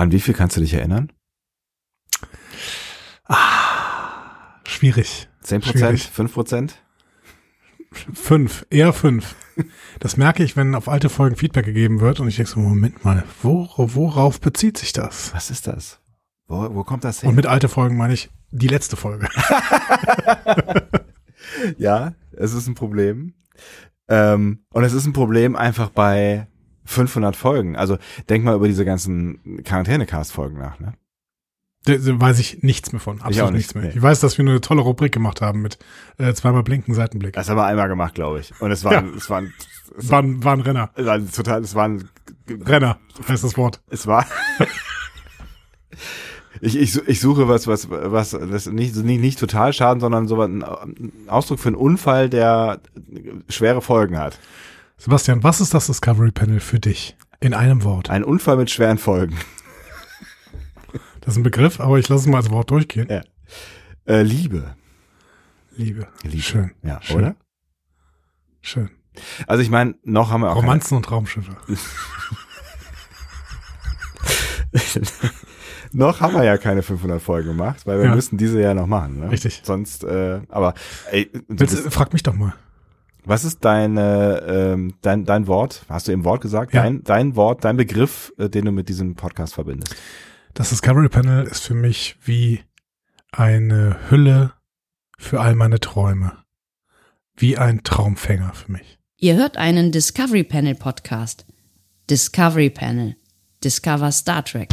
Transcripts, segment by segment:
An wie viel kannst du dich erinnern? Schwierig. 10%? 5%? 5, eher 5. Das merke ich, wenn auf alte Folgen Feedback gegeben wird und ich denke so, Moment mal, worauf bezieht sich das? Was ist das? Wo kommt das her? Und mit alte Folgen meine ich die letzte Folge. Ja, es ist ein Problem. Und es ist ein Problem einfach bei 500 Folgen. Also denk mal über diese ganzen Quarantäne-Cast-Folgen nach, ne? Da weiß ich nichts mehr von. Absolut nichts mehr. Nee. Ich weiß, dass wir eine tolle Rubrik gemacht haben mit zweimal Blinken, Seitenblick. Das haben wir einmal gemacht, glaube ich. Und es war War ein Renner. Renner heißt das Wort. Es war ich suche was nicht total schaden, sondern so ein Ausdruck für einen Unfall, der schwere Folgen hat. Sebastian, was ist das Discovery Panel für dich? In einem Wort. Ein Unfall mit schweren Folgen. Das ist ein Begriff, aber ich lasse es mal als Wort durchgehen. Ja. Liebe. Schön. Ja, schön. Oder? Schön. Also ich meine, noch haben wir auch Romanzen und Raumschiffe. Noch haben wir ja keine 500 Folgen gemacht, weil wir müssen diese ja noch machen. Ne? Richtig. Sonst, aber ey, frag mich doch mal. Was ist dein Wort? Hast du eben Wort gesagt? Ja. Dein Wort, dein Begriff, den du mit diesem Podcast verbindest? Das Discovery Panel ist für mich wie eine Hülle für all meine Träume. Wie ein Traumfänger für mich. Ihr hört einen Discovery Panel Podcast. Discovery Panel. Discover Star Trek.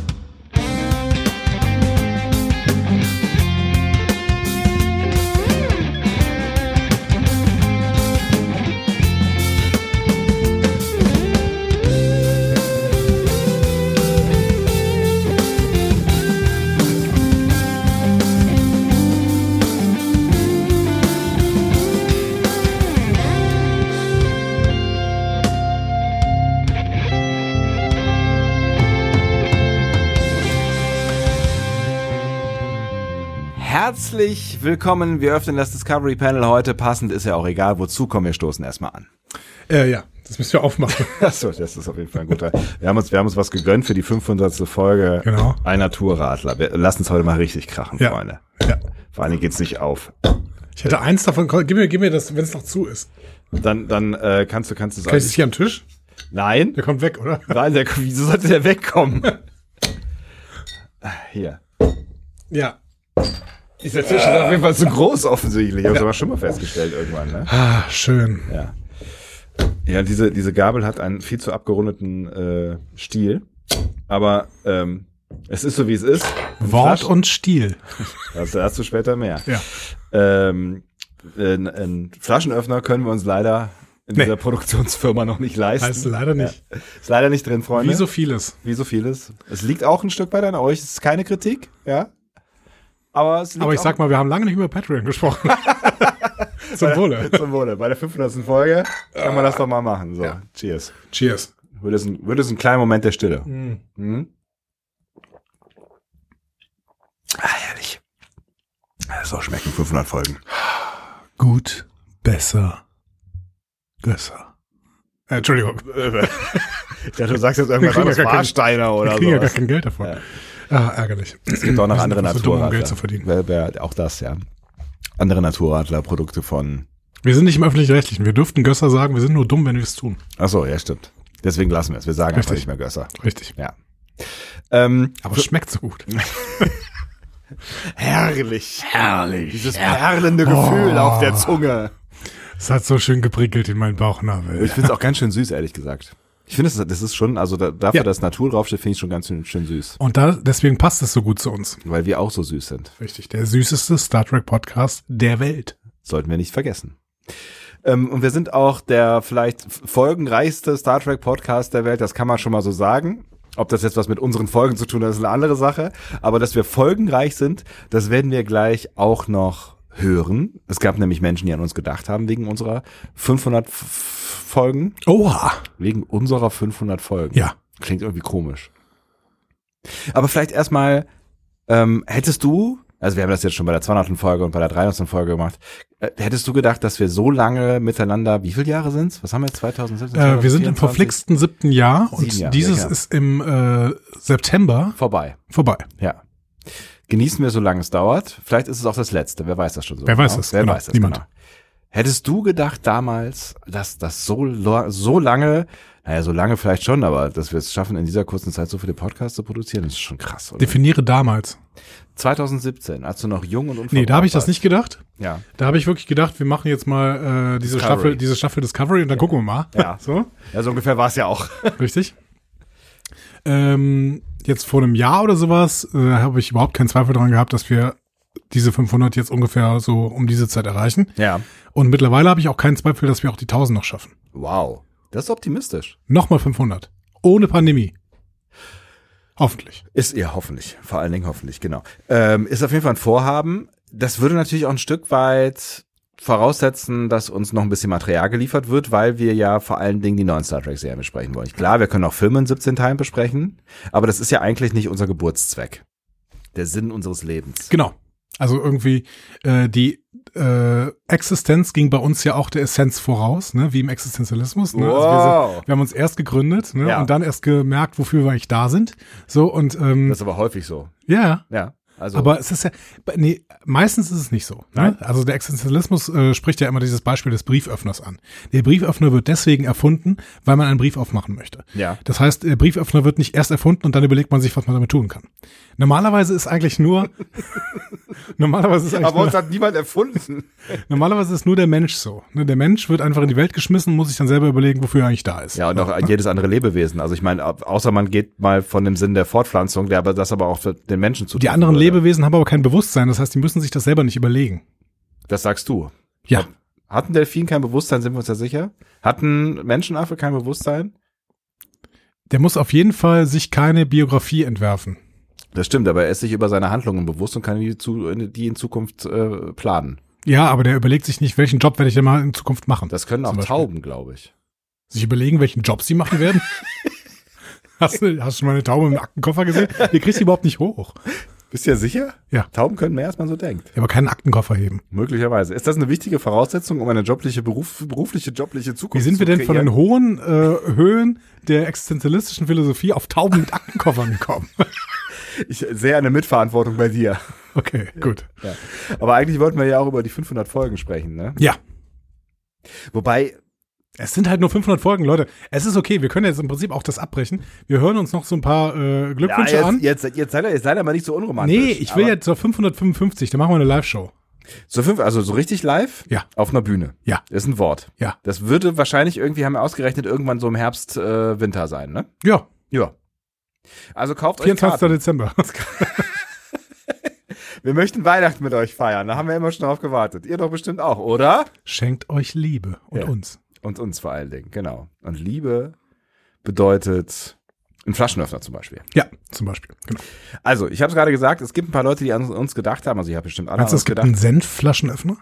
Herzlich willkommen, wir öffnen das Discovery Panel heute, passend ist ja auch egal, wozu, kommen wir stoßen erstmal an. Ja, das müssen wir aufmachen. Achso, das ist auf jeden Fall ein guter. Wir haben uns was gegönnt für die 500. Folge. Genau. Ein Naturradler. Wir lassen es heute mal richtig krachen, Freunde. Ja. Vor allem geht's nicht auf. Ich hätte eins davon, gib mir das, wenn es noch zu ist. Dann kannst du es Kann ich das hier am Tisch? Nein. Der kommt weg, oder? Nein, wieso sollte der wegkommen? Hier. Ja. Dieser Tisch ist auf jeden Fall zu groß offensichtlich. Ich habe es aber schon mal festgestellt irgendwann, ne? Schön. Ja. Ja, diese Gabel hat einen viel zu abgerundeten Stiel. Aber es ist so, wie es ist. Wort und Stil. Das hast du später mehr. Ja. Ein Flaschenöffner können wir uns leider in dieser Produktionsfirma noch nicht leisten. Heißt leider nicht. Ja. Ist leider nicht drin, Freunde. Wie so vieles. Es liegt auch ein Stück weit an euch. Es ist keine Kritik, ja. Aber ich sag mal, wir haben lange nicht über Patreon gesprochen. Zum Wohle. Zum Wohle. Bei der 500. Folge kann man das doch mal machen. So, ja. Cheers. Cheers. Wird es ein kleiner Moment der Stille. Mhm. Herrlich. So schmecken 500 Folgen. Gut, besser, Gösser. Entschuldigung. Ja, du sagst jetzt irgendwas anderes, Warsteiner oder so. Wir kriegen ja gar kein Geld davon. Ja. Ärgerlich. Es gibt auch noch andere Naturradler. Um Geld zu verdienen. Auch das, ja. Andere Naturradler-Produkte von... Wir sind nicht im Öffentlich-Rechtlichen. Wir dürften Gösser sagen, wir sind nur dumm, wenn wir es tun. Ach so, ja, stimmt. Deswegen lassen wir es. Wir sagen einfach nicht mehr Gösser. Richtig. Ja. Aber es schmeckt so gut. Herrlich. Dieses perlende Gefühl auf der Zunge. Es hat so schön geprickelt in meinen Bauchnabel. Ich finde es auch ganz schön süß, ehrlich gesagt. Ich finde, das ist schon, also dafür, dass Natur draufsteht, finde ich schon ganz schön süß. Und deswegen passt es so gut zu uns. Weil wir auch so süß sind. Richtig, der süßeste Star Trek Podcast der Welt. Sollten wir nicht vergessen. Und wir sind auch der vielleicht folgenreichste Star Trek Podcast der Welt, das kann man schon mal so sagen. Ob das jetzt was mit unseren Folgen zu tun hat, ist eine andere Sache. Aber dass wir folgenreich sind, das werden wir gleich auch noch hören. Es gab nämlich Menschen, die an uns gedacht haben wegen unserer 500 Folgen. Oha. Wegen unserer 500 Folgen. Ja. Klingt irgendwie komisch. Aber vielleicht erstmal, hättest du, also wir haben das jetzt schon bei der 200. Folge und bei der 300. Folge gemacht, Hättest du gedacht, dass wir so lange miteinander, wie viele Jahre sind's? Was haben wir jetzt, 2017? Wir sind im verflixten 7. Jahr und 7 Jahre, dieses ja. ist im September Vorbei. Ja. Genießen wir, solange es dauert. Vielleicht ist es auch das Letzte. Wer weiß das schon so? Wer weiß das? Wer Genau. weiß das? Niemand. Genau. Hättest du gedacht damals, dass das so lange, naja, so lange vielleicht schon, aber dass wir es schaffen, in dieser kurzen Zeit so viele Podcasts zu produzieren, das ist schon krass, oder? Definiere damals. 2017, als du noch jung und unverbraucht Nee, da habe ich das warst. nicht gedacht. Ja. Da habe ich wirklich gedacht, wir machen jetzt mal diese Staffel Discovery und dann gucken wir mal. Ja. So, Ja, so ungefähr war es ja auch. richtig. Jetzt vor einem Jahr oder sowas habe ich überhaupt keinen Zweifel daran gehabt, dass wir diese 500 jetzt ungefähr so um diese Zeit erreichen. Ja. Und mittlerweile habe ich auch keinen Zweifel, dass wir auch die 1000 noch schaffen. Wow. Das ist optimistisch. Nochmal 500. Ohne Pandemie. Hoffentlich. Ist ihr hoffentlich. Vor allen Dingen hoffentlich, genau. Ist auf jeden Fall ein Vorhaben. Das würde natürlich auch ein Stück weit voraussetzen, dass uns noch ein bisschen Material geliefert wird, weil wir ja vor allen Dingen die neuen Star Trek-Serien besprechen wollen. Klar, wir können auch Filme in 17 Teilen besprechen, aber das ist ja eigentlich nicht unser Geburtszweck. Der Sinn unseres Lebens. Genau. Also irgendwie die Existenz ging bei uns ja auch der Essenz voraus, ne? Wie im Existenzialismus. Ne? Wow. Also wir haben uns erst gegründet, ne? Ja. Und dann erst gemerkt, wofür wir eigentlich da sind. So und Das ist aber häufig so. ja. Ja. Also, Aber es ist ja, nee, meistens ist es nicht so. Nein. Ne? Also der Existenzialismus spricht ja immer dieses Beispiel des Brieföffners an. Der Brieföffner wird deswegen erfunden, weil man einen Brief aufmachen möchte. ja. Das heißt, der Brieföffner wird nicht erst erfunden und dann überlegt man sich, was man damit tun kann. Normalerweise ist eigentlich nur, Aber uns hat niemand erfunden. normalerweise ist nur der Mensch so. Ne? Der Mensch wird einfach in die Welt geschmissen und muss sich dann selber überlegen, wofür er eigentlich da ist. Ja, und auch jedes andere Lebewesen. Also ich meine, außer man geht mal von dem Sinn der Fortpflanzung, der aber das aber auch für den Menschen zu Die anderen Lebewesen haben aber kein Bewusstsein, das heißt, die müssen sich das selber nicht überlegen. Das sagst du. Ja. Hatten Delfinen kein Bewusstsein, sind wir uns ja sicher? Hatten Menschenaffe kein Bewusstsein? Der muss auf jeden Fall sich keine Biografie entwerfen. Das stimmt, aber er ist sich über seine Handlungen bewusst und kann die in Zukunft planen. Ja, aber der überlegt sich nicht, welchen Job werde ich denn mal in Zukunft machen. Das können auch Zum Beispiel. Tauben, glaube ich. Sich überlegen, welchen Job sie machen werden? Hast du schon mal eine Taube im Aktenkoffer gesehen? Die kriegst du überhaupt nicht hoch. Bist du ja sicher? Ja. Tauben können mehr, als man so denkt. Aber keinen Aktenkoffer heben. Möglicherweise. Ist das eine wichtige Voraussetzung, um eine berufliche Zukunft Wie sind wir denn von kreieren? den hohen Höhen der existenzialistischen Philosophie auf Tauben mit Aktenkoffern gekommen? Ich sehe eine Mitverantwortung bei dir. Okay, gut. Ja. Aber eigentlich wollten wir ja auch über die 500 Folgen sprechen, ne? Ja, Wobei, es sind halt nur 500 Folgen, Leute. Es ist okay, wir können jetzt im Prinzip auch das abbrechen. Wir hören uns noch so ein paar Glückwünsche an. jetzt seid ihr mal nicht so unromantisch. Nee, ich will Aber jetzt zur 555, da machen wir eine Live-Show. also so richtig live? Ja. Auf einer Bühne. Ja. Ist ein Wort. Ja. Das würde wahrscheinlich irgendwie, haben wir ausgerechnet, irgendwann so im Herbst, Winter sein, ne? Ja, Ja. Also kauft euch 24. Karten. Dezember. Wir möchten Weihnachten mit euch feiern. Da haben wir immer schon drauf gewartet. Ihr doch bestimmt auch, oder? Schenkt euch Liebe und Ja. uns. Und uns vor allen Dingen, genau. Und Liebe bedeutet ein Flaschenöffner zum Beispiel. Ja, zum Beispiel. Genau. Also, ich habe es gerade gesagt, es gibt ein paar Leute, die an uns gedacht haben. Also ich habe bestimmt alle an Meinst du, uns es gibt gedacht. einen Senfflaschenöffner?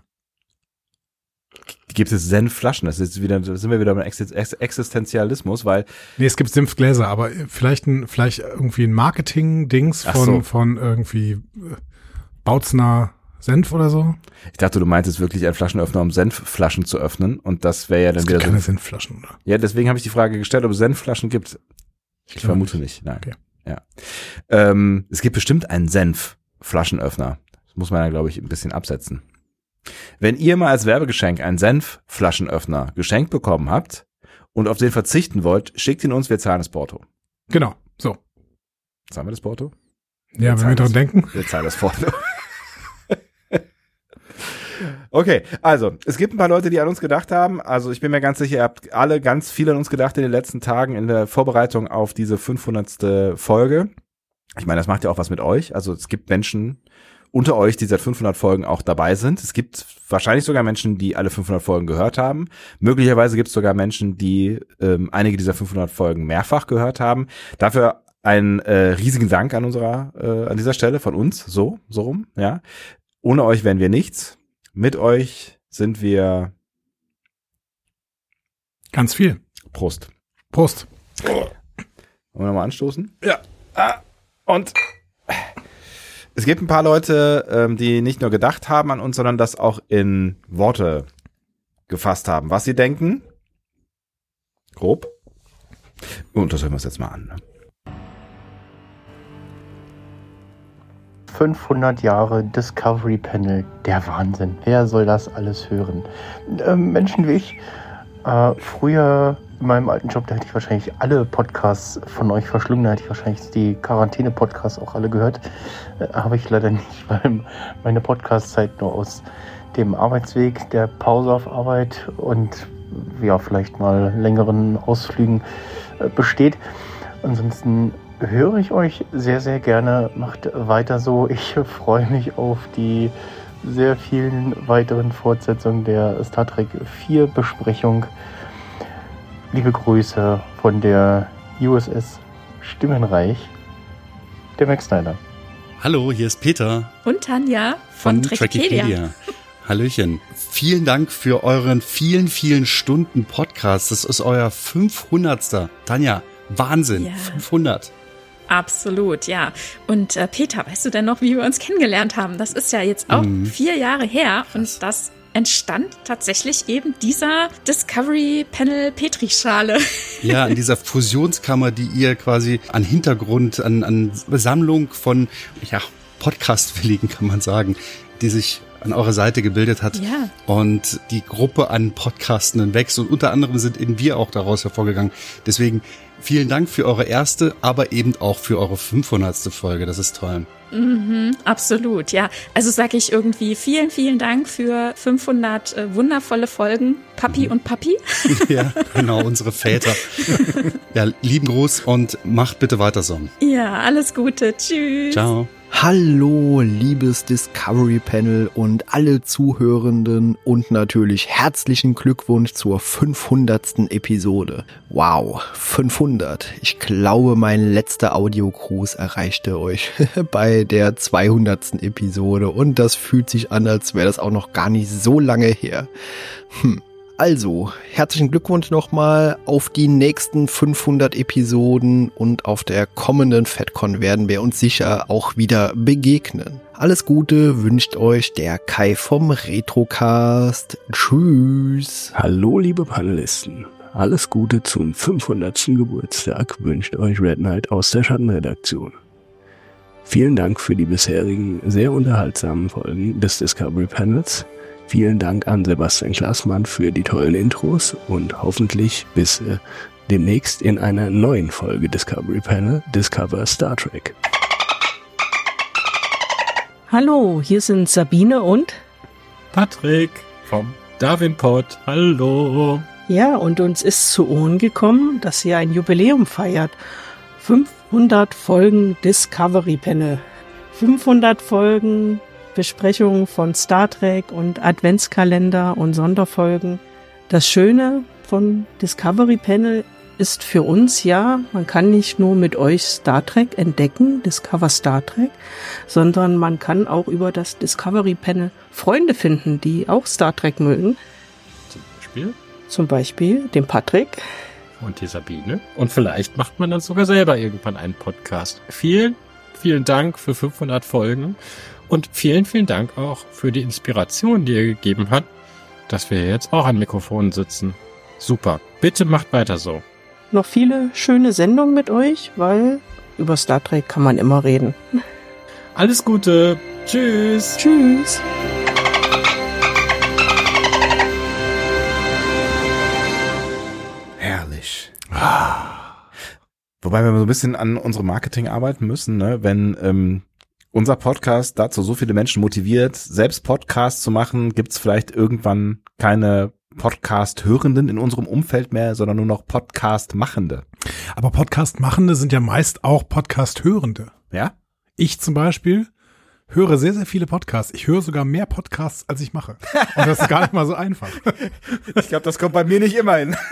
Gibt es Senfflaschen? Da sind wir wieder beim Existenzialismus, weil Nee, es gibt Senfgläser, aber vielleicht irgendwie ein Marketing-Dings Ach so. von irgendwie Bautzner Senf oder so. ich dachte, du meintest wirklich einen Flaschenöffner, um Senfflaschen zu öffnen. Und das wäre ja dann Es wieder gibt keine so. Senfflaschen, oder? Ja, deswegen habe ich die Frage gestellt, ob es Senfflaschen gibt. Ich glaube vermute nicht. Nein. Okay. Ja. Es gibt bestimmt einen Senf-Flaschenöffner. Das muss man ja, glaube ich, ein bisschen absetzen. Wenn ihr mal als Werbegeschenk einen Senf-Flaschenöffner geschenkt bekommen habt und auf den verzichten wollt, schickt ihn uns, wir zahlen das Porto. Genau, so. Zahlen wir das Porto? Ja, wenn wir dran denken. Wir zahlen das Porto. Okay, also, es gibt ein paar Leute, die an uns gedacht haben. Also, ich bin mir ganz sicher, ihr habt alle ganz viel an uns gedacht in den letzten Tagen in der Vorbereitung auf diese 500. Folge. Ich meine, das macht ja auch was mit euch. Also, es gibt Menschen unter euch, die seit 500 Folgen auch dabei sind. Es gibt wahrscheinlich sogar Menschen, die alle 500 Folgen gehört haben. Möglicherweise gibt es sogar Menschen, die einige dieser 500 Folgen mehrfach gehört haben. Dafür einen riesigen Dank an an dieser Stelle von uns. So rum, ja. Ohne euch wären wir nichts. Mit euch sind wir Ganz viel. Prost. Prost. Wollen wir nochmal anstoßen? Ja. Und Es gibt ein paar Leute, die nicht nur gedacht haben an uns, sondern das auch in Worte gefasst haben, was sie denken. Grob. Und das hören wir uns jetzt mal an. Ne? 500 Jahre Discovery Panel, der Wahnsinn. Wer soll das alles hören? Menschen wie ich, früher in meinem alten Job, da hätte ich wahrscheinlich alle Podcasts von euch verschlungen, da hätte ich wahrscheinlich die Quarantäne-Podcasts auch alle gehört. Habe ich leider nicht, weil meine Podcast-Zeit nur aus dem Arbeitsweg, der Pause auf Arbeit und ja, vielleicht mal längeren Ausflügen besteht. Ansonsten höre ich euch sehr, sehr gerne. Macht weiter so. Ich freue mich auf die sehr vielen weiteren Fortsetzungen der Star Trek 4 Besprechung. Liebe Grüße von der USS Stimmenreich, der Max Snyder. Hallo, hier ist Peter. Und Tanja von Trekkipedia. Hallöchen. Vielen Dank für euren vielen, vielen Stunden Podcast. Das ist euer 500. Tanja, Wahnsinn, ja. 500. Absolut, ja. Und Peter, weißt du denn noch, wie wir uns kennengelernt haben? Das ist ja jetzt auch 4 Jahre her. Und das entstand tatsächlich eben dieser Discovery Panel Petrischale. Ja, in dieser Fusionskammer, die ihr quasi an Hintergrund, an Sammlung von, ja, Podcast-Willigen, kann man sagen, die sich an eurer Seite gebildet hat. Ja. Und die Gruppe an Podcastenden wächst. Und unter anderem sind eben wir auch daraus hervorgegangen. Deswegen vielen Dank für eure erste, aber eben auch für eure 500. Folge. Das ist toll. Absolut, ja. Also sage ich irgendwie vielen, vielen Dank für 500 wundervolle Folgen, Papi und Papi. Ja, genau, unsere Väter. Ja, lieben Gruß und macht bitte weiter so. Ja, alles Gute. Tschüss. Ciao. Hallo, liebes Discovery Panel und alle Zuhörenden und natürlich herzlichen Glückwunsch zur 500. Episode. Wow, 500. Ich glaube, mein letzter Audiogruß erreichte euch bei der 200. Episode und das fühlt sich an, als wäre das auch noch gar nicht so lange her. Also, herzlichen Glückwunsch nochmal auf die nächsten 500 Episoden und auf der kommenden FedCon werden wir uns sicher auch wieder begegnen. Alles Gute wünscht euch der Kai vom Retrocast. Tschüss. Hallo liebe Panelisten. Alles Gute zum 500. Geburtstag wünscht euch Red Knight aus der Schattenredaktion. Vielen Dank für die bisherigen sehr unterhaltsamen Folgen des Discovery Panels. Vielen Dank an Sebastian Klaßmann für die tollen Intros und hoffentlich bis demnächst in einer neuen Folge Discovery Panel Discover Star Trek. Hallo, hier sind Sabine und Patrick vom Darwin-Pod. Hallo. Ja, und uns ist zu Ohren gekommen, dass ihr ein Jubiläum feiert. 500 Folgen Discovery Panel. 500 Folgen Besprechungen von Star Trek und Adventskalender und Sonderfolgen. Das Schöne von Discovery Panel ist für uns ja, man kann nicht nur mit euch Star Trek entdecken, Discover Star Trek, sondern man kann auch über das Discovery Panel Freunde finden, die auch Star Trek mögen. Zum Beispiel den Patrick. Und die Sabine. Und vielleicht macht man dann sogar selber irgendwann einen Podcast. Vielen, vielen Dank für 500 Folgen. Und vielen, vielen Dank auch für die Inspiration, die ihr gegeben habt, dass wir jetzt auch an Mikrofonen sitzen. Super. Bitte macht weiter so. Noch viele schöne Sendungen mit euch, weil über Star Trek kann man immer reden. Alles Gute. Tschüss. Tschüss. Herrlich. Wobei wir so ein bisschen an unserem Marketing arbeiten müssen, ne? Wenn unser Podcast dazu so viele Menschen motiviert, selbst Podcasts zu machen, gibt's vielleicht irgendwann keine Podcast-Hörenden in unserem Umfeld mehr, sondern nur noch Podcast-Machende. Aber Podcast-Machende sind ja meist auch Podcast-Hörende. Ja? Ich zum Beispiel höre sehr, sehr viele Podcasts. Ich höre sogar mehr Podcasts, als ich mache. Und das ist gar nicht mal so einfach. Ich glaube, das kommt bei mir nicht immer hin.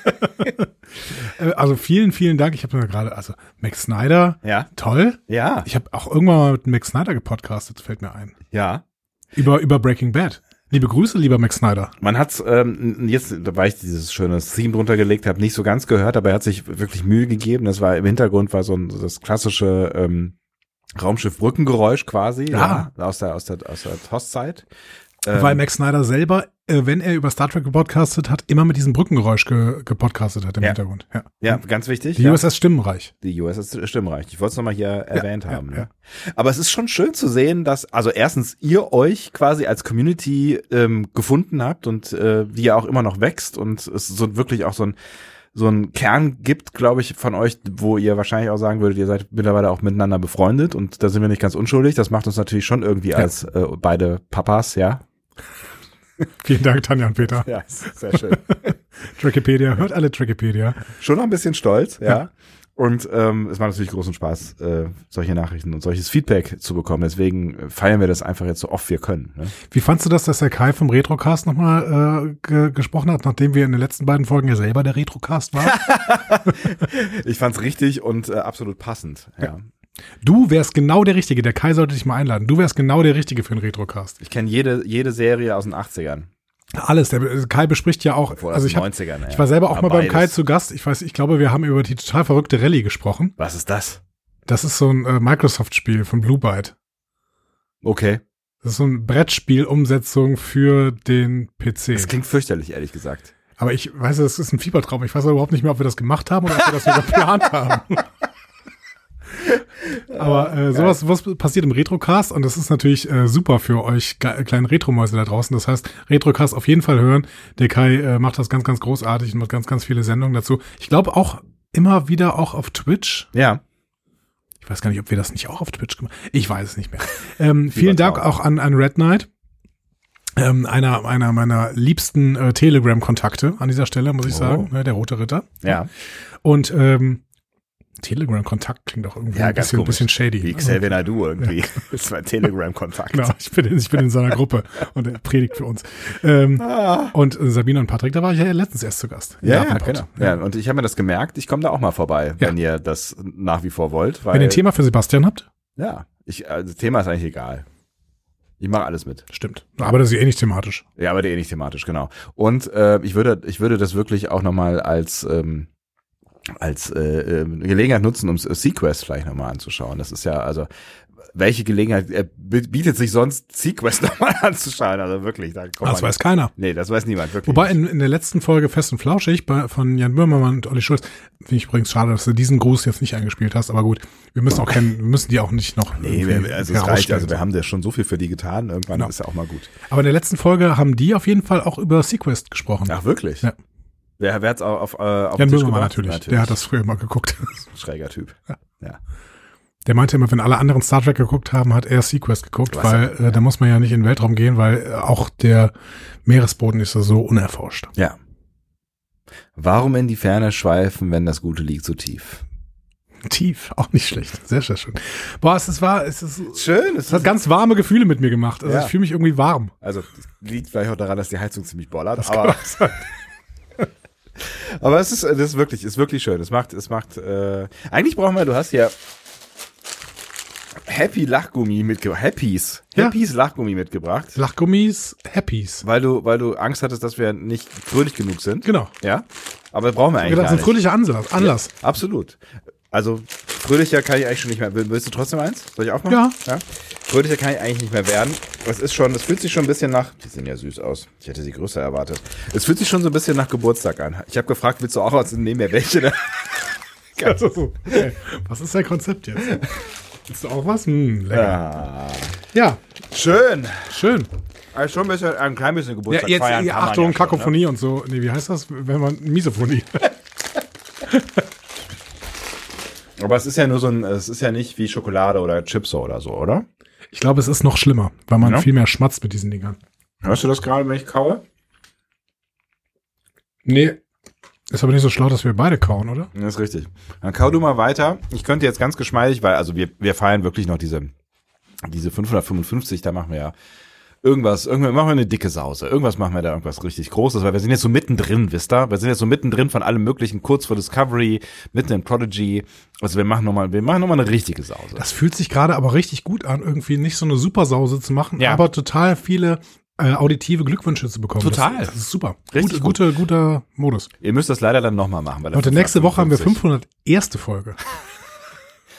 Also vielen, vielen Dank. Ich habe mir gerade, also Max Snyder, ja, toll. Ja. Ich habe auch irgendwann mal mit Max Snyder gepodcastet, fällt mir ein. Ja. Über Breaking Bad. Liebe Grüße, lieber Max Snyder. Man hat's jetzt, weil ich dieses schöne Theme drunter gelegt habe, nicht so ganz gehört, aber er hat sich wirklich Mühe gegeben. Das war im Hintergrund war so das klassische Raumschiff Brückengeräusch quasi, ja, aus der TOS-Zeit. Weil Max Snyder selber, wenn er über Star Trek gepodcastet hat, immer mit diesem Brückengeräusch gepodcastet hat im Hintergrund. Ja, ganz wichtig. Die USS Stimmenreich. Die USS Stimmenreich. Ich wollte es nochmal hier erwähnt haben. Ne? Aber es ist schon schön zu sehen, dass, also erstens, ihr euch quasi als Community gefunden habt und die ja auch immer noch wächst und es so wirklich auch so ein Kern gibt, glaube ich, von euch, wo ihr wahrscheinlich auch sagen würdet, ihr seid mittlerweile auch miteinander befreundet und da sind wir nicht ganz unschuldig. Das macht uns natürlich schon irgendwie als beide Papas, ja. Vielen Dank, Tanja und Peter. Ja, sehr schön. Trackipedia, hört alle Trackipedia. Schon noch ein bisschen stolz, ja. Und es macht natürlich großen Spaß, solche Nachrichten und solches Feedback zu bekommen. Deswegen feiern wir das einfach jetzt so oft wir können. Ne? Wie fandst du das, dass der Kai vom Retrocast nochmal gesprochen hat, nachdem wir in den letzten beiden Folgen ja selber der Retrocast waren? Ich fand's richtig und absolut passend, ja. Du wärst genau der Richtige. Der Kai sollte dich mal einladen. Du wärst genau der Richtige für einen Retrocast. Ich kenne jede Serie aus den 80ern. Alles. Der Kai bespricht ja auch. Also ich war selber auch mal beim Kai zu Gast. Ich glaube, wir haben über die total verrückte Rallye gesprochen. Was ist das? Das ist so ein Microsoft-Spiel von Blue Byte. Okay. Das ist so ein Brettspiel-Umsetzung für den PC. Das klingt fürchterlich, ehrlich gesagt. Aber ich weiß, das ist ein Fiebertraum. Ich weiß aber überhaupt nicht mehr, ob wir das gemacht haben oder ob wir das wieder geplant haben. Aber sowas passiert im Retrocast und das ist natürlich super für euch kleinen Retromäuse da draußen. Das heißt, Retrocast auf jeden Fall hören. Der Kai macht das ganz, ganz großartig und macht ganz, ganz viele Sendungen dazu. Ich glaube auch immer wieder auch auf Twitch. Ja. Ich weiß gar nicht, ob wir das nicht auch auf Twitch gemacht haben. Ich weiß es nicht mehr. Vielen Dank auch an Red Knight. Einer meiner liebsten Telegram-Kontakte an dieser Stelle, muss ich sagen. Der Rote Ritter. Ja. Und Telegram-Kontakt klingt auch irgendwie ein bisschen shady. Wie Xavier Naidoo irgendwie. Das ist mein Telegram-Kontakt. Genau, ich bin in seiner Gruppe und er predigt für uns. Und Sabine und Patrick, da war ich ja letztens erst zu Gast. Ja, genau. Ja, und ich habe mir das gemerkt, ich komme da auch mal vorbei, wenn ihr das nach wie vor wollt. Weil, wenn ihr ein Thema für Sebastian habt? Ja, das Thema ist eigentlich egal. Ich mache alles mit. Stimmt. Aber das ist eh nicht thematisch. Ja, aber nicht thematisch, genau. Und ich würde das wirklich auch nochmal als Gelegenheit nutzen, um Sequest vielleicht nochmal anzuschauen. Das ist ja, also, welche Gelegenheit bietet sich sonst, Sequest nochmal anzuschauen? Also wirklich. Das weiß keiner. Nee, das weiß niemand, wirklich. Wobei in der letzten Folge Fest und Flauschig von Jan Böhmermann und Olli Schulz, finde ich übrigens schade, dass du diesen Gruß jetzt nicht eingespielt hast, aber gut, wir müssen die auch nicht noch. Nee, es reicht, also wir haben ja schon so viel für die getan, irgendwann ist ja auch mal gut. Aber in der letzten Folge haben die auf jeden Fall auch über Sequest gesprochen. Ach, wirklich? Ja. Wer hat's auf Jan Böhmermann natürlich. Der hat das früher mal geguckt. Schräger Typ. Ja. Der meinte immer, wenn alle anderen Star Trek geguckt haben, hat er Sequest geguckt, weil da muss man ja nicht in den Weltraum gehen, weil auch der Meeresboden ist ja so unerforscht. Ja. Warum in die Ferne schweifen, wenn das Gute liegt so tief? Tief, auch nicht schlecht. Sehr, sehr schön. Boah, es ist schön. Es hat ganz warme Gefühle mit mir gemacht. Also ich fühle mich irgendwie warm. Also liegt vielleicht auch daran, dass die Heizung ziemlich bollert. Aber es ist wirklich schön. Es macht, eigentlich brauchen wir, du hast ja Happy Lachgummi mitgebracht. Happys Lachgummi mitgebracht. Lachgummis, Happys. Weil du Angst hattest, dass wir nicht fröhlich genug sind. Genau. Ja. Aber brauchen wir eigentlich gar nicht. Das ist ein fröhlicher Anlass. Ja, absolut. Also, fröhlicher kann ich eigentlich schon nicht mehr. Willst du trotzdem eins? Soll ich aufmachen? Ja. Fröhlicher kann ich eigentlich nicht mehr werden. Es fühlt sich schon ein bisschen nach, die sehen ja süß aus. Ich hätte sie größer erwartet. Es fühlt sich schon so ein bisschen nach Geburtstag an. Ich habe gefragt, willst du auch was? Nehmen wir welche da? Okay. Was ist dein Konzept jetzt? Willst du auch was? Lecker. Ja. Schön. Also schon ein klein bisschen Geburtstag jetzt, feiern. Achtung, Kakophonie und so. Nee, wie heißt das? Wenn man Misophonie. Aber es ist ja nur es ist ja nicht wie Schokolade oder Chips oder so, oder? Ich glaube, es ist noch schlimmer, weil man viel mehr schmatzt mit diesen Dingern. Hörst du das gerade, wenn ich kaue? Nee. Ist aber nicht so schlau, dass wir beide kauen, oder? Das ist richtig. Dann kau du mal weiter. Ich könnte jetzt ganz geschmeidig, weil, also wir feiern wirklich noch diese 555, da machen wir ja irgendwann machen wir eine dicke Sause. Irgendwas machen wir da, irgendwas richtig Großes, weil wir sind jetzt so mittendrin, wisst ihr? Wir sind jetzt so mittendrin von allem Möglichen, kurz vor Discovery, mitten in Prodigy. Also wir machen noch mal eine richtige Sause. Das fühlt sich gerade aber richtig gut an, irgendwie nicht so eine Supersause zu machen, aber total viele auditive Glückwünsche zu bekommen. Total. Das ist super. Richtig guter Modus. Ihr müsst das leider dann nochmal machen. Weil Leute, nächste Woche haben wir 501. Folge.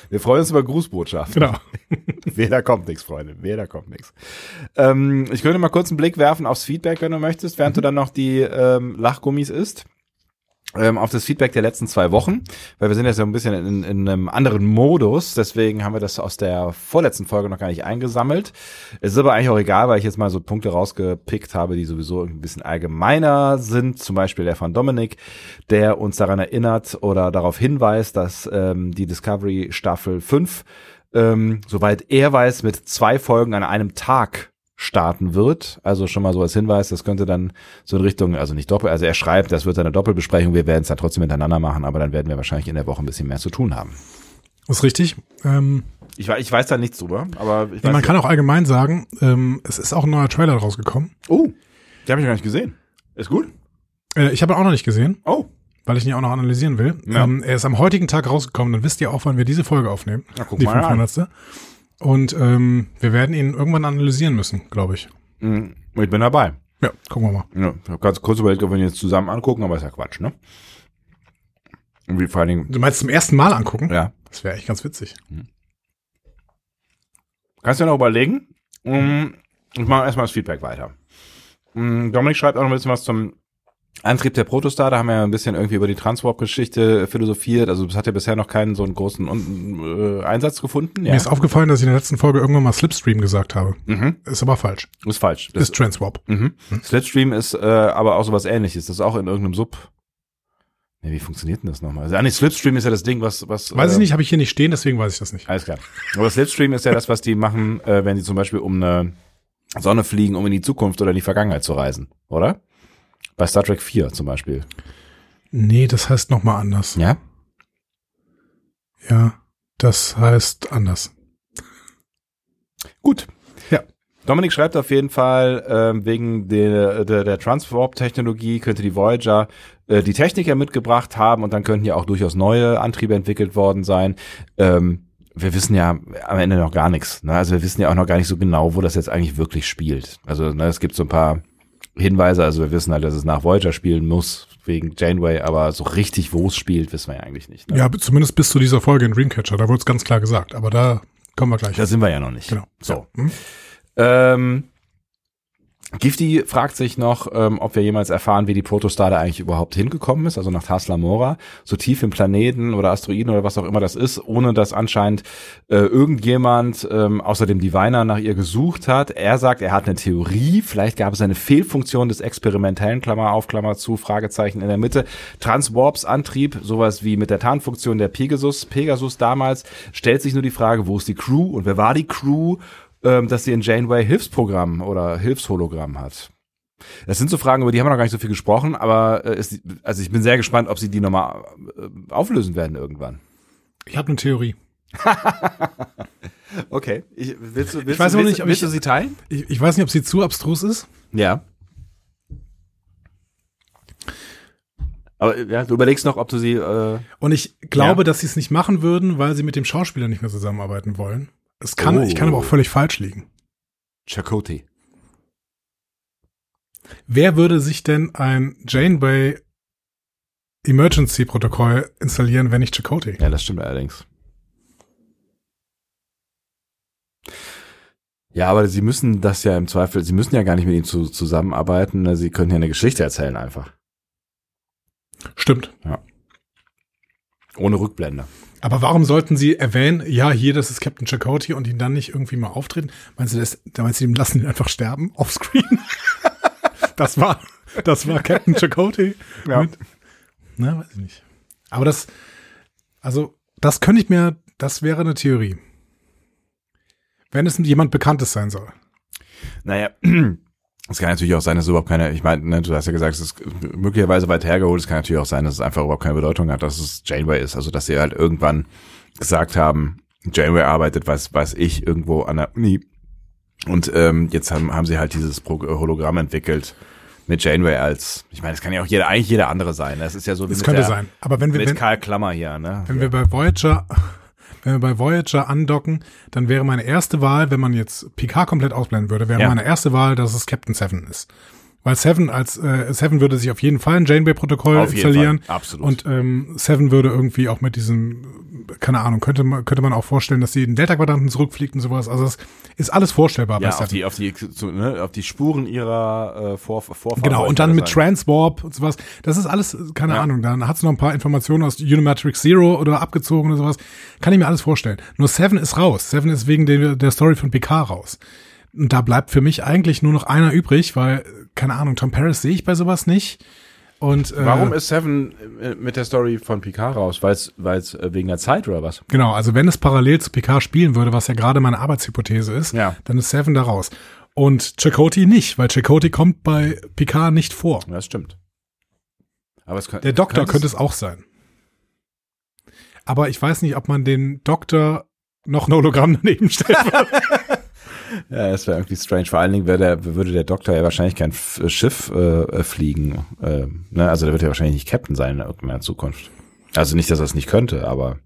Wir freuen uns über Grußbotschaften. Genau. Weder kommt nichts, Freunde. Weder kommt nichts. Ich könnte mal kurz einen Blick werfen aufs Feedback, wenn du möchtest, während du dann noch die Lachgummis isst. Auf das Feedback der letzten 2 Wochen, weil wir sind jetzt ja ein bisschen in einem anderen Modus, deswegen haben wir das aus der vorletzten Folge noch gar nicht eingesammelt. Es ist aber eigentlich auch egal, weil ich jetzt mal so Punkte rausgepickt habe, die sowieso ein bisschen allgemeiner sind, zum Beispiel der von Dominik, der uns daran erinnert oder darauf hinweist, dass die Discovery Staffel 5, soweit er weiß, mit 2 Folgen an einem Tag starten wird. Also schon mal so als Hinweis, das könnte dann so in Richtung, also nicht doppelt, also er schreibt, das wird eine Doppelbesprechung, wir werden es dann trotzdem miteinander machen, aber dann werden wir wahrscheinlich in der Woche ein bisschen mehr zu tun haben. Ist richtig. Ich weiß da nichts drüber, aber ich weiß man kann auch allgemein sagen, es ist auch ein neuer Trailer rausgekommen. Oh, den habe ich gar nicht gesehen. Ist gut? Ich habe ihn auch noch nicht gesehen. Oh. Weil ich ihn auch noch analysieren will. Ja. Er ist am heutigen Tag rausgekommen, dann wisst ihr auch, wann wir diese Folge aufnehmen. Na, guck die mal 500. Und wir werden ihn irgendwann analysieren müssen, glaube ich. Ich bin dabei. Ja, gucken wir mal. Ja, ich habe ganz kurz überlegt, ob wir ihn jetzt zusammen angucken, aber ist ja Quatsch, ne? Und wie vor allen Dingen. Du meinst zum ersten Mal angucken? Ja. Das wäre echt ganz witzig. Kannst du ja noch überlegen. Ich mache erstmal das Feedback weiter. Dominik schreibt auch noch ein bisschen was zum Antrieb der Protostar, da haben wir ja ein bisschen irgendwie über die Transwarp-Geschichte philosophiert. Also das hat ja bisher noch keinen so einen großen Einsatz gefunden. Ja. Mir ist aufgefallen, dass ich in der letzten Folge irgendwann mal Slipstream gesagt habe. Ist aber falsch. Ist falsch. Das ist Transwarp. Slipstream ist aber auch sowas Ähnliches. Das ist auch in irgendeinem Nee, wie funktioniert denn das nochmal? Also, nee, Slipstream ist ja das Ding, was weiß ich nicht, habe ich hier nicht stehen, deswegen weiß ich das nicht. Alles klar. Aber Slipstream ist ja das, was die machen, wenn die zum Beispiel um eine Sonne fliegen, um in die Zukunft oder in die Vergangenheit zu reisen, oder? Bei Star Trek 4 zum Beispiel. Nee, das heißt nochmal anders. Ja? Ja, das heißt anders. Gut. Ja. Dominik schreibt auf jeden Fall, wegen der Transwarp-Technologie könnte die Voyager die Techniker mitgebracht haben und dann könnten ja auch durchaus neue Antriebe entwickelt worden sein. Wir wissen ja am Ende noch gar nichts. Ne? Also wir wissen ja auch noch gar nicht so genau, wo das jetzt eigentlich wirklich spielt. Also ne, es gibt so ein paar Hinweise, also wir wissen halt, dass es nach Voyager spielen muss, wegen Janeway, aber so richtig, wo es spielt, wissen wir ja eigentlich nicht. Ne? Ja, zumindest bis zu dieser Folge in Dreamcatcher, da wurde es ganz klar gesagt, aber da kommen wir gleich. Da sind wir ja noch nicht. Genau. So. Gifty fragt sich noch, ob wir jemals erfahren, wie die Protostar da eigentlich überhaupt hingekommen ist, also nach Tasla Mora, so tief im Planeten oder Asteroiden oder was auch immer das ist, ohne dass anscheinend irgendjemand außer dem Diviner nach ihr gesucht hat. Er sagt, er hat eine Theorie, vielleicht gab es eine Fehlfunktion des experimentellen, Klammer auf, Klammer zu, Fragezeichen in der Mitte, Transwarps Antrieb, sowas wie mit der Tarnfunktion der Pegasus damals, stellt sich nur die Frage, wo ist die Crew und wer war die Crew? Dass sie in Janeway Hilfsprogramm oder Hilfshologramm hat. Das sind so Fragen, über die haben wir noch gar nicht so viel gesprochen, aber also ich bin sehr gespannt, ob sie die nochmal auflösen werden irgendwann. Ich habe eine Theorie. Okay. Willst du sie teilen? Ich weiß nicht, ob sie zu abstrus ist. Ja. Aber ja, du überlegst noch, ob du sie und ich glaube, dass sie es nicht machen würden, weil sie mit dem Schauspieler nicht mehr zusammenarbeiten wollen. Ich kann aber auch völlig falsch liegen. Chakotay. Wer würde sich denn ein Janeway Emergency Protokoll installieren, wenn nicht Chakotay? Ja, das stimmt allerdings. Ja, aber sie müssen das ja im Zweifel, sie müssen ja gar nicht mit ihm zusammenarbeiten, sie können ja eine Geschichte erzählen einfach. Stimmt. Ja. Ohne Rückblende. Aber warum sollten sie erwähnen, ja, hier, das ist Captain Chakotay und ihn dann nicht irgendwie mal auftreten? Meinst du, die lassen ihn einfach sterben offscreen? Das war Captain Chakotay. Ja. Weiß ich nicht. Aber das wäre eine Theorie. Wenn es jemand Bekanntes sein soll. Naja, es kann natürlich auch sein, dass es überhaupt keine, ich meine, ne, du hast ja gesagt, es ist möglicherweise weit hergeholt, es kann natürlich auch sein, dass es einfach überhaupt keine Bedeutung hat, dass es Janeway ist, also dass sie halt irgendwann gesagt haben, Janeway arbeitet, weiß ich, irgendwo an der Uni und jetzt haben sie halt dieses Hologramm entwickelt mit Janeway als, ich meine, es kann ja auch jeder andere sein, das ist ja so das könnte sein, aber mit Karl Klammer hier, ne? Wenn wir bei Voyager andocken, dann wäre meine erste Wahl, wenn man jetzt Picard komplett ausblenden würde, wäre meine erste Wahl, dass es Captain Seven ist. Weil Seven würde sich auf jeden Fall ein Janeway-Protokoll verlieren. Fall. Absolut. Und Seven würde irgendwie auch mit diesem, keine Ahnung, könnte man auch vorstellen, dass sie in den Delta-Quadranten zurückfliegt und sowas. Also es ist alles vorstellbar bei Seven. Auf die Spuren ihrer Vorfahren. Genau, und dann mit Transwarp und sowas. Das ist alles, keine Ahnung. Dann hat es noch ein paar Informationen aus Unimatrix Zero oder abgezogen oder sowas. Kann ich mir alles vorstellen. Nur Seven ist raus. Seven ist wegen der Story von Picard raus. Und da bleibt für mich eigentlich nur noch einer übrig, weil, keine Ahnung, Tom Paris sehe ich bei sowas nicht. Und warum ist Seven mit der Story von Picard raus? Weil es wegen der Zeit oder was? Genau, also wenn es parallel zu Picard spielen würde, was ja gerade meine Arbeitshypothese ist, dann ist Seven da raus. Und Chakotay nicht, weil Chakotay kommt bei Picard nicht vor. Das stimmt. Aber der Doktor könnte es auch sein. Aber ich weiß nicht, ob man den Doktor noch ein Hologramm daneben stellt. Ja, das wäre irgendwie strange. Vor allen Dingen würde der Doktor ja wahrscheinlich kein Schiff fliegen. Ne? Also der wird ja wahrscheinlich nicht Captain sein in irgendeiner Zukunft. Also nicht, dass er es nicht könnte, aber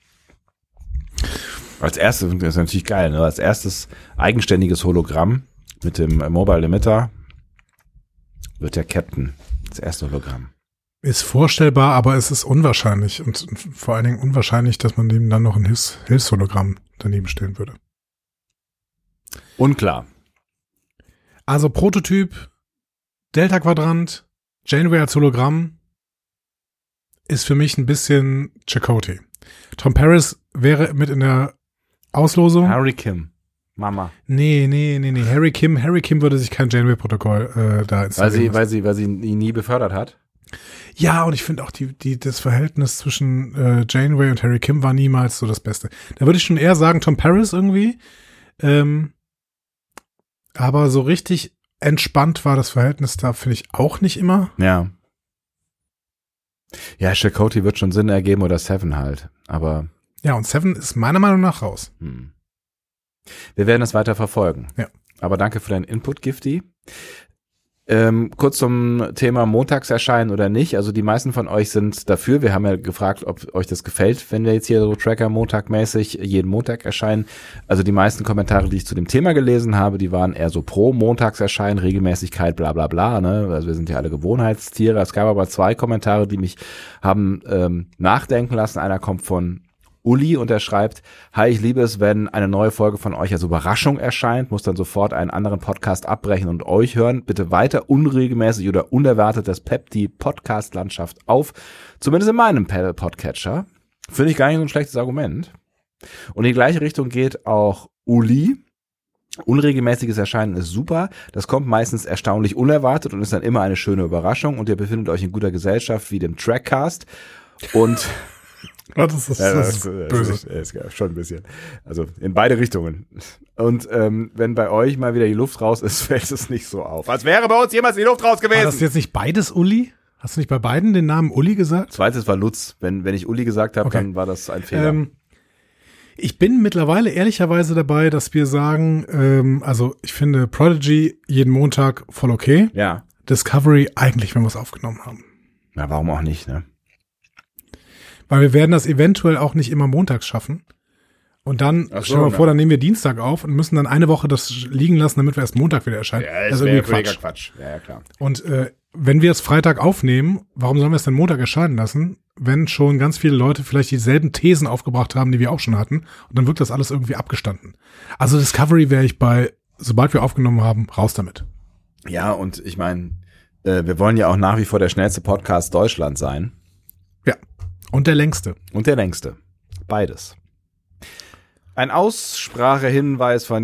als erstes, das ist natürlich geil, ne? Als erstes eigenständiges Hologramm mit dem Mobile Emitter wird der Captain. Das erste Hologramm. Ist vorstellbar, aber es ist unwahrscheinlich. Und vor allen Dingen unwahrscheinlich, dass man dem dann noch ein Hilfshologramm daneben stellen würde. Unklar. Also Prototyp, Delta-Quadrant, Janeway als Hologramm ist für mich ein bisschen Chakotay. Tom Paris wäre mit in der Auslosung. Harry Kim. Mama. Nee. Harry Kim würde sich kein Janeway-Protokoll da installieren. Weil sie ihn nie befördert hat? Ja, und ich finde auch das Verhältnis zwischen Janeway und Harry Kim war niemals so das Beste. Da würde ich schon eher sagen Tom Paris irgendwie. Aber so richtig entspannt war das Verhältnis da, finde ich, auch nicht immer. Ja. Ja, Chakotay wird schon Sinn ergeben oder Seven halt, aber. Ja, und Seven ist meiner Meinung nach raus. Wir werden es weiter verfolgen. Ja. Aber danke für deinen Input, Gifty. Kurz zum Thema Montags erscheinen oder nicht. Also die meisten von euch sind dafür. Wir haben ja gefragt, ob euch das gefällt, wenn wir jetzt hier so Tracker montagmäßig jeden Montag erscheinen. Also die meisten Kommentare, die ich zu dem Thema gelesen habe, die waren eher so pro Montags erscheinen, Regelmäßigkeit, bla bla bla. Ne? Also wir sind ja alle Gewohnheitstiere. Es gab aber 2 Kommentare, die mich haben nachdenken lassen. Einer kommt von Uli und er schreibt: Hi, ich liebe es, wenn eine neue Folge von euch als Überraschung erscheint, muss dann sofort einen anderen Podcast abbrechen und euch hören. Bitte weiter unregelmäßig oder unerwartet, das peppt die Podcast-Landschaft auf. Zumindest in meinem Podcatcher. Finde ich gar nicht so ein schlechtes Argument. Und in die gleiche Richtung geht auch Uli. Unregelmäßiges Erscheinen ist super. Das kommt meistens erstaunlich unerwartet und ist dann immer eine schöne Überraschung. Und ihr befindet euch in guter Gesellschaft wie dem Trackcast. Und das ist böse. Ist schon ein bisschen. Also in beide Richtungen. Und wenn bei euch mal wieder die Luft raus ist, fällt es nicht so auf. Als wäre bei uns jemals die Luft raus gewesen. War das jetzt nicht beides Uli? Hast du nicht bei beiden den Namen Uli gesagt? Zweites war Lutz. Wenn ich Uli gesagt habe, dann war das ein Fehler. Ich bin mittlerweile ehrlicherweise dabei, dass wir sagen, also ich finde Prodigy jeden Montag voll okay. Ja. Discovery eigentlich, wenn wir es aufgenommen haben. Ja, warum auch nicht, ne? Weil wir werden das eventuell auch nicht immer montags schaffen. Und dann, stell dir mal vor, dann nehmen wir Dienstag auf und müssen dann eine Woche das liegen lassen, damit wir erst Montag wieder erscheinen. Ja, das ist irgendwie Quatsch. Ja, klar. Und wenn wir es Freitag aufnehmen, warum sollen wir es dann Montag erscheinen lassen, wenn schon ganz viele Leute vielleicht dieselben Thesen aufgebracht haben, die wir auch schon hatten, und dann wird das alles irgendwie abgestanden. Also Discovery wäre ich sobald wir aufgenommen haben, raus damit. Ja, und ich meine, wir wollen ja auch nach wie vor der schnellste Podcast Deutschlands sein. Ja. Und der längste. Beides. Ein Aussprachehinweis von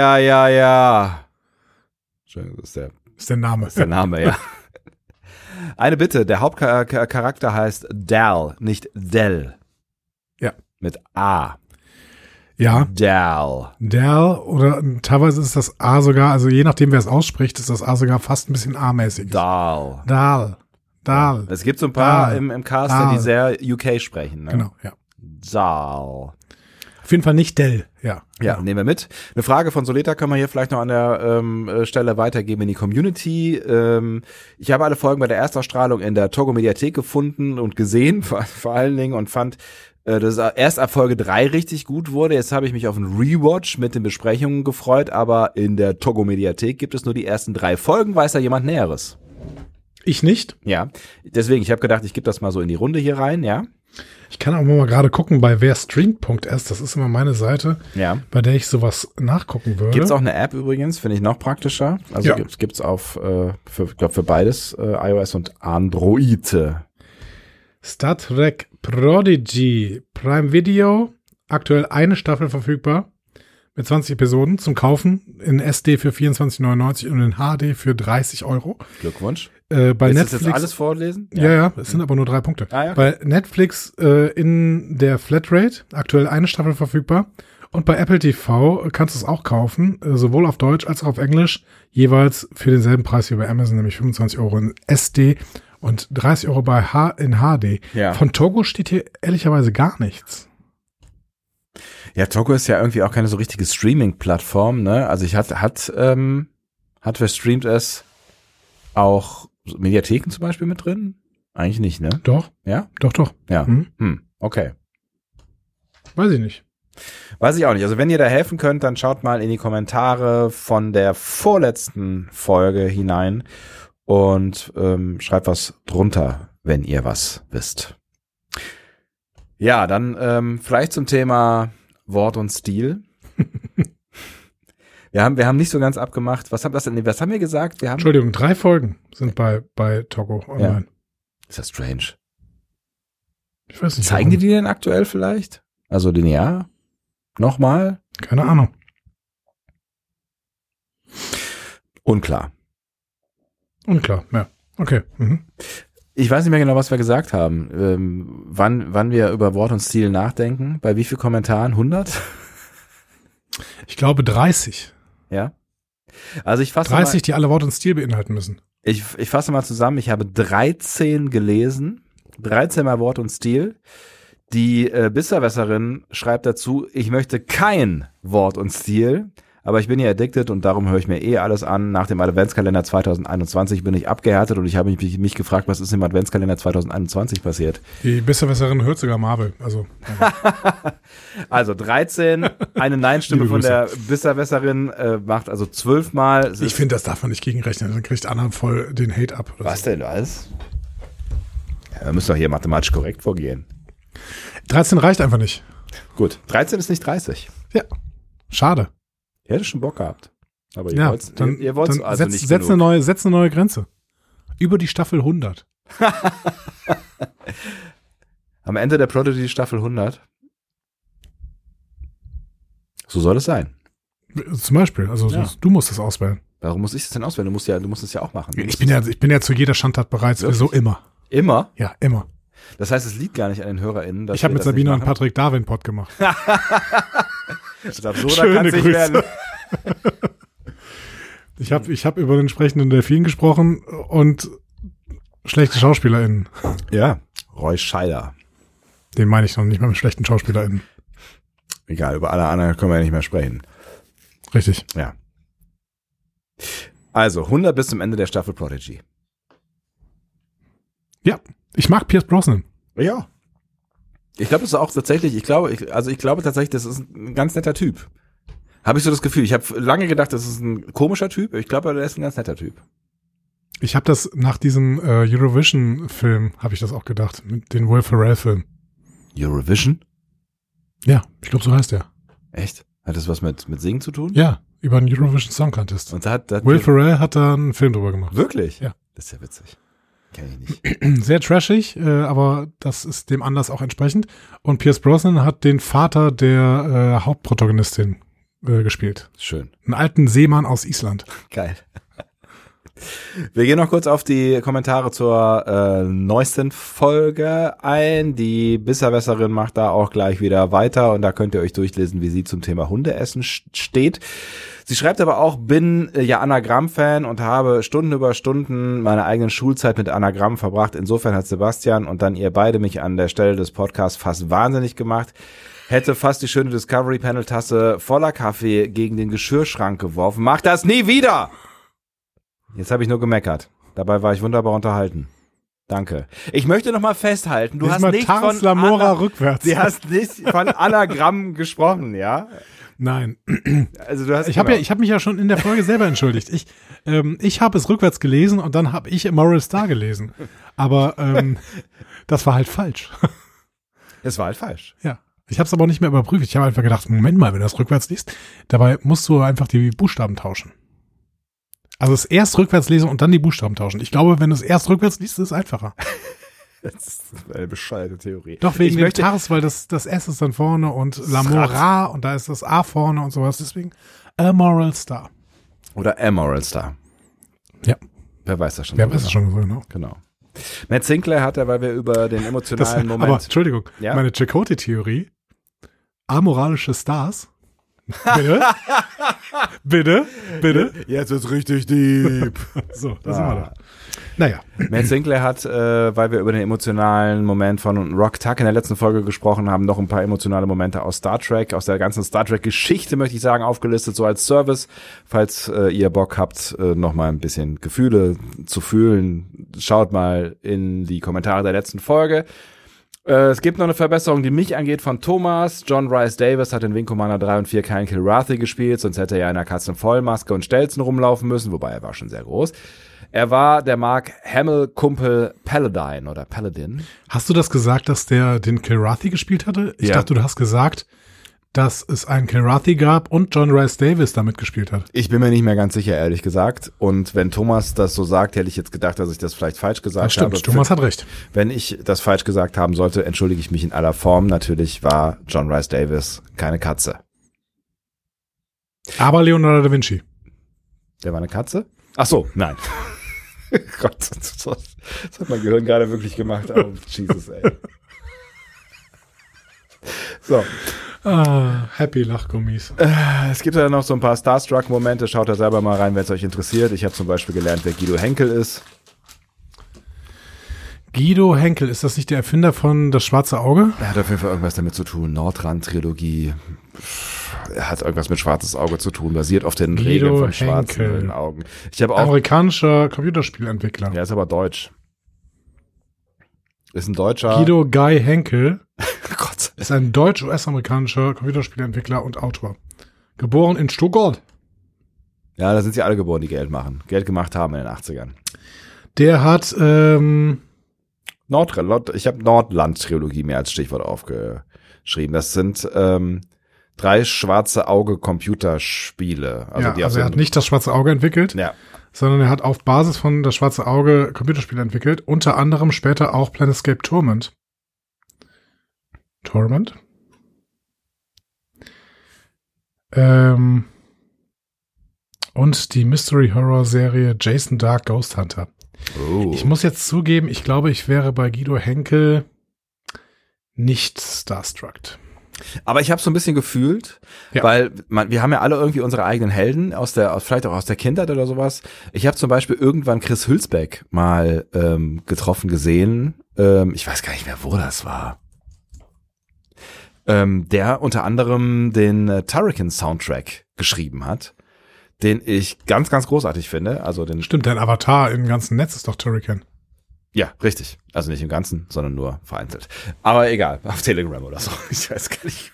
ja. Entschuldigung, das ist der Name. Ist der Name, ja. Eine Bitte, der Hauptcharakter heißt Dal, nicht Del. Ja. Mit A. Ja. Dal oder teilweise ist das A sogar, also je nachdem wer es ausspricht, ist das A sogar fast ein bisschen A-mäßig. Dal. Es gibt so ein paar im Cast, die sehr UK sprechen. Ne? Genau, ja. Dal. Auf jeden Fall nicht Dell, ja. Ja, nehmen wir mit. Eine Frage von Soleta können wir hier vielleicht noch an der Stelle weitergeben in die Community. Ich habe alle Folgen bei der Erstausstrahlung in der Togo Mediathek gefunden und gesehen, vor allen Dingen, und fand, dass erst ab Folge 3 richtig gut wurde. Jetzt habe ich mich auf einen Rewatch mit den Besprechungen gefreut, aber in der Togo Mediathek gibt es nur die ersten 3 Folgen. Weiß da jemand Näheres? Ich nicht. Ja, deswegen, ich habe gedacht, ich gebe das mal so in die Runde hier rein, ja. Ich kann auch mal gerade gucken bei werstreamt.s, das ist immer meine Seite, bei der ich sowas nachgucken würde. Gibt's auch eine App übrigens, finde ich noch praktischer. Also gibt's auf, für beides, iOS und Android. Star Trek Prodigy, Prime Video, aktuell eine Staffel verfügbar mit 20 Episoden zum Kaufen in SD für 24,99 und in HD für 30 €. Glückwunsch. Bei Willst Netflix. du das jetzt alles vorlesen? Ja, es sind aber nur 3 Punkte. Ah, ja. Bei Netflix in der Flatrate, aktuell eine Staffel verfügbar. Und bei Apple TV kannst du es auch kaufen, sowohl auf Deutsch als auch auf Englisch, jeweils für denselben Preis wie bei Amazon, nämlich 25 € in SD und 30 € in HD. Ja. Von Togo steht hier ehrlicherweise gar nichts. Ja, Togo ist ja irgendwie auch keine so richtige Streaming-Plattform, ne? Also wer streamt es auch Mediatheken zum Beispiel mit drin? Eigentlich nicht, ne? Doch. Ja? Doch. Ja. Okay. Weiß ich nicht. Weiß ich auch nicht. Also wenn ihr da helfen könnt, dann schaut mal in die Kommentare von der vorletzten Folge hinein und schreibt was drunter, wenn ihr was wisst. Ja, dann vielleicht zum Thema Wort und Stil. Wir haben nicht so ganz abgemacht. Was haben wir gesagt? Entschuldigung, 3 Folgen sind bei Togo online. Ja. Ist das strange? Ich weiß nicht. Zeigen die denn aktuell vielleicht? Also linear? Nochmal? Keine Ahnung. Unklar, ja. Okay. Mhm. Ich weiß nicht mehr genau, was wir gesagt haben. Wann wir über Wort und Stil nachdenken. Bei wie vielen Kommentaren? 100? Ich glaube 30. Ja. Also ich fasse 30, die alle Wort und Stil beinhalten müssen. Ich fasse mal zusammen. Ich habe 13 gelesen. 13 mal Wort und Stil. Die Besserwisserin schreibt dazu, ich möchte kein Wort und Stil, aber ich bin ja addicted und darum höre ich mir alles an. Nach dem Adventskalender 2021 bin ich abgehärtet und ich habe mich gefragt, was ist im Adventskalender 2021 passiert? Die Besserwisserin hört sogar Marvel. Also 13, eine Nein-Stimme von der Besserwisserin macht also 12 Mal. Ich finde, das darf man nicht gegenrechnen, dann kriegt Anna voll den Hate ab. Was denn alles? Ja, wir müssen doch hier mathematisch korrekt vorgehen. 13 reicht einfach nicht. Gut, 13 ist nicht 30. Ja, schade. Ich hätte schon Bock gehabt. Aber ihr ihr wollt's also nicht genug. Setz eine neue Grenze. Über die Staffel 100. Am Ende der Prodigy Staffel 100. So soll es sein. Zum Beispiel, also du musst es auswählen. Warum muss ich das denn auswählen? Du musst es ja auch machen. Ich bin ja zu jeder Schandtat bereit, sowieso immer. Immer? Ja, immer. Das heißt, es liegt gar nicht an den HörerInnen. Ich habe mit Sabine und Patrick Darwin Pod gemacht. Schöne Grüße. Ich hab über den entsprechenden Delfin gesprochen und schlechte SchauspielerInnen. Ja, Roy Scheider. Den meine ich noch nicht mal mit schlechten SchauspielerInnen. Egal, über alle anderen können wir ja nicht mehr sprechen. Richtig. Ja. Also, 100 bis zum Ende der Staffel Prodigy. Ja, ich mag Pierce Brosnan. Ja. Ich glaube, das ist auch tatsächlich, ich glaube tatsächlich, das ist ein ganz netter Typ. Habe ich so das Gefühl. Ich habe lange gedacht, das ist ein komischer Typ. Ich glaube, der ist ein ganz netter Typ. Ich habe das nach diesem Eurovision-Film, habe ich das auch gedacht, mit dem Will Ferrell-Film. Eurovision? Ja, ich glaube, so heißt der. Echt? Hat das was mit Singen zu tun? Ja, über den Eurovision Song Contest. Und da Will Ferrell hat da einen Film drüber gemacht. Wirklich? Ja. Das ist ja witzig. Kenn ich nicht. Sehr trashig, aber das ist dem Anlass auch entsprechend. Und Pierce Brosnan hat den Vater der Hauptprotagonistin gespielt. Schön. Einen alten Seemann aus Island. Geil. Wir gehen noch kurz auf die Kommentare zur neuesten Folge ein. Die Besserwisserin macht da auch gleich wieder weiter und da könnt ihr euch durchlesen, wie sie zum Thema Hundeessen steht. Sie schreibt aber auch, bin ja Anagramm-Fan und habe Stunden über Stunden meine eigene Schulzeit mit Anagramm verbracht. Insofern hat Sebastian und dann ihr beide mich an der Stelle des Podcasts fast wahnsinnig gemacht. hätte fast die schöne Discovery-Panel-Tasse voller Kaffee gegen den Geschirrschrank geworfen. Mach das nie wieder! Jetzt habe ich nur gemeckert. Dabei war ich wunderbar unterhalten. Danke. Ich möchte noch mal festhalten, du hast nicht von Anagramm gesprochen, ja? Nein. Also du hast ich habe mich ja schon in der Folge selber entschuldigt. Ich habe es rückwärts gelesen und dann habe ich Moral Star gelesen. Aber das war halt falsch. Es war halt falsch. Ja. Ich habe es aber auch nicht mehr überprüft. Ich habe einfach gedacht, Moment mal, wenn du das rückwärts liest, dabei musst du einfach die Buchstaben tauschen. Also es erst rückwärts lesen und dann die Buchstaben tauschen. Ich glaube, wenn du es erst rückwärts liest, ist es einfacher. Das ist eine bescheuerte Theorie. Doch, wegen dem Tars, weil das S ist dann vorne und Lamora und da ist das A vorne und sowas. Deswegen Moral Star. Oder Moral Star. Ja. Wer weiß das schon. Wer weiß das schon so genau. Genau. Matt Sinclair hat ja, weil wir über den emotionalen Moment... Aber, Entschuldigung, ja? Meine Chakotay-Theorie, amoralische Stars... Bitte? Jetzt ist richtig deep. So, da sind wir da. Naja. Matt Sinclair hat, weil wir über den emotionalen Moment von Rock Tuck in der letzten Folge gesprochen haben, noch ein paar emotionale Momente aus Star Trek, aus der ganzen Star Trek-Geschichte, möchte ich sagen, aufgelistet, so als Service. Falls ihr Bock habt, noch mal ein bisschen Gefühle zu fühlen, schaut mal in die Kommentare der letzten Folge. Es gibt noch eine Verbesserung, die mich angeht, von Thomas. John Rhys Davis hat in Wing Commander 3 und 4 keinen Kilrathi gespielt, sonst hätte er ja in einer Katzenvollmaske und Stelzen rumlaufen müssen, wobei er war schon sehr groß. Er war der Mark Hamill-Kumpel Paladin oder Paladin. Hast du das gesagt, dass der den Kilrathi gespielt hatte? Ich dachte, du hast gesagt, dass es einen Kilrathi gab und John Rhys Davis damit gespielt hat. Ich bin mir nicht mehr ganz sicher, ehrlich gesagt. Und wenn Thomas das so sagt, hätte ich jetzt gedacht, dass ich das vielleicht falsch gesagt habe. Das stimmt, Thomas hat recht. Wenn ich das falsch gesagt haben sollte, entschuldige ich mich in aller Form. Natürlich war John Rhys Davis keine Katze. Aber Leonardo da Vinci. Der war eine Katze? Ach so, nein. Gott, das hat mein Gehirn gerade wirklich gemacht. Oh, Jesus, ey. So. Happy Lachgummis. Es gibt ja noch so ein paar Starstruck-Momente. Schaut da selber mal rein, wenn es euch interessiert. Ich habe zum Beispiel gelernt, wer Guido Henkel ist. Guido Henkel, ist das nicht der Erfinder von Das Schwarze Auge? Er hat auf jeden Fall irgendwas damit zu tun. Nordrand-Trilogie. Er hat irgendwas mit Schwarzes Auge zu tun, basiert auf den Guido Regeln von Henkel. schwarzen Augen. Ich habe auch amerikanischer Computerspielentwickler. Er ist aber deutsch. Ist ein Deutscher. Guido Guy Henkel Gott. ist ein deutsch-US-amerikanischer Computerspielentwickler und Autor. Geboren in Stuttgart. Ja, da sind sie alle geboren, die Geld machen. Geld gemacht haben in den 80ern. Der hat ich habe Nordland-Trilogie mir als Stichwort aufgeschrieben. Das sind 3 schwarze Auge-Computerspiele. Also er hat nicht Das Schwarze Auge entwickelt. Ja. Sondern er hat auf Basis von Das Schwarze Auge Computerspiele entwickelt, unter anderem später auch Planescape Torment. Und die Mystery-Horror-Serie Jason Dark Ghost Hunter. Oh. Ich muss jetzt zugeben, ich glaube, ich wäre bei Guido Henkel nicht starstruck. Aber ich habe so ein bisschen gefühlt, weil wir haben ja alle irgendwie unsere eigenen Helden vielleicht auch aus der Kindheit oder sowas. Ich habe zum Beispiel irgendwann Chris Hülsbeck mal getroffen gesehen. Ich weiß gar nicht mehr, wo das war. Der unter anderem den Turrican-Soundtrack geschrieben hat, den ich ganz, ganz großartig finde. Also Stimmt, dein Avatar im ganzen Netz ist doch Turrican. Ja, richtig. Also nicht im Ganzen, sondern nur vereinzelt. Aber egal, auf Telegram oder so. Ich weiß gar nicht.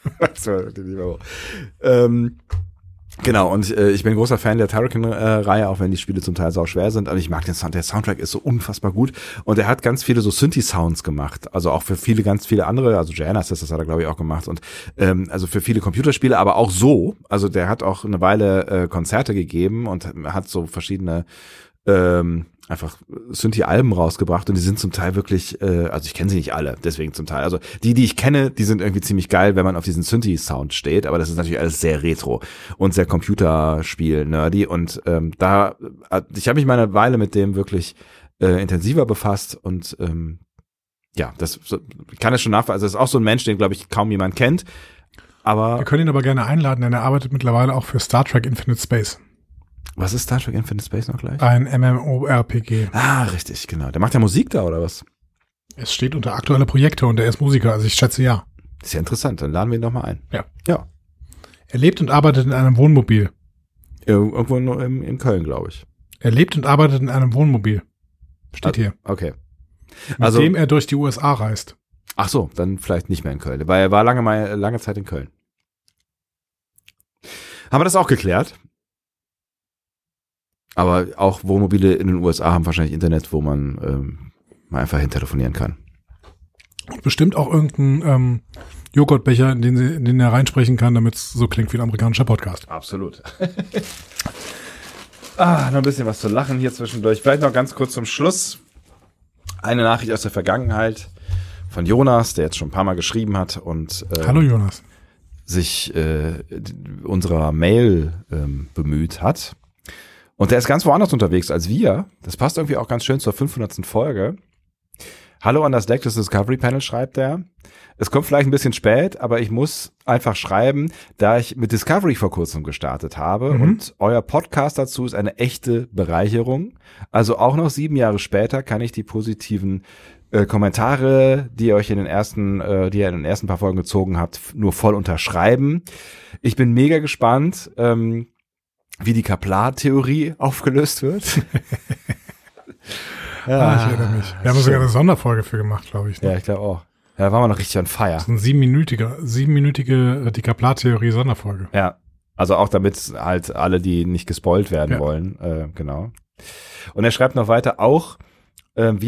Genau, und ich bin großer Fan der Turrican-Reihe, auch wenn die Spiele zum Teil sau schwer sind. Aber ich mag den Sound. Der Soundtrack ist so unfassbar gut. Und er hat ganz viele so Synthi-Sounds gemacht. Also auch für ganz viele andere. Also Joanna das hat er, glaube ich, auch gemacht. Und also für viele Computerspiele, aber auch so. Also der hat auch eine Weile Konzerte gegeben und hat so verschiedene einfach Synthi-Alben rausgebracht und die sind zum Teil wirklich, also ich kenne sie nicht alle, deswegen zum Teil. Also die ich kenne, die sind irgendwie ziemlich geil, wenn man auf diesen Synthi-Sound steht, aber das ist natürlich alles sehr retro und sehr Computerspiel-nerdy und ich habe mich mal eine Weile mit dem wirklich intensiver befasst und das kann es schon nachvollziehen. Also das ist auch so ein Mensch, den, glaube ich, kaum jemand kennt. Aber wir können ihn aber gerne einladen, denn er arbeitet mittlerweile auch für Star Trek Infinite Space. Was ist Star Trek Infinite Space noch gleich? Ein MMORPG. Ah, richtig, genau. Der macht ja Musik da, oder was? Es steht unter aktuelle Projekte und er ist Musiker, also ich schätze ja. Das ist ja interessant, dann laden wir ihn doch mal ein. Ja. Er lebt und arbeitet in einem Wohnmobil. Irgendwo in Köln, glaube ich. Er lebt und arbeitet in einem Wohnmobil. Steht hier. Okay. Mit dem er durch die USA reist. Ach so, dann vielleicht nicht mehr in Köln, weil er war lange Zeit in Köln. Haben wir das auch geklärt? Aber auch Wohnmobile in den USA haben wahrscheinlich Internet, wo man mal einfach hin telefonieren kann. Und bestimmt auch irgendein Joghurtbecher, in den er reinsprechen kann, damit es so klingt wie ein amerikanischer Podcast. Absolut. Noch ein bisschen was zu lachen hier zwischendurch. Vielleicht noch ganz kurz zum Schluss. Eine Nachricht aus der Vergangenheit von Jonas, der jetzt schon ein paar Mal geschrieben hat und Hallo Jonas. Sich unserer Mail bemüht hat. Und der ist ganz woanders unterwegs als wir. Das passt irgendwie auch ganz schön zur 500. Folge. Hallo an das Deck des Discovery Panel, schreibt er. Es kommt vielleicht ein bisschen spät, aber ich muss einfach schreiben, da ich mit Discovery vor kurzem gestartet habe und euer Podcast dazu ist eine echte Bereicherung. Also auch noch 7 Jahre später kann ich die positiven Kommentare, die ihr in den ersten paar Folgen gezogen habt, nur voll unterschreiben. Ich bin mega gespannt, wie die Kaplan-Theorie aufgelöst wird. Ich erinnere mich. Wir haben sogar eine Sonderfolge für gemacht, glaube ich. Ne? Ja, ich glaube auch. Ja, da waren wir noch richtig on fire. Das ist eine 7-minütige die Kaplan-Theorie-Sonderfolge. Ja, also auch damit halt alle, die nicht gespoilt werden wollen, genau. Und er schreibt noch weiter, auch wie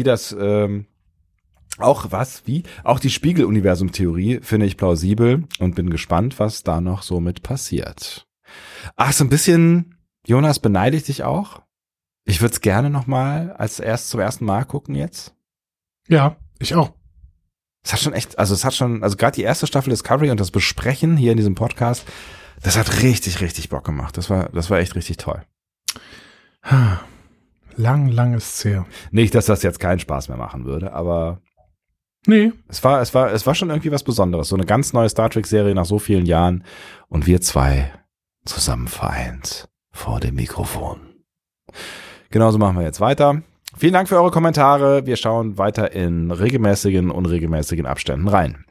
die Spiegel-Universum-Theorie finde ich plausibel und bin gespannt, was da noch so mit passiert. Ach, so ein bisschen, Jonas, beneide ich dich auch? Ich würde es gerne nochmal zum ersten Mal gucken jetzt. Ja, ich auch. Es hat gerade die erste Staffel Discovery und das Besprechen hier in diesem Podcast, das hat richtig, richtig Bock gemacht. Das war echt richtig toll. Lang ist es her. Nicht, dass das jetzt keinen Spaß mehr machen würde, aber nee. Es war schon irgendwie was Besonderes. So eine ganz neue Star Trek-Serie nach so vielen Jahren und wir zwei zusammen vereint vor dem Mikrofon. Genauso machen wir jetzt weiter. Vielen Dank für eure Kommentare. Wir schauen weiter in regelmäßigen, unregelmäßigen Abständen rein.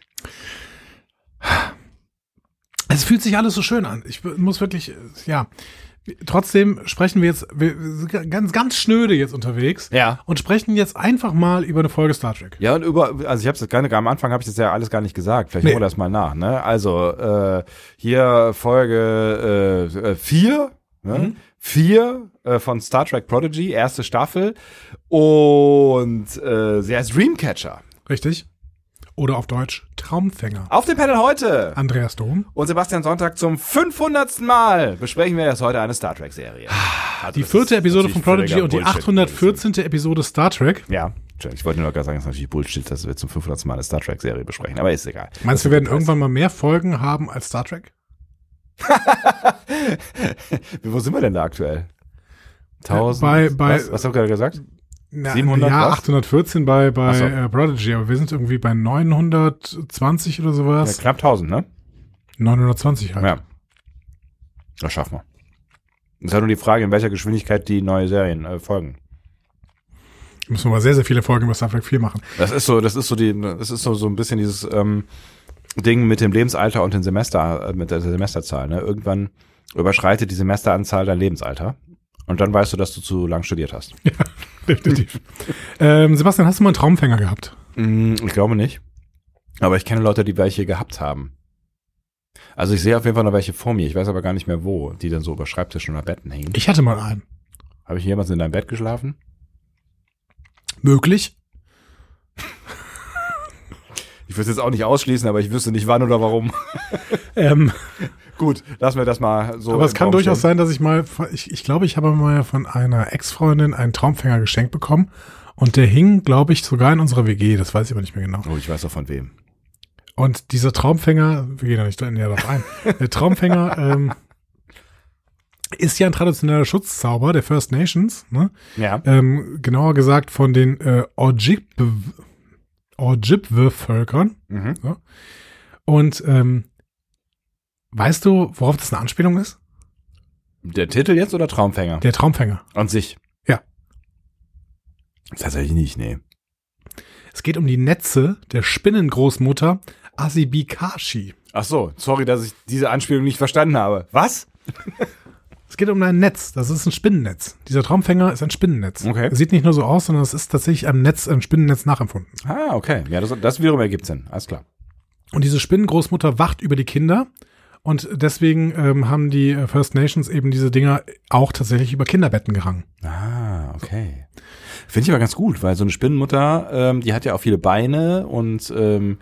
Es fühlt sich alles so schön an. Ich muss wirklich, trotzdem sprechen wir jetzt ganz schnöde jetzt unterwegs. Ja. Und sprechen jetzt einfach mal über eine Folge Star Trek. Ja, und also ich habe es gar nicht, am Anfang habe ich das ja alles gar nicht gesagt. Vielleicht holen wir das mal nach, ne? Also, hier Folge 4, ne? 4 von Star Trek Prodigy, erste Staffel. Und sie heißt Dreamcatcher. Richtig. Oder auf Deutsch Traumfänger. Auf dem Panel heute Andreas Dom und Sebastian Sonntag zum 500. Mal besprechen wir jetzt heute eine Star Trek-Serie. Also die 4. Episode von Prodigy und die 814. Episode Star Trek. Ja, ich wollte nur gerade sagen, das ist natürlich Bullshit, dass wir zum 500. Mal eine Star Trek-Serie besprechen, aber ist egal. Meinst du, wir werden irgendwann mal mehr Folgen haben als Star Trek? Wo sind wir denn da aktuell? 1000? Was hast du gerade gesagt? 700? Ja, 814 bei Prodigy, aber wir sind irgendwie bei 920 oder sowas. Ja, knapp 1000, ne? 920 halt. Ja. Das schaffen wir. Es ist halt nur die Frage, in welcher Geschwindigkeit die neue Serien folgen. Müssen wir mal sehr, sehr viele Folgen über Star Trek 4 machen. Das ist so ein bisschen dieses Ding mit dem Lebensalter und dem Semester, mit der Semesterzahl, ne? Irgendwann überschreitet die Semesteranzahl dein Lebensalter. Und dann weißt du, dass du zu lang studiert hast. Ja, definitiv. Sebastian, hast du mal einen Traumfänger gehabt? Ich glaube nicht. Aber ich kenne Leute, die welche gehabt haben. Also ich sehe auf jeden Fall noch welche vor mir. Ich weiß aber gar nicht mehr wo, die dann so über Schreibtischen oder Betten hängen. Ich hatte mal einen. Habe ich jemals in deinem Bett geschlafen? Möglich. Ich würde es jetzt auch nicht ausschließen, aber ich wüsste nicht wann oder warum. Gut, lassen wir das mal so. Aber es kann durchaus sein, dass ich glaube, ich habe mal von einer Ex-Freundin einen Traumfänger geschenkt bekommen und der hing, glaube ich, sogar in unserer WG. Das weiß ich aber nicht mehr genau. Oh, ich weiß auch von wem. Und dieser Traumfänger, wir gehen da nicht näher drauf ein, der Traumfänger ist ja ein traditioneller Schutzzauber der First Nations, ne? Ja. Genauer gesagt von den Ojibwe-Völkern. Mhm. So. Und weißt du, worauf das eine Anspielung ist? Der Titel jetzt oder Traumfänger? Der Traumfänger. An sich? Ja. Tatsächlich nicht, nee. Es geht um die Netze der Spinnengroßmutter Asibikashi. Ach so, sorry, dass ich diese Anspielung nicht verstanden habe. Was? Es geht um ein Netz. Das ist ein Spinnennetz. Dieser Traumfänger ist ein Spinnennetz. Okay. Er sieht nicht nur so aus, sondern es ist tatsächlich ein Spinnennetz nachempfunden. Ah, okay. Ja, das wiederum ergibt Sinn. Alles klar. Und diese Spinnengroßmutter wacht über die Kinder. Und deswegen haben die First Nations eben diese Dinger auch tatsächlich über Kinderbetten gehangen. Ah, okay. Finde ich aber ganz gut, weil so eine Spinnenmutter, die hat ja auch viele Beine und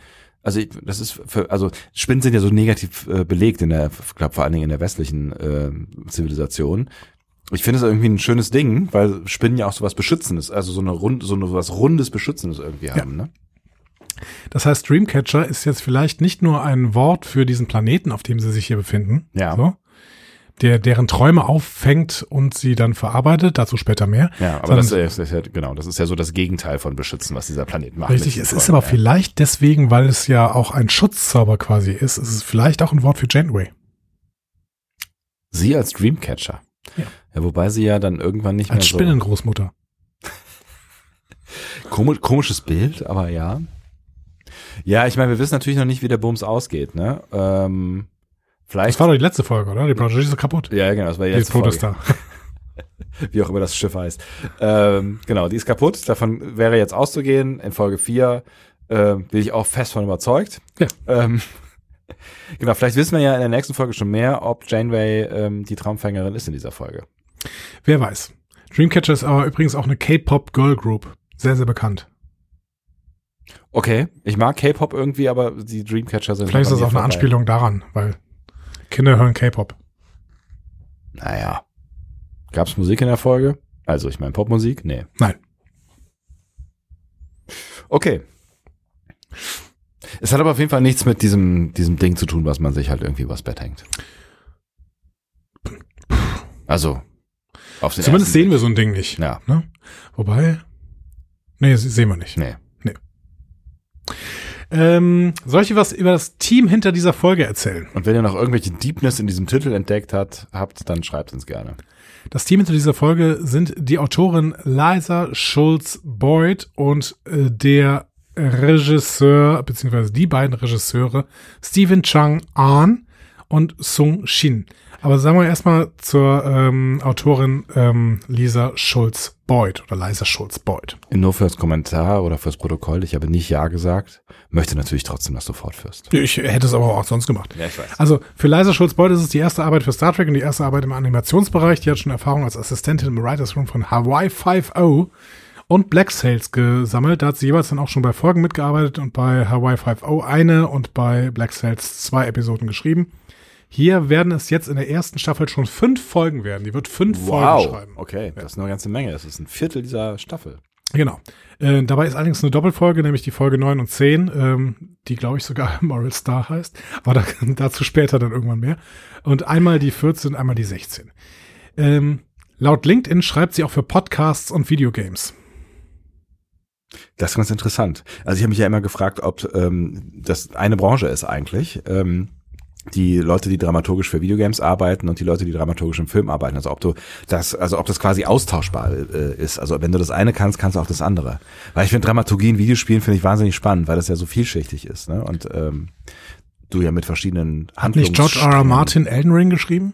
Spinnen sind ja so negativ belegt ich glaube vor allen Dingen in der westlichen Zivilisation. Ich finde es irgendwie ein schönes Ding, weil Spinnen ja auch sowas Beschützendes, also so was Rundes Beschützendes irgendwie haben, ne? Das heißt, Dreamcatcher ist jetzt vielleicht nicht nur ein Wort für diesen Planeten, auf dem sie sich hier befinden, ja. Deren Träume auffängt und sie dann verarbeitet, dazu später mehr. Ja, aber das ist ja so das Gegenteil von Beschützen, was dieser Planet macht. Richtig, es ist aber vielleicht deswegen, weil es ja auch ein Schutzzauber quasi ist, es ist vielleicht auch ein Wort für Janeway. Sie als Dreamcatcher. Ja, wobei sie ja dann irgendwann nicht als mehr so... Als Spinnengroßmutter. Komisches Bild, aber ja. Ja, ich meine, wir wissen natürlich noch nicht, wie der Bums ausgeht, ne? Vielleicht. Das war doch die letzte Folge, oder? Die Prodigy ist kaputt. Ja, genau, das war die letzte Folge. Wie auch immer das Schiff heißt. Genau, die ist kaputt. Davon wäre jetzt auszugehen. In Folge 4 bin ich auch fest von überzeugt. Ja. Genau, vielleicht wissen wir ja in der nächsten Folge schon mehr, ob Janeway die Traumfängerin ist in dieser Folge. Wer weiß. Dreamcatcher ist aber übrigens auch eine K-Pop-Girl-Group. Sehr, sehr bekannt. Okay, ich mag K-Pop irgendwie, aber die Dreamcatcher sind... Vielleicht ist das auch eine Anspielung daran, weil Kinder hören K-Pop. Naja. Gab's Musik in der Folge? Also, ich meine Popmusik? Nee. Nein. Okay. Es hat aber auf jeden Fall nichts mit diesem Ding zu tun, was man sich halt irgendwie übers Bett hängt. Also, auf den zumindest sehen wir so ein Ding nicht. Ja. Ne? Wobei, nee, sehen wir nicht. Nee. Soll ich was über das Team hinter dieser Folge erzählen? Und wenn ihr noch irgendwelche Deepness in diesem Titel entdeckt habt, dann schreibt uns gerne. Das Team hinter dieser Folge sind die Autorin Liza Schulz-Boyd und der Regisseur, beziehungsweise die beiden Regisseure Stephen Chang-Ahn und Sung Shin. Aber sagen wir erstmal zur Autorin Liza Schulz-Boyd oder Liza Schulz-Boyd. Nur fürs Kommentar oder fürs Protokoll, ich habe nicht Ja gesagt, möchte natürlich trotzdem, dass du fortführst. Ich hätte es aber auch sonst gemacht. Ja, ich weiß. Also für Liza Schulz-Boyd ist es die erste Arbeit für Star Trek und die erste Arbeit im Animationsbereich. Die hat schon Erfahrung als Assistentin im Writers Room von Hawaii 5.0 und Black Sails gesammelt. Da hat sie jeweils dann auch schon bei Folgen mitgearbeitet und bei Hawaii 5.0 eine und bei Black Sails 2 Episoden geschrieben. Hier werden es jetzt in der ersten Staffel schon 5 Folgen werden. Die wird 5 Folgen schreiben. Okay, das ist eine ganze Menge. Das ist ein Viertel dieser Staffel. Genau. Dabei ist allerdings eine Doppelfolge, nämlich die Folge 9 und 10, die, glaube ich, sogar Moral Star heißt. Aber dazu später dann irgendwann mehr. Und einmal die 14, einmal die 16. Laut LinkedIn schreibt sie auch für Podcasts und Videogames. Das ist ganz interessant. Also ich habe mich ja immer gefragt, ob das eine Branche ist eigentlich. Die Leute, die dramaturgisch für Videogames arbeiten und die Leute, die dramaturgisch im Film arbeiten. Also ob das quasi austauschbar ist. Also wenn du das eine kannst, kannst du auch das andere. Weil ich finde Dramaturgie in Videospielen finde ich wahnsinnig spannend, weil das ja so vielschichtig ist, ne? Und du ja mit verschiedenen Handlungen. Hat nicht George R. R. Martin Elden Ring geschrieben?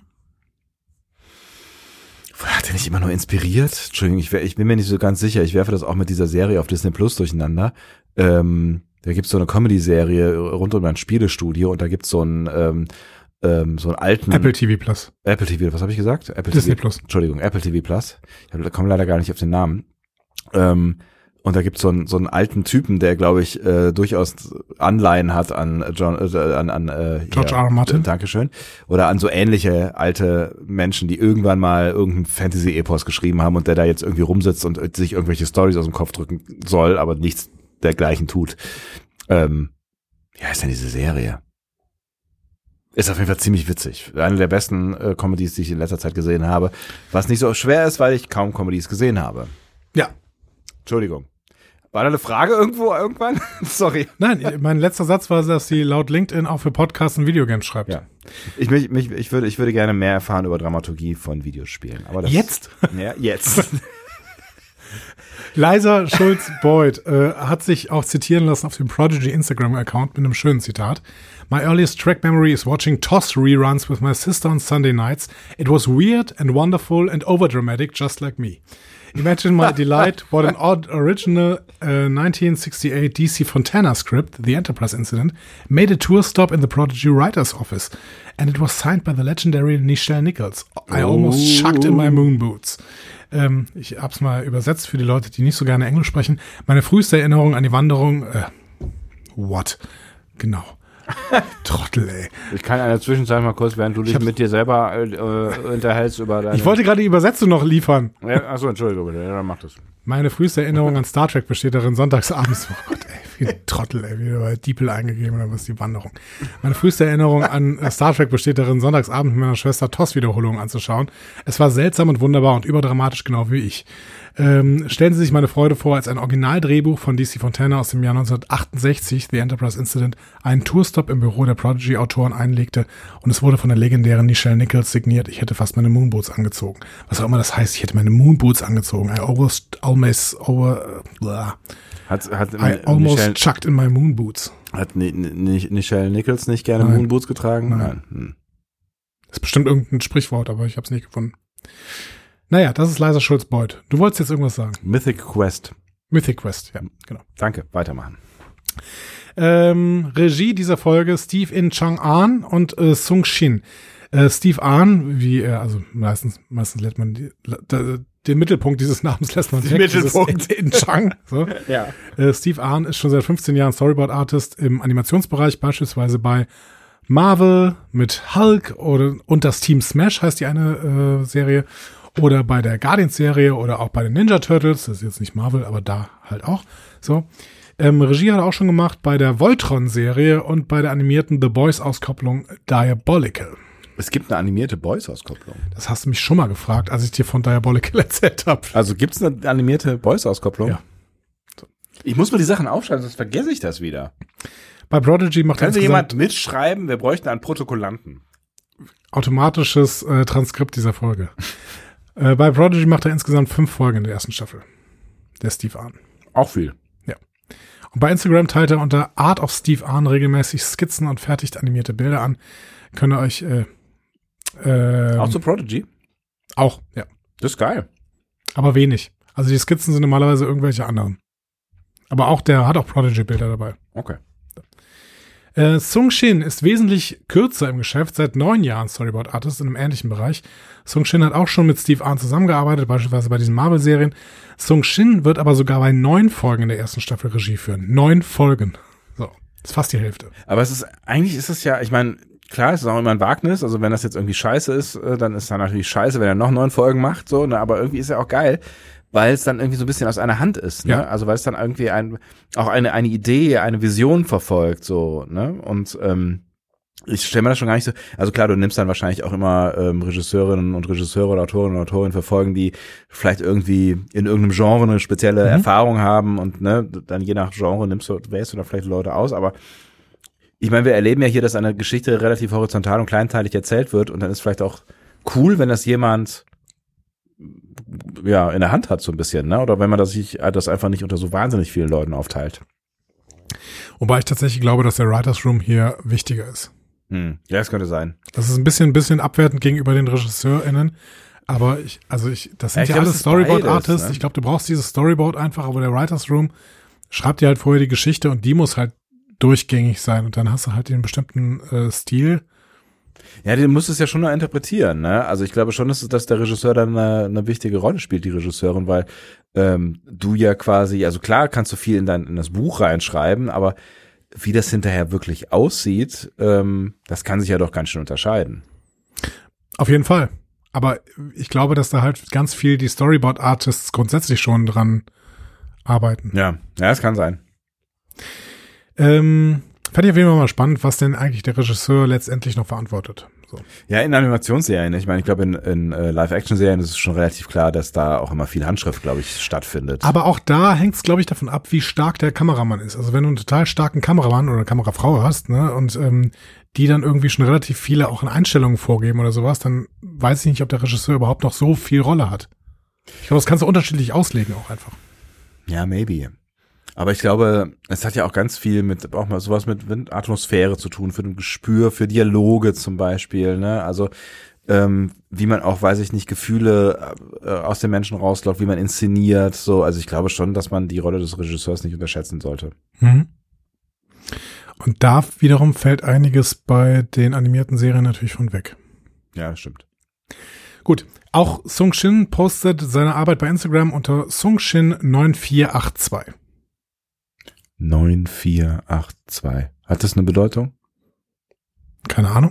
Hat er nicht immer nur inspiriert? Entschuldigung, ich bin mir nicht so ganz sicher. Ich werfe das auch mit dieser Serie auf Disney Plus durcheinander. Da gibt's so eine Comedy-Serie rund um ein Spielestudio und da gibt's so einen alten Apple TV Plus. Apple TV, was habe ich gesagt? Disney Plus. Entschuldigung, Apple TV Plus. Ich komme leider gar nicht auf den Namen. Und da gibt's so einen alten Typen, der, glaube ich, durchaus Anleihen hat an George R. R. Martin. Dankeschön. Oder an so ähnliche alte Menschen, die irgendwann mal irgendein Fantasy-Epos geschrieben haben und der da jetzt irgendwie rumsitzt und sich irgendwelche Storys aus dem Kopf drücken soll, aber nichts dergleichen tut. Wie heißt denn diese Serie? Ist auf jeden Fall ziemlich witzig. Eine der besten Comedies, die ich in letzter Zeit gesehen habe. Was nicht so schwer ist, weil ich kaum Comedies gesehen habe. Ja. Entschuldigung. War da eine Frage irgendwann? Sorry. Nein, mein letzter Satz war, dass sie laut LinkedIn auch für Podcasts und Videogames schreibt. Ja. Ich würde gerne mehr erfahren über Dramaturgie von Videospielen. Aber das, jetzt? Ja, jetzt. Liza Schulz-Boyd hat sich auch zitieren lassen auf dem Prodigy Instagram-Account mit einem schönen Zitat. My earliest track memory is watching TOS reruns with my sister on Sunday nights. It was weird and wonderful and overdramatic, just like me. Imagine my delight what an odd original 1968 DC Fontana script, The Enterprise Incident, made a tour stop in the Prodigy writer's office. And it was signed by the legendary Nichelle Nichols. I almost chucked in my moon boots. Ich hab's mal übersetzt für die Leute, die nicht so gerne Englisch sprechen. Meine früheste Erinnerung an die Wanderung, Genau. Trottel, ey. Ich kann in der Zwischenzeit mal kurz, während du dich mit dir selber unterhältst über deine... Ich wollte gerade die Übersetzung noch liefern. Ja, achso, Entschuldigung bitte, ja, dann mach das. Meine früheste Erinnerung an Star Trek besteht darin, sonntagsabends, oh Gott, ey, wie ein Trottel, ey, wieder bei Diepel eingegeben oder was die Wanderung. Meine früheste Erinnerung an Star Trek besteht darin, sonntagsabends mit meiner Schwester TOS-Wiederholungen anzuschauen. Es war seltsam und wunderbar und überdramatisch, genau wie ich. Stellen Sie sich meine Freude vor, als ein Originaldrehbuch von DC Fontana aus dem Jahr 1968, The Enterprise Incident, einen Tourstop im Büro der Prodigy-Autoren einlegte und es wurde von der legendären Nichelle Nichols signiert. Ich hätte fast meine Moonboots angezogen. Was auch immer das heißt, ich hätte meine Moonboots angezogen. I almost chucked in my moonboots. Hat Nichelle Nichols nicht gerne Moonboots getragen? Nein. Das ist bestimmt irgendein Sprichwort, aber ich habe es nicht gefunden. Naja, das ist Liza Schulz-Boyd. Du wolltest jetzt irgendwas sagen. Mythic Quest, ja, genau. Danke, weitermachen. Regie dieser Folge Steve In Chang-an und Sung Shin. Steve Ahn, wie er, also meistens lässt man den Mittelpunkt dieses Namens lässt man weg. Mittelpunkt in Chang. So. Ja. Steve Ahn ist schon seit 15 Jahren Storyboard-Artist im Animationsbereich, beispielsweise bei Marvel mit Hulk und das Team Smash heißt die eine Serie. Oder bei der Guardians-Serie oder auch bei den Ninja Turtles. Das ist jetzt nicht Marvel, aber da halt auch. So. Regie hat er auch schon gemacht bei der Voltron-Serie und bei der animierten The Boys-Auskopplung Diabolical. Es gibt eine animierte Boys-Auskopplung. Das hast du mich schon mal gefragt, als ich dir von Diabolical erzählt habe. Also gibt's eine animierte Boys-Auskopplung? Ja. So. Ich muss mir die Sachen aufschreiben, sonst vergesse ich das wieder. Bei Prodigy macht er Kann jemand mitschreiben? Wir bräuchten einen Protokollanten. Automatisches Transkript dieser Folge. Bei Prodigy macht er insgesamt 5 Folgen in der ersten Staffel. Der Steve Ahn. Auch viel. Ja. Und bei Instagram teilt er unter Art of Steve Ahn regelmäßig Skizzen und fertigt animierte Bilder an. Könnt ihr euch auch zu Prodigy? Auch, ja. Das ist geil. Aber wenig. Also die Skizzen sind normalerweise irgendwelche anderen. Aber auch der hat auch Prodigy-Bilder dabei. Okay. Sung Shin ist wesentlich kürzer im Geschäft, seit 9 Jahren Storyboard-Artist in einem ähnlichen Bereich. Sung Shin hat auch schon mit Steve Ahn zusammengearbeitet, beispielsweise bei diesen Marvel-Serien. Sung Shin wird aber sogar bei 9 Folgen in der ersten Staffel Regie führen. 9 Folgen. So, das ist fast die Hälfte. Aber eigentlich ist es ja, ich meine, klar, es ist auch immer ein Wagnis, also wenn das jetzt irgendwie scheiße ist, dann ist es natürlich scheiße, wenn er noch 9 Folgen macht, so, ne, aber irgendwie ist ja auch geil, weil es dann irgendwie so ein bisschen aus einer Hand ist, ne? Ja. Also weil es dann irgendwie auch eine Idee, eine Vision verfolgt, so, ne? Und ich stelle mir das schon gar nicht so, also klar, du nimmst dann wahrscheinlich auch immer Regisseurinnen und Regisseure oder Autorinnen und Autoren verfolgen, die vielleicht irgendwie in irgendeinem Genre eine spezielle Erfahrung haben und ne, dann je nach Genre wählst du da vielleicht Leute aus, aber ich meine, wir erleben ja hier, dass eine Geschichte relativ horizontal und kleinteilig erzählt wird und dann ist vielleicht auch cool, wenn das jemand ja in der Hand hat so ein bisschen, ne? Oder wenn man das einfach nicht unter so wahnsinnig vielen Leuten aufteilt. Wobei ich tatsächlich glaube, dass der Writers Room hier wichtiger ist. Ja, das könnte sein. Das ist ein bisschen abwertend gegenüber den RegisseurInnen, aber das sind ja alles Storyboard-Artists. Ne? Ich glaube, du brauchst dieses Storyboard einfach, aber der Writers Room schreibt dir halt vorher die Geschichte und die muss halt durchgängig sein und dann hast du halt den bestimmten Stil. Ja, den musst du es ja schon noch interpretieren, ne? Also ich glaube schon, dass der Regisseur dann eine wichtige Rolle spielt, die Regisseurin, weil du ja quasi, also klar kannst du viel in das Buch reinschreiben, aber wie das hinterher wirklich aussieht, das kann sich ja doch ganz schön unterscheiden. Auf jeden Fall. Aber ich glaube, dass da halt ganz viel die Storyboard-Artists grundsätzlich schon dran arbeiten. Ja, das kann sein. Fand ich auf jeden Fall mal spannend, was denn eigentlich der Regisseur letztendlich noch verantwortet. So. Ja, in Animationsserien. Ich meine, ich glaube, in Live-Action-Serien ist es schon relativ klar, dass da auch immer viel Handschrift, glaube ich, stattfindet. Aber auch da hängt es, glaube ich, davon ab, wie stark der Kameramann ist. Also wenn du einen total starken Kameramann oder Kamerafrau hast, ne, und die dann irgendwie schon relativ viele auch in Einstellungen vorgeben oder sowas, dann weiß ich nicht, ob der Regisseur überhaupt noch so viel Rolle hat. Ich glaube, das kannst du unterschiedlich auslegen auch einfach. Ja, maybe. Aber ich glaube, es hat ja auch ganz viel mit, auch mal sowas mit Atmosphäre zu tun, für ein Gespür, für Dialoge zum Beispiel, ne? Also, wie man auch, weiß ich nicht, Gefühle aus den Menschen rauslockt, wie man inszeniert, so. Also ich glaube schon, dass man die Rolle des Regisseurs nicht unterschätzen sollte. Mhm. Und da wiederum fällt einiges bei den animierten Serien natürlich von weg. Ja, stimmt. Gut, auch Sung Shin postet seine Arbeit bei Instagram unter SungShin9482. 9482. Hat das eine Bedeutung? Keine Ahnung.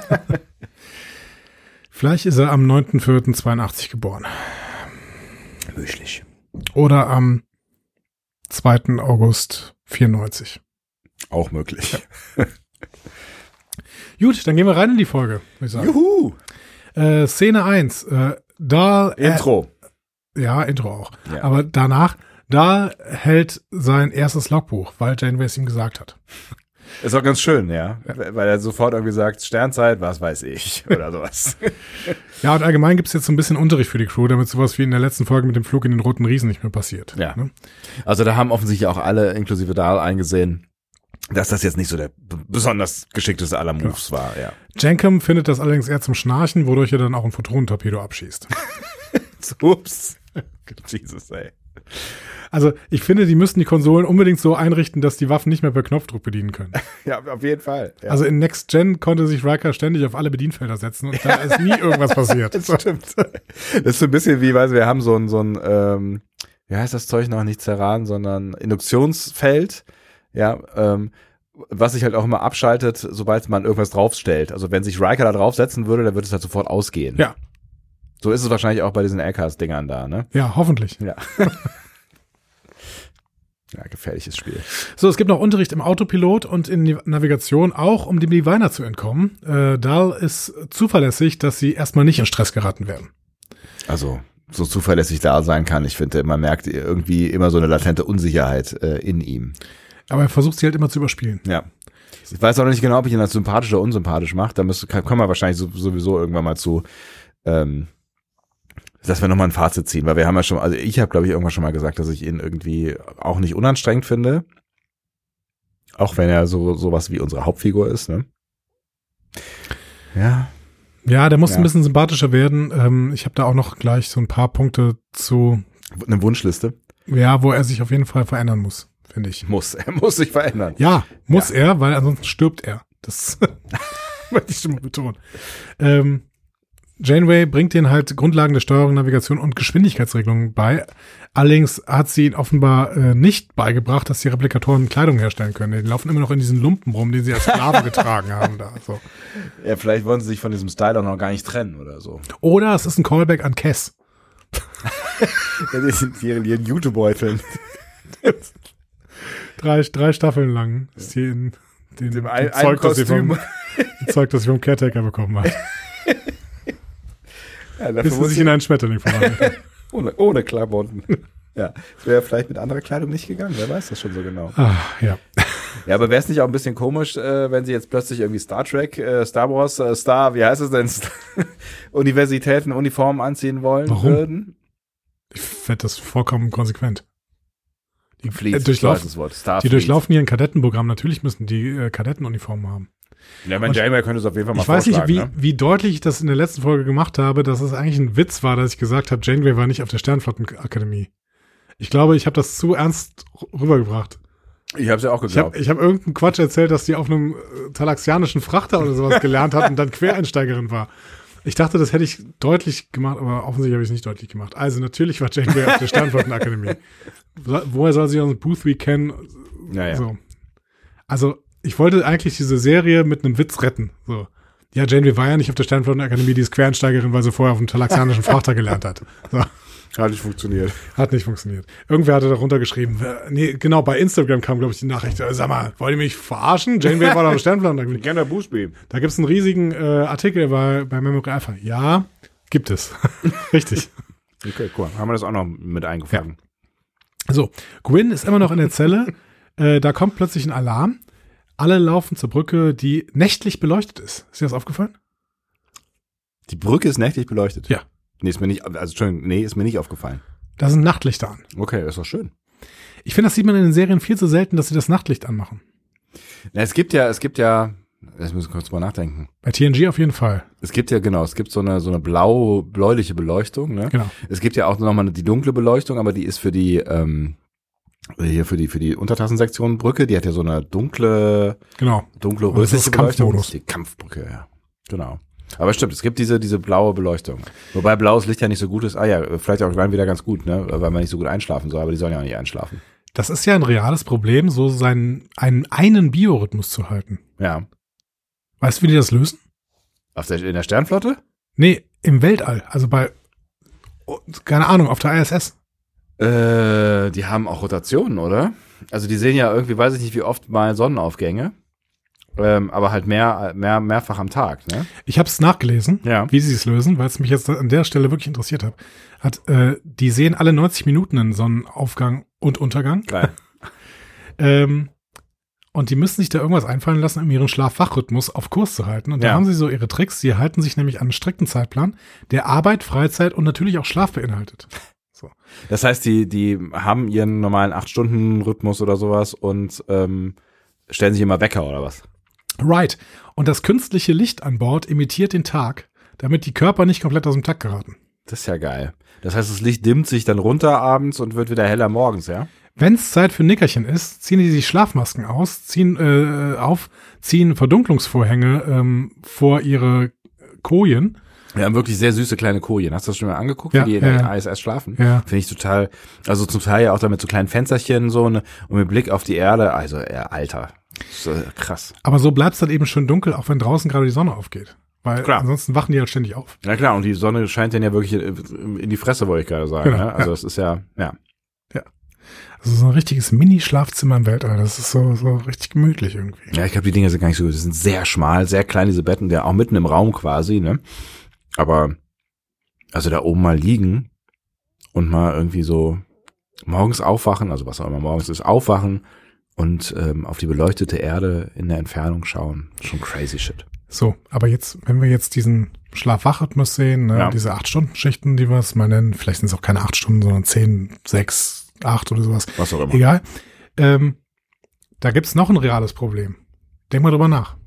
Vielleicht ist er am 9.4.82 geboren. Möglich. Oder am 2. August 94. Auch möglich. Ja. Gut, dann gehen wir rein in die Folge, würde ich sagen. Juhu! Szene 1. Intro. Ja, Intro auch. Ja. Aber danach, da hält sein erstes Logbuch, weil Janeway es ihm gesagt hat. Ist auch ganz schön, ja. Weil er sofort irgendwie sagt, Sternzeit, was weiß ich, oder sowas. Ja, und allgemein gibt es jetzt so ein bisschen Unterricht für die Crew, damit sowas wie in der letzten Folge mit dem Flug in den Roten Riesen nicht mehr passiert. Ja. Ne? Also da haben offensichtlich auch alle, inklusive Dahl, eingesehen, dass das jetzt nicht so der besonders geschickteste aller Moves war, ja. Jankum findet das allerdings eher zum Schnarchen, wodurch er dann auch ein Photonentorpedo abschießt. Ups. Jesus, ey. Also ich finde, die müssten die Konsolen unbedingt so einrichten, dass die Waffen nicht mehr per Knopfdruck bedienen können. Ja, auf jeden Fall. Ja. Also in Next Gen konnte sich Riker ständig auf alle Bedienfelder setzen und da ist nie irgendwas passiert. Das stimmt. Das ist so ein bisschen wie, weißt du, wir haben so ein wie heißt das Zeug noch, nicht Ceran, sondern Induktionsfeld, ja, was sich halt auch immer abschaltet, sobald man irgendwas draufstellt. Also wenn sich Riker da draufsetzen würde, dann würde es halt sofort ausgehen. Ja. So ist es wahrscheinlich auch bei diesen LKs-Dingern da, ne? Ja, hoffentlich. Ja. Ja, gefährliches Spiel. So, es gibt noch Unterricht im Autopilot und in Navigation auch, um dem Diviner zu entkommen. Dahl ist zuverlässig, dass sie erstmal nicht in Stress geraten werden. Also, so zuverlässig Dahl sein kann. Ich finde, man merkt irgendwie immer so eine latente Unsicherheit in ihm. Aber er versucht sie halt immer zu überspielen. Ja. Ich weiß auch noch nicht genau, ob ich ihn als sympathisch oder unsympathisch mache. Da kommen wir wahrscheinlich sowieso irgendwann mal zu, dass wir nochmal ein Fazit ziehen, weil wir haben ja schon, also ich habe, glaube ich, irgendwann schon mal gesagt, dass ich ihn irgendwie auch nicht unanstrengend finde. Auch wenn er sowas wie unsere Hauptfigur ist, ne? Ja. Ja, der muss ein bisschen sympathischer werden. Ich habe da auch noch gleich so ein paar Punkte zu. Eine Wunschliste? Ja, wo er sich auf jeden Fall verändern muss, finde ich. Er muss sich verändern. Ja, muss er, weil ansonsten stirbt er. Das möchte ich schon mal betonen. Janeway bringt ihnen halt Grundlagen der Steuerung, Navigation und Geschwindigkeitsregelungen bei. Allerdings hat sie ihnen offenbar nicht beigebracht, dass die Replikatoren Kleidung herstellen können. Die laufen immer noch in diesen Lumpen rum, den sie als Sklaven getragen haben. Da. So. Ja, vielleicht wollen sie sich von diesem Style auch noch gar nicht trennen oder so. Oder es ist ein Callback an Cass. Ja, die sind hier in ihren Jutebeuteln. 3 Staffeln lang ist hier in dem Zeug, das sie vom Caretaker bekommen hat. Ja, bis sie sich in einen Schmetterling verwandelt. ohne Klamotten. Ja, es wäre vielleicht mit anderer Kleidung nicht gegangen, wer weiß das schon so genau. Ja. Ja, aber wäre es nicht auch ein bisschen komisch, wenn sie jetzt plötzlich irgendwie Star Trek, Star Wars, wie heißt es denn, Universitäten, Uniformen anziehen wollen würden? Ich fände das vollkommen konsequent. Die durchlaufen ihren Kadettenprogramm. Natürlich müssen die Kadettenuniformen haben. Ja, mein Janeway könnte es auf jeden Fall mal vorschlagen. Ich weiß nicht, wie deutlich ich das in der letzten Folge gemacht habe, dass es eigentlich ein Witz war, dass ich gesagt habe, Janeway war nicht auf der Sternflottenakademie. Ich glaube, ich habe das zu ernst rübergebracht. Ich habe es ja auch geglaubt. Ich hab irgendeinen Quatsch erzählt, dass die auf einem talaxianischen Frachter oder sowas gelernt hat und dann Quereinsteigerin war. Ich dachte, das hätte ich deutlich gemacht, aber offensichtlich habe ich es nicht deutlich gemacht. Also natürlich war Janeway auf der Sternflottenakademie. Woher soll sie aus Boothby kennen? Ja. So. Also ich wollte eigentlich diese Serie mit einem Witz retten. So. Ja, Janeway war ja nicht auf der Sternflottenakademie, die ist Quereinsteigerin, weil sie vorher auf dem talaxianischen Frachter gelernt hat. So. Hat nicht funktioniert. Irgendwer hatte darunter geschrieben, nee, genau, bei Instagram kam, glaube ich, die Nachricht, sag mal, wollt ihr mich verarschen? Janeway war doch auf der Sternflottenakademie. Gerne Boothby. Da gibt es einen riesigen Artikel bei Memory Alpha. Ja, gibt es. Richtig. Okay, cool. Haben wir das auch noch mit eingefangen. Ja. So, Gwyn ist immer noch in der Zelle. Da kommt plötzlich ein Alarm. Alle laufen zur Brücke, die nächtlich beleuchtet ist. Ist dir das aufgefallen? Die Brücke ist nächtlich beleuchtet? Ja. Nee, ist mir nicht aufgefallen. Da sind Nachtlichter an. Okay, ist doch schön. Ich finde, das sieht man in den Serien viel zu selten, dass sie das Nachtlicht anmachen. Ja, es gibt ja, ich muss kurz mal nachdenken. Bei TNG auf jeden Fall. Es gibt so eine bläuliche Beleuchtung, ne? Genau. Es gibt ja auch nochmal die dunkle Beleuchtung, aber die ist für die, hier für die Untertassensektion Brücke, die hat ja so eine dunkle rötliche Beleuchtung. Das ist die Kampfbrücke, ja. Genau. Aber stimmt, es gibt diese blaue Beleuchtung. Wobei blaues Licht ja nicht so gut ist. Ah ja, vielleicht auch wieder ganz gut, ne? Weil man nicht so gut einschlafen soll, aber die sollen ja auch nicht einschlafen. Das ist ja ein reales Problem, so einen Biorhythmus zu halten. Ja. Weißt du, wie die das lösen? In der Sternflotte? Nee, im Weltall. Also keine Ahnung, auf der ISS. Die haben auch Rotationen, oder? Also die sehen ja irgendwie, weiß ich nicht, wie oft mal Sonnenaufgänge. Aber halt mehrfach am Tag, ne? Ich habe es nachgelesen, wie sie es lösen, weil es mich jetzt an der Stelle wirklich interessiert hat. Die sehen alle 90 Minuten einen Sonnenaufgang und Untergang. Geil. Und die müssen sich da irgendwas einfallen lassen, um ihren Schlaf-Wach-Rhythmus auf Kurs zu halten. Und da haben sie so ihre Tricks. Sie halten sich nämlich an einen strikten Zeitplan, der Arbeit, Freizeit und natürlich auch Schlaf beinhaltet. So. Das heißt, die haben ihren normalen 8-Stunden-Rhythmus oder sowas und stellen sich immer Wecker oder was? Right. Und das künstliche Licht an Bord imitiert den Tag, damit die Körper nicht komplett aus dem Takt geraten. Das ist ja geil. Das heißt, das Licht dimmt sich dann runter abends und wird wieder heller morgens, ja? Wenn es Zeit für ein Nickerchen ist, ziehen die sich Schlafmasken aus, ziehen Verdunklungsvorhänge vor ihre Kojen. Wir haben wirklich sehr süße kleine Kojen. Hast du das schon mal angeguckt, wie die in der ISS schlafen? Ja. Finde ich total, also zum Teil ja auch da mit so kleinen Fensterchen so und mit Blick auf die Erde. Also, Alter. So, krass. Aber so bleibt's dann eben schön dunkel, auch wenn draußen gerade die Sonne aufgeht. Weil ansonsten wachen die halt ständig auf. Ja klar, und die Sonne scheint dann ja wirklich in die Fresse, wollte ich gerade sagen. Genau, ne? Also das ist ja. Also so ein richtiges Mini-Schlafzimmer im Weltall, das ist so richtig gemütlich irgendwie. Ja, ich glaube, die Dinge sind gar nicht so gut. Die sind sehr schmal, sehr klein, diese Betten, ja auch mitten im Raum quasi, ne? Aber, also da oben mal liegen und mal irgendwie so morgens aufwachen, also was auch immer morgens ist, aufwachen und auf die beleuchtete Erde in der Entfernung schauen. Schon crazy shit. So, aber jetzt, wenn wir jetzt diesen Schlaf-Wach-Rhythmus sehen, ne, diese 8-Stunden-Schichten, die wir es mal nennen, vielleicht sind es auch keine 8 Stunden, sondern 10, 6, 8 oder sowas. Was auch immer. Egal. Da gibt's noch ein reales Problem. Denk mal drüber nach.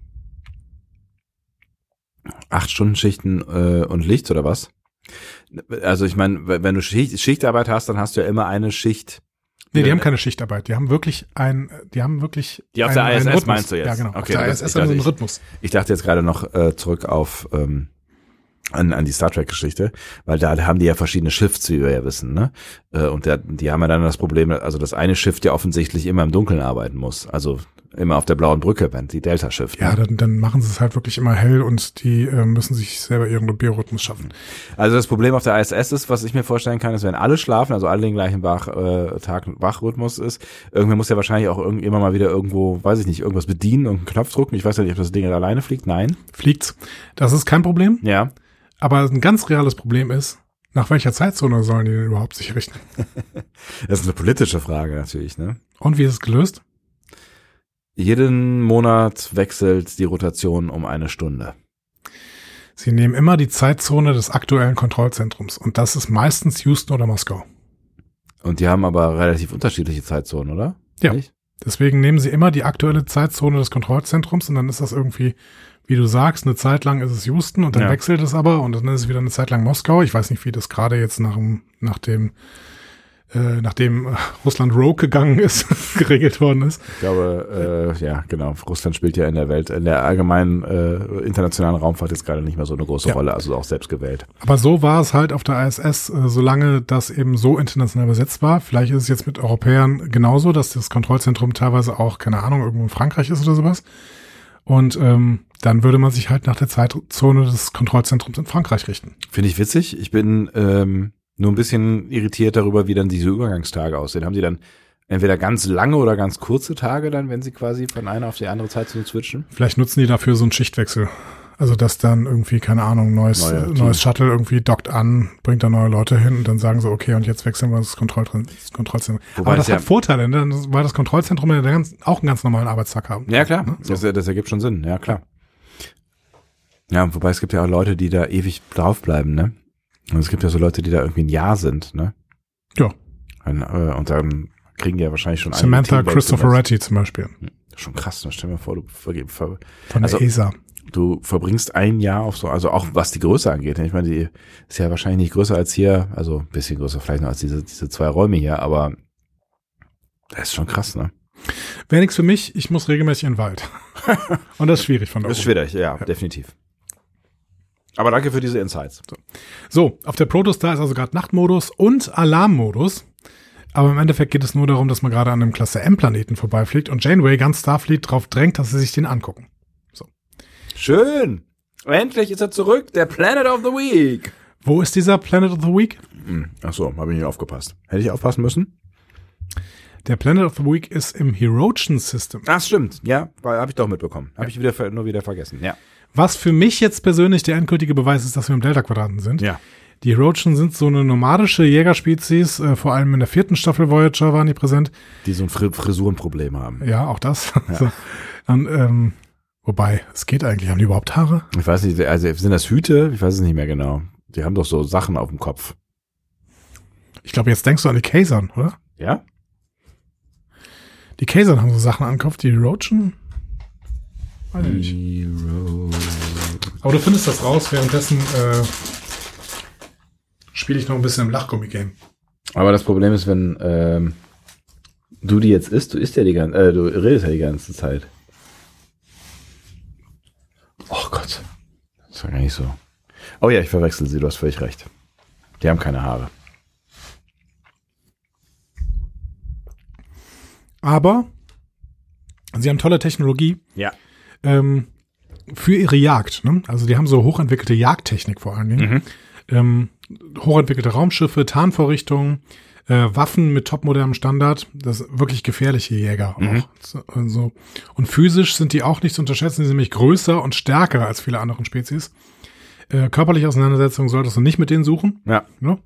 8-Stunden-Schichten und Licht oder was? Also ich meine, wenn du Schichtarbeit hast, dann hast du ja immer eine Schicht. Nee, die haben keine Schichtarbeit. Die haben wirklich Die auf der ISS Rhythmus. meinst du jetzt? Ja, genau. Okay, auf der ISS haben sie einen Rhythmus. Ich dachte jetzt gerade noch zurück auf an die Star Trek-Geschichte, weil da haben die ja verschiedene Shifts, wie wir ja wissen, ne? Und die haben ja dann das Problem, also das eine Shift ja offensichtlich immer im Dunkeln arbeiten muss. Also immer auf der blauen Brücke, wenn die Delta-Shift. Ja, dann machen sie es halt wirklich immer hell und die müssen sich selber ihren Biorhythmus schaffen. Also das Problem auf der ISS ist, was ich mir vorstellen kann, ist, wenn alle schlafen, also alle den gleichen Tag-Wach-Rhythmus ist, irgendwer muss ja wahrscheinlich auch immer mal wieder irgendwo, weiß ich nicht, irgendwas bedienen, irgendeinen Knopf drücken. Ich weiß ja nicht, ob das Ding alleine fliegt. Nein. Fliegt's. Das ist kein Problem. Ja. Aber ein ganz reales Problem ist, nach welcher Zeitzone sollen die denn überhaupt sich richten? Das ist eine politische Frage natürlich, ne? Und wie ist es gelöst? Jeden Monat wechselt die Rotation um 1 Stunde. Sie nehmen immer die Zeitzone des aktuellen Kontrollzentrums. Und das ist meistens Houston oder Moskau. Und die haben aber relativ unterschiedliche Zeitzonen, oder? Ja. Nicht? Deswegen nehmen sie immer die aktuelle Zeitzone des Kontrollzentrums und dann ist das irgendwie, wie du sagst, eine Zeit lang ist es Houston und dann wechselt es aber und dann ist es wieder eine Zeit lang Moskau. Ich weiß nicht, wie das gerade jetzt nachdem Russland Rogue gegangen ist, geregelt worden ist. Ich glaube, ja, genau. Russland spielt ja in der Welt, in der allgemeinen internationalen Raumfahrt jetzt gerade nicht mehr so eine große Rolle, also auch selbst gewählt. Aber so war es halt auf der ISS, solange das eben so international besetzt war. Vielleicht ist es jetzt mit Europäern genauso, dass das Kontrollzentrum teilweise auch, keine Ahnung, irgendwo in Frankreich ist oder sowas. Und dann würde man sich halt nach der Zeitzone des Kontrollzentrums in Frankreich richten. Finde ich witzig. Ich bin nur ein bisschen irritiert darüber, wie dann diese Übergangstage aussehen. Haben die dann entweder ganz lange oder ganz kurze Tage dann, wenn sie quasi von einer auf die andere Zeitzone switchen? Vielleicht nutzen die dafür so einen Schichtwechsel. Also dass dann irgendwie, keine Ahnung, neues Shuttle irgendwie dockt an, bringt da neue Leute hin und dann sagen sie, okay, und jetzt wechseln wir das Kontrollzentrum. Wobei aber das hat Vorteile, ne? Weil das Kontrollzentrum ja auch einen ganz normalen Arbeitstag haben. Ja, klar. Ne? So. Das ergibt schon Sinn, ja, klar. Ja, wobei es gibt ja auch Leute, die da ewig draufbleiben, ne? Und es gibt ja so Leute, die da irgendwie ein Jahr sind, ne? Ja. Und dann, kriegen die ja wahrscheinlich schon Samantha Cristoforetti zum Beispiel. Schon krass, ne? Stell dir mal vor, von der ESA. Du verbringst ein Jahr auf so, also auch was die Größe angeht. Ne? Ich meine, die ist ja wahrscheinlich nicht größer als hier, also ein bisschen größer vielleicht noch als diese 2 Räume hier, aber das ist schon krass, ne? Wäre nichts für mich, ich muss regelmäßig in den Wald. Und das ist schwierig von da oben. Das ist schwierig, ja, definitiv. Aber danke für diese Insights. So, auf der Protostar ist also gerade Nachtmodus und Alarmmodus. Aber im Endeffekt geht es nur darum, dass man gerade an einem Klasse M-Planeten vorbeifliegt und Janeway ganz Starfleet darauf drängt, dass sie sich den angucken. So. Schön. Endlich ist er zurück, der Planet of the Week. Wo ist dieser Planet of the Week? Ach so, habe ich nicht aufgepasst. Hätte ich aufpassen müssen? Der Planet of the Week ist im Hirogen System. Ach, stimmt. Ja, habe ich doch mitbekommen. Habe ich nur wieder vergessen. Ja. Was für mich jetzt persönlich der endgültige Beweis ist, dass wir im Delta-Quadranten sind. Ja. Die Hirogen sind so eine nomadische Jägerspezies, vor allem in der 4. Staffel Voyager waren die präsent. Die so ein Frisurenproblem haben. Ja, auch das. Ja. So. Und, wobei, es geht eigentlich, haben die überhaupt Haare? Ich weiß nicht, also sind das Hüte? Ich weiß es nicht mehr genau. Die haben doch so Sachen auf dem Kopf. Ich glaube, jetzt denkst du an die Kazon, oder? Ja? Die Kazon haben so Sachen an den Kopf, die Hirogen? Weiß ich nicht. Aber du findest das raus, währenddessen spiele ich noch ein bisschen im Lachgummi-Game. Aber das Problem ist, wenn du die jetzt isst, du redest ja die ganze Zeit. Oh Gott. Das war gar nicht so. Oh ja, ich verwechsel sie, du hast völlig recht. Die haben keine Haare. Aber sie haben tolle Technologie. Ja. Für ihre Jagd. Ne? Also die haben so hochentwickelte Jagdtechnik vor allen Dingen. Hochentwickelte Raumschiffe, Tarnvorrichtungen, Waffen mit topmodernem Standard. Das sind wirklich gefährliche Jäger auch. Also, und physisch sind die auch nicht zu unterschätzen. Die sind nämlich größer und stärker als viele andere Spezies. Körperliche Auseinandersetzungen solltest du nicht mit denen suchen. Ja. Ne?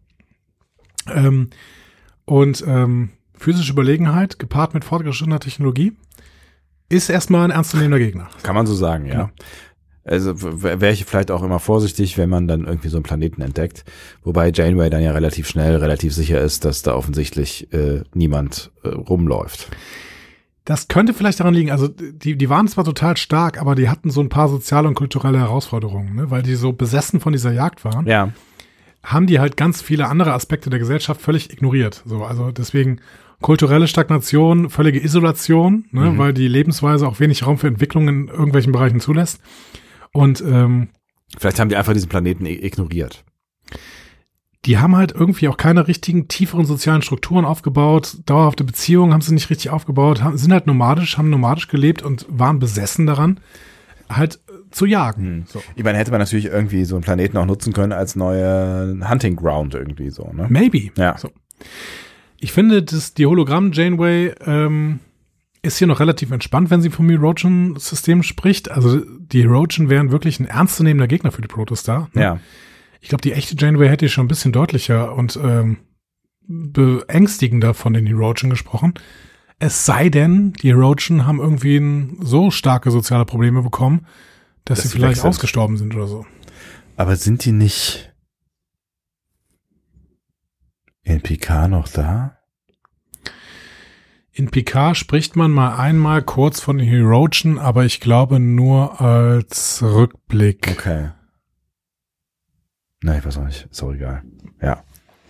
Physische Überlegenheit gepaart mit fortgeschrittener Technologie ist erstmal ein ernstzunehmender Gegner. Kann man so sagen, ja. Also wäre ich vielleicht auch immer vorsichtig, wenn man dann irgendwie so einen Planeten entdeckt. Wobei Janeway dann ja relativ schnell, relativ sicher ist, dass da offensichtlich niemand rumläuft. Das könnte vielleicht daran liegen, also die waren zwar total stark, aber die hatten so ein paar soziale und kulturelle Herausforderungen, ne? Weil die so besessen von dieser Jagd waren. Ja. Haben die halt ganz viele andere Aspekte der Gesellschaft völlig ignoriert. So, also deswegen kulturelle Stagnation, völlige Isolation, ne, weil die Lebensweise auch wenig Raum für Entwicklung in irgendwelchen Bereichen zulässt. Und vielleicht haben die einfach diesen Planeten ignoriert. Die haben halt irgendwie auch keine richtigen tieferen sozialen Strukturen aufgebaut, dauerhafte Beziehungen haben sie nicht richtig aufgebaut, sind halt nomadisch, haben nomadisch gelebt und waren besessen daran, halt zu jagen. So. Ich meine, hätte man natürlich irgendwie so einen Planeten auch nutzen können als neue Hunting Ground irgendwie so, ne? Maybe. Ja. So. Ich finde, die Hologramm-Janeway ist hier noch relativ entspannt, wenn sie vom Hirogen-System spricht. Also die Hirogen wären wirklich ein ernstzunehmender Gegner für die Protostar. Ne? Ja. Ich glaube, die echte Janeway hätte schon ein bisschen deutlicher und beängstigender von den Hirogen gesprochen. Es sei denn, die Hirogen haben irgendwie so starke soziale Probleme bekommen, dass sie vielleicht ausgestorben sind oder so. Aber sind die nicht in Picard noch da? In Picard spricht man mal einmal kurz von den Hirogen, aber ich glaube nur als Rückblick. Okay. Nein, ich weiß auch nicht. Ist auch egal. Ja.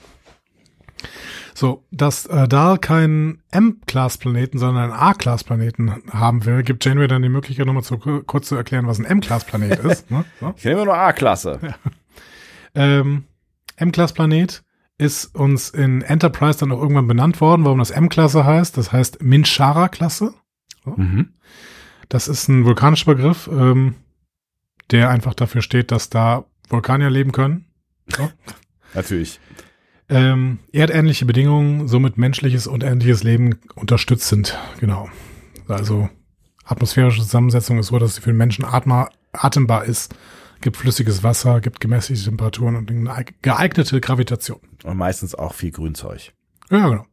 So, dass da keinen M-Class-Planeten, sondern einen A-Class-Planeten haben will, gibt Janeway dann die Möglichkeit, nochmal kurz zu erklären, was ein M-Class-Planet ist. Ne? So. Ich nehme immer nur A-Klasse. Ja. M-Class-Planet ist uns in Enterprise dann auch irgendwann benannt worden, warum das M-Klasse heißt. Das heißt Minshara-Klasse. So. Das ist ein vulkanischer Begriff, der einfach dafür steht, dass da Vulkanier leben können. So. Natürlich. Erdähnliche Bedingungen, somit menschliches und ähnliches Leben unterstützt sind. Genau. Also atmosphärische Zusammensetzung ist so, dass sie für den Menschen atembar ist. Gibt flüssiges Wasser, gibt gemäßigte Temperaturen und eine geeignete Gravitation. Und meistens auch viel Grünzeug. Ja, genau.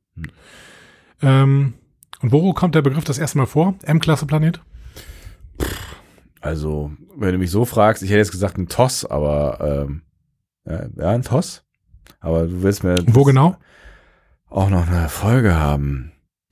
Und wo kommt der Begriff das erste Mal vor? M-Klasse-Planet? Also, wenn du mich so fragst, ich hätte jetzt gesagt ein TOS, aber ja, ein TOS. Aber du willst mir wo genau? Auch noch eine Folge haben.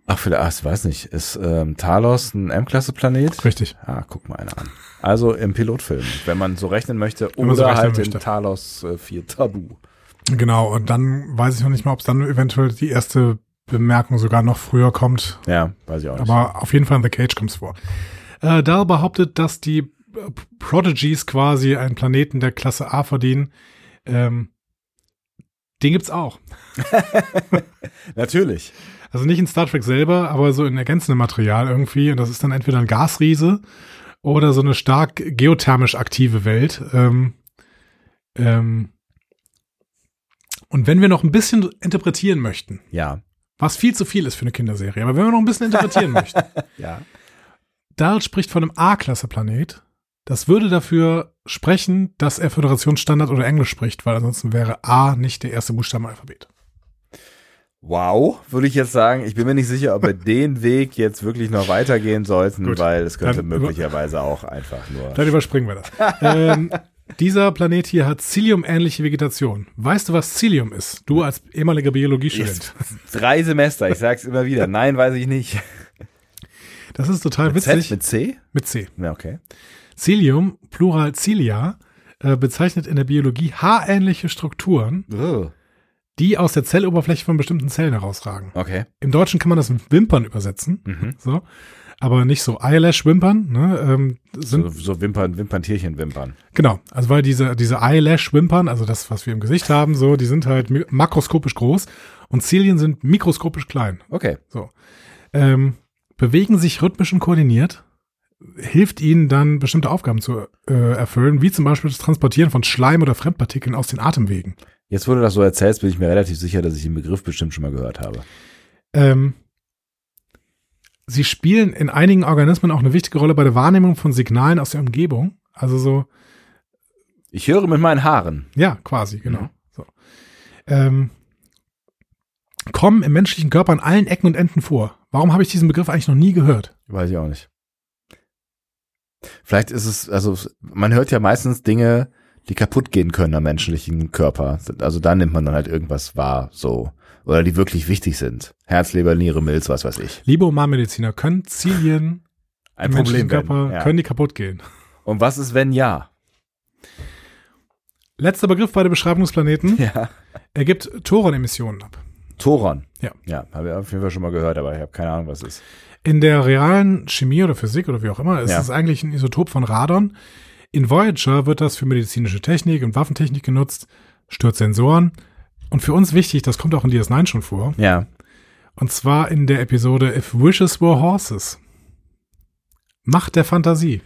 Ich weiß nicht. Ist Talos ein M-Klasse-Planet? Richtig. Ah, guck mal einer an. Also im Pilotfilm, wenn man so rechnen möchte, oder halt in Talos 4 Tabu. Genau, und dann weiß ich noch nicht mal, ob es dann eventuell die erste Bemerkung sogar noch früher kommt. Ja, weiß ich auch nicht. Aber auf jeden Fall in The Cage kommt es vor. Daryl behauptet, dass die Prodigies quasi einen Planeten der Klasse A verdienen. Den gibt's auch. Natürlich. Also nicht in Star Trek selber, aber so in ergänzendem Material irgendwie. Und das ist dann entweder ein Gasriese oder so eine stark geothermisch aktive Welt. Und wenn wir noch ein bisschen interpretieren möchten. Ja. Was viel zu viel ist für eine Kinderserie. Aber wenn wir noch ein bisschen interpretieren möchten. Ja. Daryl spricht von einem A-Klasse-Planet. Das würde dafür sprechen, dass er Föderationsstandard oder Englisch spricht, weil ansonsten wäre A nicht der erste Buchstabe im Alphabet. Wow, würde ich jetzt sagen. Ich bin mir nicht sicher, ob wir den Weg jetzt wirklich noch weitergehen sollten, Gut, weil es könnte dann möglicherweise auch einfach nur... Dann überspringen wir das. Dieser Planet hier hat Cilium-ähnliche Vegetation. Weißt du, was Cilium ist? Du als ehemaliger Biologiestudent. 3 Semester, ich sag's immer wieder. Nein, weiß ich nicht. Das ist total mit witzig. Z, mit C? Mit C. Ja, okay. Cilium, Plural Cilia, bezeichnet in der Biologie haarähnliche Strukturen, die aus der Zelloberfläche von bestimmten Zellen herausragen. Okay. Im Deutschen kann man das mit Wimpern übersetzen, so, aber nicht so Eyelash-Wimpern. Ne, so Wimpern-Tierchen-Wimpern. Genau, also weil diese Eyelash-Wimpern, also das, was wir im Gesicht haben, so, die sind halt makroskopisch groß und Cilien sind mikroskopisch klein. Okay. So. Bewegen sich rhythmisch und koordiniert, hilft ihnen dann bestimmte Aufgaben zu erfüllen, wie zum Beispiel das Transportieren von Schleim oder Fremdpartikeln aus den Atemwegen. Jetzt, wo du das so erzählst, bin ich mir relativ sicher, dass ich den Begriff bestimmt schon mal gehört habe. Sie spielen in einigen Organismen auch eine wichtige Rolle bei der Wahrnehmung von Signalen aus der Umgebung. Also so. Ich höre mit meinen Haaren. Ja, quasi, genau. So. Kommen im menschlichen Körper an allen Ecken und Enden vor. Warum habe ich diesen Begriff eigentlich noch nie gehört? Weiß ich auch nicht. Vielleicht ist es, also man hört ja meistens Dinge, die kaputt gehen können am menschlichen Körper. Also da nimmt man dann halt irgendwas wahr, so. Oder die wirklich wichtig sind. Herz, Leber, Niere, Milz, was weiß ich. Liebe Humanmediziner, können Cilien ein im Problem menschlichen Körper, ja. können die kaputt gehen? Und was ist, wenn ja? Letzter Begriff bei der Beschreibung des Planeten. Ja. Er gibt Thoron-Emissionen ab. Thoron? Ja. Ja, habe ich auf jeden Fall schon mal gehört, aber ich habe keine Ahnung, was es ist. In der realen Chemie oder Physik oder wie auch immer ist es eigentlich ein Isotop von Radon. In Voyager wird das für medizinische Technik und Waffentechnik genutzt, stört Sensoren. Und für uns wichtig, das kommt auch in DS9 schon vor. Ja. Und zwar in der Episode If Wishes Were Horses. Macht der Fantasie.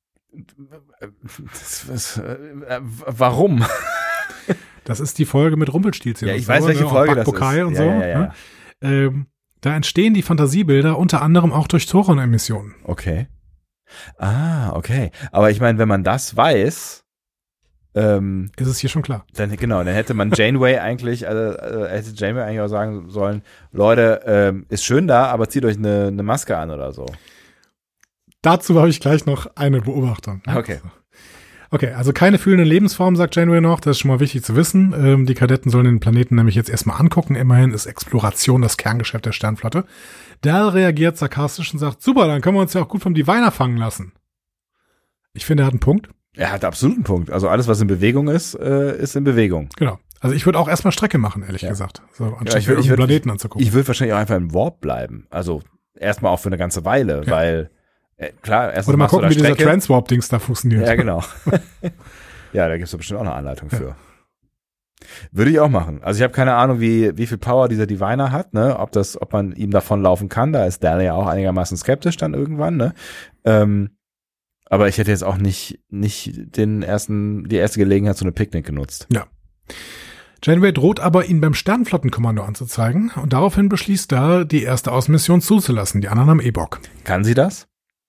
Warum? Das ist die Folge mit Rumpelstilzchen. Ja, ich weiß, welche Folge das ist. Und so, ja. Da entstehen die Fantasiebilder unter anderem auch durch Thoron-Emissionen. Okay. Ah, okay. Aber ich meine, wenn man das weiß, ist es hier schon klar. Dann hätte man Janeway eigentlich, auch sagen sollen, Leute, ist schön da, aber zieht euch eine Maske an oder so. Dazu habe ich gleich noch eine Beobachtung. Okay. Okay, also keine fühlenden Lebensformen, sagt Janeway noch. Das ist schon mal wichtig zu wissen. Die Kadetten sollen den Planeten nämlich jetzt erstmal angucken. Immerhin ist Exploration das Kerngeschäft der Sternflotte. Daryl reagiert sarkastisch und sagt, super, dann können wir uns ja auch gut vom Diviner fangen lassen. Ich finde, er hat einen Punkt. Er hat absolut einen Punkt. Also alles, was in Bewegung ist, ist in Bewegung. Genau. Also ich würde auch erstmal Strecke machen, ehrlich gesagt. So, anstatt irgendeinen Planeten anzugucken. Ich würde wahrscheinlich auch einfach im Warp bleiben. Also erstmal auch für eine ganze Weile, weil klar, erstmal oder mal gucken, wie dieser Transwarp-Dings da funktioniert. Ja, genau. Ja, da gibt's doch bestimmt auch eine Anleitung für. Würde ich auch machen. Also ich habe keine Ahnung, wie viel Power dieser Diviner hat, ne? Ob man ihm davonlaufen kann. Da ist Daryl ja auch einigermaßen skeptisch dann irgendwann, ne? Aber ich hätte jetzt auch nicht die erste Gelegenheit zu einem Picknick genutzt. Ja. Janeway droht aber, ihn beim Sternflottenkommando anzuzeigen und daraufhin beschließt Daryl, die erste Außenmission zuzulassen. Die anderen haben Bock. Kann sie das?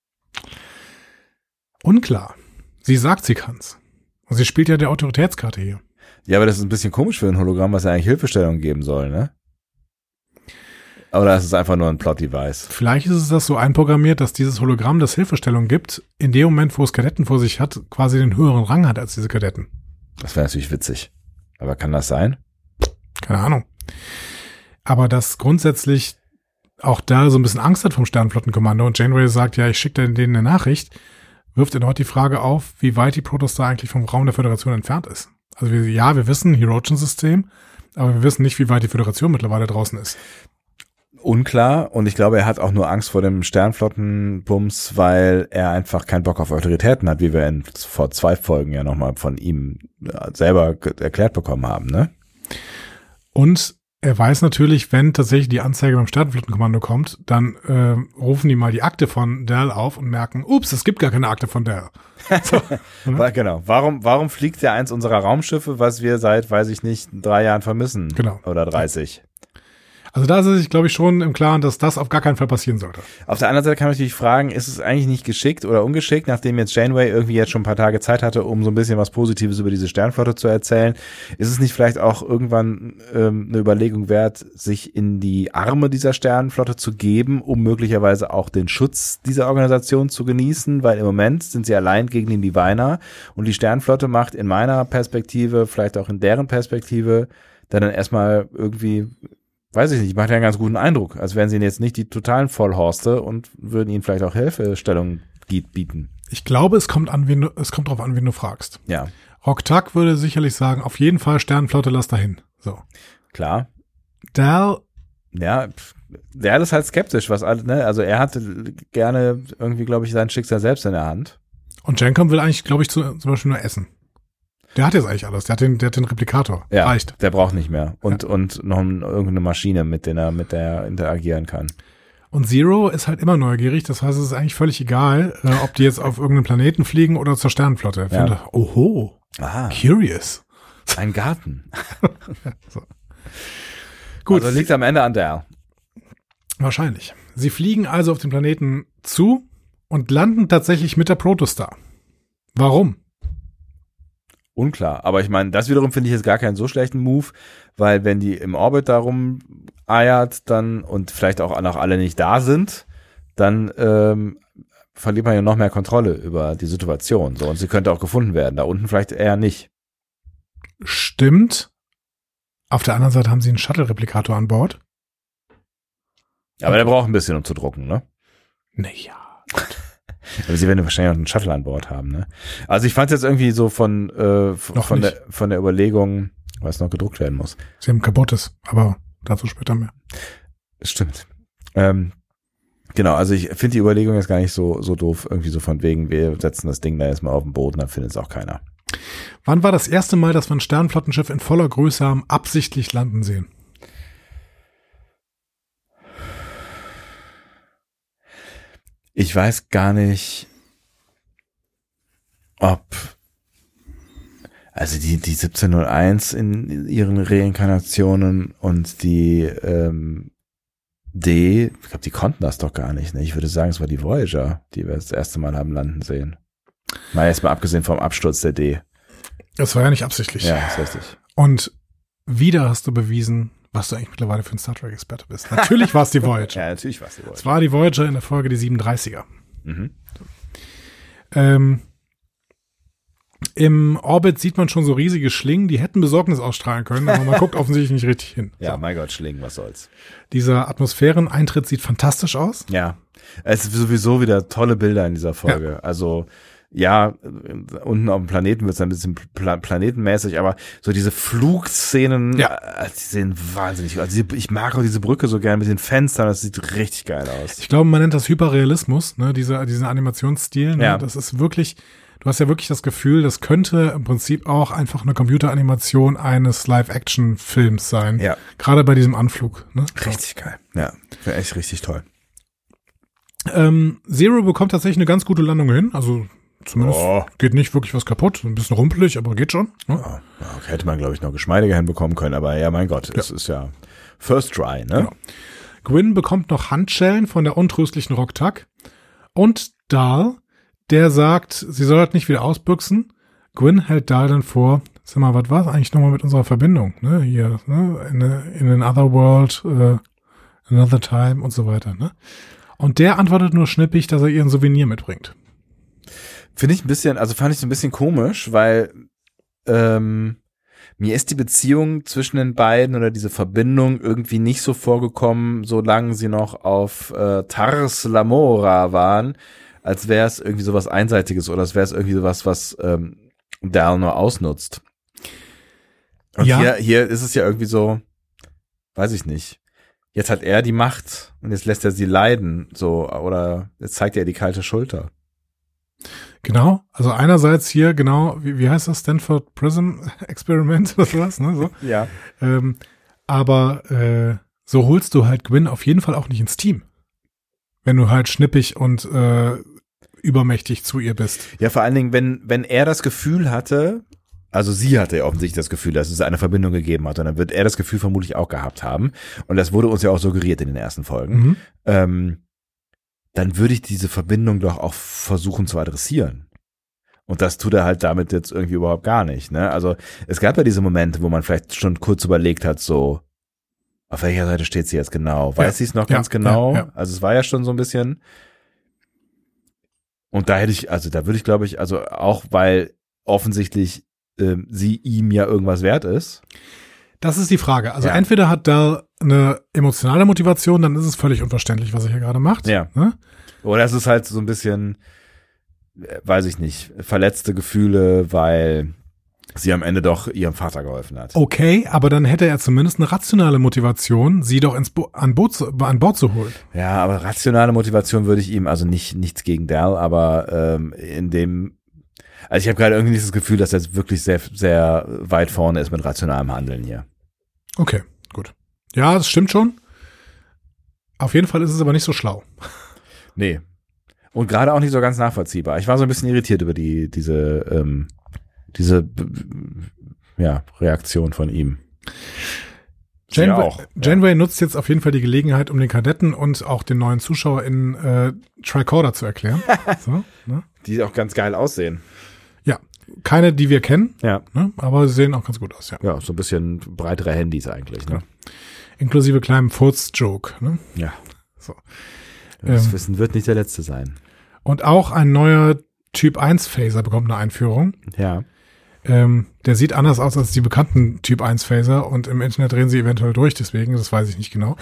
Unklar. Sie sagt, sie kann's. Und sie spielt ja der Autoritätskarte hier. Ja, aber das ist ein bisschen komisch für ein Hologramm, was ja eigentlich Hilfestellung geben soll, ne? Oder ist es einfach nur ein Plot-Device? Vielleicht ist es das so einprogrammiert, dass dieses Hologramm, das Hilfestellung gibt, in dem Moment, wo es Kadetten vor sich hat, quasi den höheren Rang hat als diese Kadetten. Das wäre natürlich witzig. Aber kann das sein? Keine Ahnung. Aber dass grundsätzlich auch da so ein bisschen Angst hat vom Sternenflottenkommando und Janeway sagt, ja, ich schicke denen eine Nachricht, wirft er dort die Frage auf, wie weit die Protostar eigentlich vom Raum der Föderation entfernt ist. Also wir wissen, Hirogen-System, aber wir wissen nicht, wie weit die Föderation mittlerweile draußen ist. Unklar, und ich glaube, er hat auch nur Angst vor dem Sternflottenbums, weil er einfach keinen Bock auf Autoritäten hat, wie wir vor 2 Folgen ja nochmal von ihm selber erklärt bekommen haben, ne? Und er weiß natürlich, wenn tatsächlich die Anzeige beim Sternenflottenkommando kommt, dann rufen die mal die Akte von Dal auf und merken, ups, es gibt gar keine Akte von Dal. So, ne? Genau. Warum fliegt ja eins unserer Raumschiffe, was wir seit, weiß ich nicht, 3 Jahren vermissen? Genau. Oder 30. Also da ist er sich, glaube ich, schon im Klaren, dass das auf gar keinen Fall passieren sollte. Auf der anderen Seite kann man natürlich fragen, ist es eigentlich nicht geschickt oder ungeschickt, nachdem jetzt Janeway irgendwie jetzt schon ein paar Tage Zeit hatte, um so ein bisschen was Positives über diese Sternflotte zu erzählen, ist es nicht vielleicht auch irgendwann eine Überlegung wert, sich in die Arme dieser Sternenflotte zu geben, um möglicherweise auch den Schutz dieser Organisation zu genießen, weil im Moment sind sie allein gegen den Diviner und die Sternenflotte macht in meiner Perspektive, vielleicht auch in deren Perspektive, dann erstmal irgendwie, weiß ich nicht, macht ja einen ganz guten Eindruck, als wären sie jetzt nicht die totalen Vollhorste und würden ihnen vielleicht auch Hilfestellung bieten. Ich glaube, es kommt drauf an, wen du fragst. Ja. Roktak würde sicherlich sagen, auf jeden Fall Sternenflotte, lass dahin. So. Klar. Dal. Ja, Dal ist halt skeptisch, was alles, ne? Also er hatte gerne irgendwie, glaube ich, sein Schicksal selbst in der Hand. Und Jankom will eigentlich, glaube ich, zum Beispiel nur essen. Der hat jetzt eigentlich alles. Der hat den Replikator. Ja, reicht. Der braucht nicht mehr. Und noch irgendeine Maschine, mit der er interagieren kann. Und Zero ist halt immer neugierig. Das heißt, es ist eigentlich völlig egal, ob die jetzt auf irgendeinen Planeten fliegen oder zur Sternenflotte. Ich finde, oho, curious. Ein Garten. So. Gut. Also liegt am Ende an der. Wahrscheinlich. Sie fliegen also auf den Planeten zu und landen tatsächlich mit der Protostar. Warum? Unklar, aber ich meine, das wiederum finde ich jetzt gar keinen so schlechten Move, weil wenn die im Orbit darum eiert dann und vielleicht auch noch alle nicht da sind, dann verliert man ja noch mehr Kontrolle über die Situation. So, und sie könnte auch gefunden werden, da unten vielleicht eher nicht. Stimmt. Auf der anderen Seite haben sie einen Shuttle-Replikator an Bord. Aber der braucht ein bisschen, um zu drucken, ne? Naja. Aber sie werden wahrscheinlich auch einen Shuttle an Bord haben, ne? Also ich fand es jetzt irgendwie so von der Überlegung, was noch gedruckt werden muss. Sie haben kaputtes, aber dazu später mehr. Stimmt. Genau, also ich finde die Überlegung jetzt gar nicht so doof, irgendwie so von wegen, wir setzen das Ding da jetzt mal auf den Boden, dann findet es auch keiner. Wann war das erste Mal, dass wir ein Sternenflottenschiff in voller Größe haben absichtlich landen sehen? Ich weiß gar nicht, ob, also die 1701 in ihren Reinkarnationen und die D, ich glaube, die konnten das doch gar nicht. Ne? Ich würde sagen, es war die Voyager, die wir das erste Mal haben landen sehen. Mal erstmal abgesehen vom Absturz der D. Das war ja nicht absichtlich. Ja, das ist richtig. Und wieder hast du bewiesen, was du eigentlich mittlerweile für ein Star Trek-Experte bist. Natürlich war es die Voyager. Ja, natürlich war es die Voyager. Es war die Voyager in der Folge die 37er. Mhm. Im Orbit sieht man schon so riesige Schlingen, die hätten Besorgnis ausstrahlen können, aber man guckt offensichtlich nicht richtig hin. Ja, so. Mein Gott, Schlingen, was soll's. Dieser Atmosphäreneintritt sieht fantastisch aus. Ja, es ist sowieso wieder tolle Bilder in dieser Folge. Ja. Also ja, unten auf dem Planeten wird es ein bisschen planetenmäßig, aber so diese Flugszenen, die sehen wahnsinnig aus. Also ich mag auch diese Brücke so gerne mit den Fenstern, das sieht richtig geil aus. Ich glaube, man nennt das Hyperrealismus, ne, diesen Animationsstil. Ne? Ja. Das ist wirklich, du hast ja wirklich das Gefühl, das könnte im Prinzip auch einfach eine Computeranimation eines Live-Action-Films sein. Ja. Gerade bei diesem Anflug. Ne? Richtig geil. Ja, wäre echt richtig toll. Zero bekommt tatsächlich eine ganz gute Landung hin, also zumindest geht nicht wirklich was kaputt. Ein bisschen rumpelig, aber geht schon. Ne? Ja, hätte man, glaube ich, noch geschmeidiger hinbekommen können. Aber ja, mein Gott, es ist ja First Try, ne? Genau. Gwyn bekommt noch Handschellen von der untröstlichen Roktak. Und Dal, der sagt, sie soll halt nicht wieder ausbüchsen. Gwyn hält Dal dann vor, sag mal, was war eigentlich nochmal mit unserer Verbindung? Ne? Hier, ne? In another world, another time und so weiter. Ne? Und der antwortet nur schnippig, dass er ihr ein Souvenir mitbringt. Fand ich so ein bisschen komisch, weil Mir ist die Beziehung zwischen den beiden oder diese Verbindung irgendwie nicht so vorgekommen, solange sie noch auf Tars Lamora waren, als wäre es irgendwie sowas Einseitiges oder als wäre es irgendwie sowas, was Dal nur ausnutzt. Und hier ist es ja irgendwie so, weiß ich nicht. Jetzt hat er die Macht und jetzt lässt er sie leiden, so, oder jetzt zeigt er die kalte Schulter. Genau, also einerseits hier, genau, wie heißt das, Stanford Prison Experiment oder sowas, ne, so. Ja. Aber so holst du halt Gwyn auf jeden Fall auch nicht ins Team. Wenn du halt schnippig und übermächtig zu ihr bist. Ja, vor allen Dingen, wenn er das Gefühl hatte, also sie hatte ja offensichtlich das Gefühl, dass es eine Verbindung gegeben hat, und dann wird er das Gefühl vermutlich auch gehabt haben. Und das wurde uns ja auch suggeriert in den ersten Folgen. Dann würde ich diese Verbindung doch auch versuchen zu adressieren. Und das tut er halt damit jetzt irgendwie überhaupt gar nicht, ne? Also es gab ja diese Momente, wo man vielleicht schon kurz überlegt hat, so, auf welcher Seite steht sie jetzt genau? Weiß sie es noch ganz genau? Ja. Also es war ja schon so ein bisschen. Und da würde ich, glaube ich, also auch, weil offensichtlich sie ihm ja irgendwas wert ist. Das ist die Frage. Also entweder hat Dal eine emotionale Motivation, dann ist es völlig unverständlich, was er hier gerade macht. Ja. Ne? Oder es ist halt so ein bisschen, weiß ich nicht, verletzte Gefühle, weil sie am Ende doch ihrem Vater geholfen hat. Okay, aber dann hätte er zumindest eine rationale Motivation, sie doch an Bord zu holen. Ja, aber rationale Motivation würde ich ihm, also nichts gegen Dal, aber also ich habe gerade irgendwie nicht das Gefühl, dass er jetzt wirklich sehr, sehr weit vorne ist mit rationalem Handeln hier. Okay, gut. Ja, das stimmt schon. Auf jeden Fall ist es aber nicht so schlau. Nee. Und gerade auch nicht so ganz nachvollziehbar. Ich war so ein bisschen irritiert über diese Reaktion von ihm. Janeway nutzt jetzt auf jeden Fall die Gelegenheit, um den Kadetten und auch den neuen ZuschauerInnen Tricorder zu erklären. So, ne? Die auch ganz geil aussehen. Ja, keine, die wir kennen, ja, ne? Aber sie sehen auch ganz gut aus, ja. Ja, so ein bisschen breitere Handys eigentlich, ne? Inklusive kleinem Furz-Joke, ne? Ja. So. Das Wissen wird nicht der letzte sein. Und auch ein neuer Typ 1 Phaser bekommt eine Einführung. Ja. Der sieht anders aus als die bekannten Typ 1 Phaser und im Internet drehen sie eventuell durch, deswegen, das weiß ich nicht genau.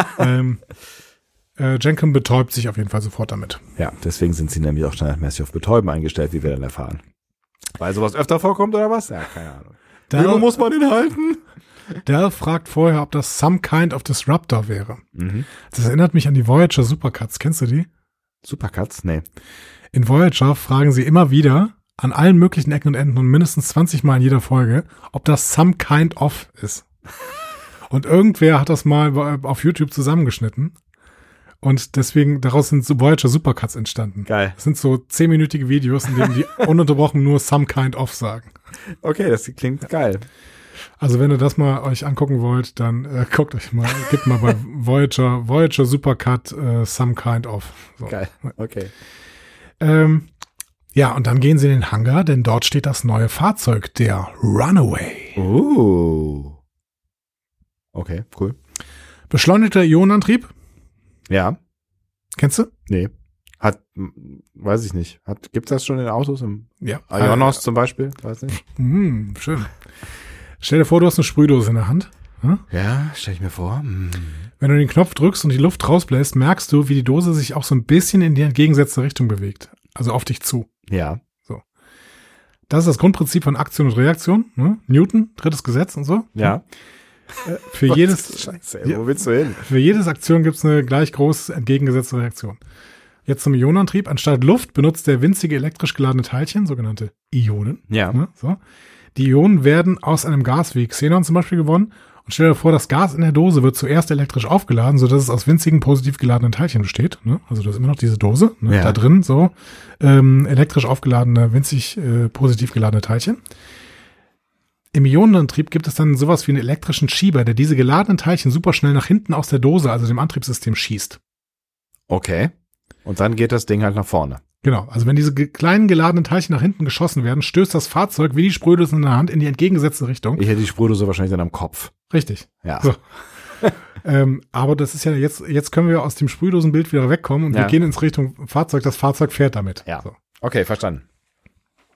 Jenkin betäubt sich auf jeden Fall sofort damit. Ja, deswegen sind sie nämlich auch standardmäßig auf Betäuben eingestellt, wie wir dann erfahren. Weil sowas öfter vorkommt oder was? Ja, keine Ahnung. Wo muss man den halten? Dal fragt vorher, ob das some kind of disruptor wäre. Das erinnert mich an die Voyager Supercuts. Kennst du die? Supercuts? Nee. In Voyager fragen sie immer wieder an allen möglichen Ecken und Enden und mindestens 20 Mal in jeder Folge, ob das some kind of ist. Und irgendwer hat das mal auf YouTube zusammengeschnitten. Und deswegen, daraus sind so Voyager Supercuts entstanden. Geil. Das sind so 10-minütige Videos, in denen die ununterbrochen nur some kind of sagen. Okay, das klingt geil. Also wenn ihr das mal euch angucken wollt, dann guckt euch mal, gebt mal bei Voyager Supercut some kind of. So. Geil, okay. Ja, und dann gehen sie in den Hangar, denn dort steht das neue Fahrzeug, der Runaway. Okay, cool. Beschleunigter Ionenantrieb? Ja. Kennst du? Nee. Weiß ich nicht. Gibt's das schon in Autos? Ja. Ionos zum Beispiel? Weiß nicht. Schön. Stell dir vor, du hast eine Sprühdose in der Hand. Ja, stell ich mir vor. Wenn du den Knopf drückst und die Luft rausbläst, merkst du, wie die Dose sich auch so ein bisschen in die entgegengesetzte Richtung bewegt. Also auf dich zu. Ja. So. Das ist das Grundprinzip von Aktion und Reaktion. Ne? Newton, drittes Gesetz und so. Ja. Für jedes, Scheiße, ey, wo willst du hin? Für jedes Aktion gibt es eine gleich groß entgegengesetzte Reaktion. Jetzt zum Ionenantrieb. Anstatt Luft benutzt der winzige elektrisch geladene Teilchen, sogenannte Ionen. Ja. Ne? So. Die Ionen werden aus einem Gas wie Xenon zum Beispiel gewonnen. Und stell dir vor, das Gas in der Dose wird zuerst elektrisch aufgeladen, sodass es aus winzigen positiv geladenen Teilchen besteht. Ne? Also du hast immer noch diese Dose, ne? Ja. Da drin so elektrisch aufgeladene, winzig positiv geladene Teilchen. Im Ionenantrieb gibt es dann sowas wie einen elektrischen Schieber, der diese geladenen Teilchen super schnell nach hinten aus der Dose, also dem Antriebssystem, schießt. Okay. Und dann geht das Ding halt nach vorne. Genau, also wenn diese kleinen geladenen Teilchen nach hinten geschossen werden, stößt das Fahrzeug wie die Sprühdose in der Hand in die entgegengesetzte Richtung. Ich hätte die Sprühdose wahrscheinlich dann am Kopf. Richtig. Ja. So. Aber das ist ja jetzt können wir aus dem Sprühdosenbild wieder wegkommen und wir gehen ins Richtung Fahrzeug. Das Fahrzeug fährt damit. Ja. So. Okay, verstanden.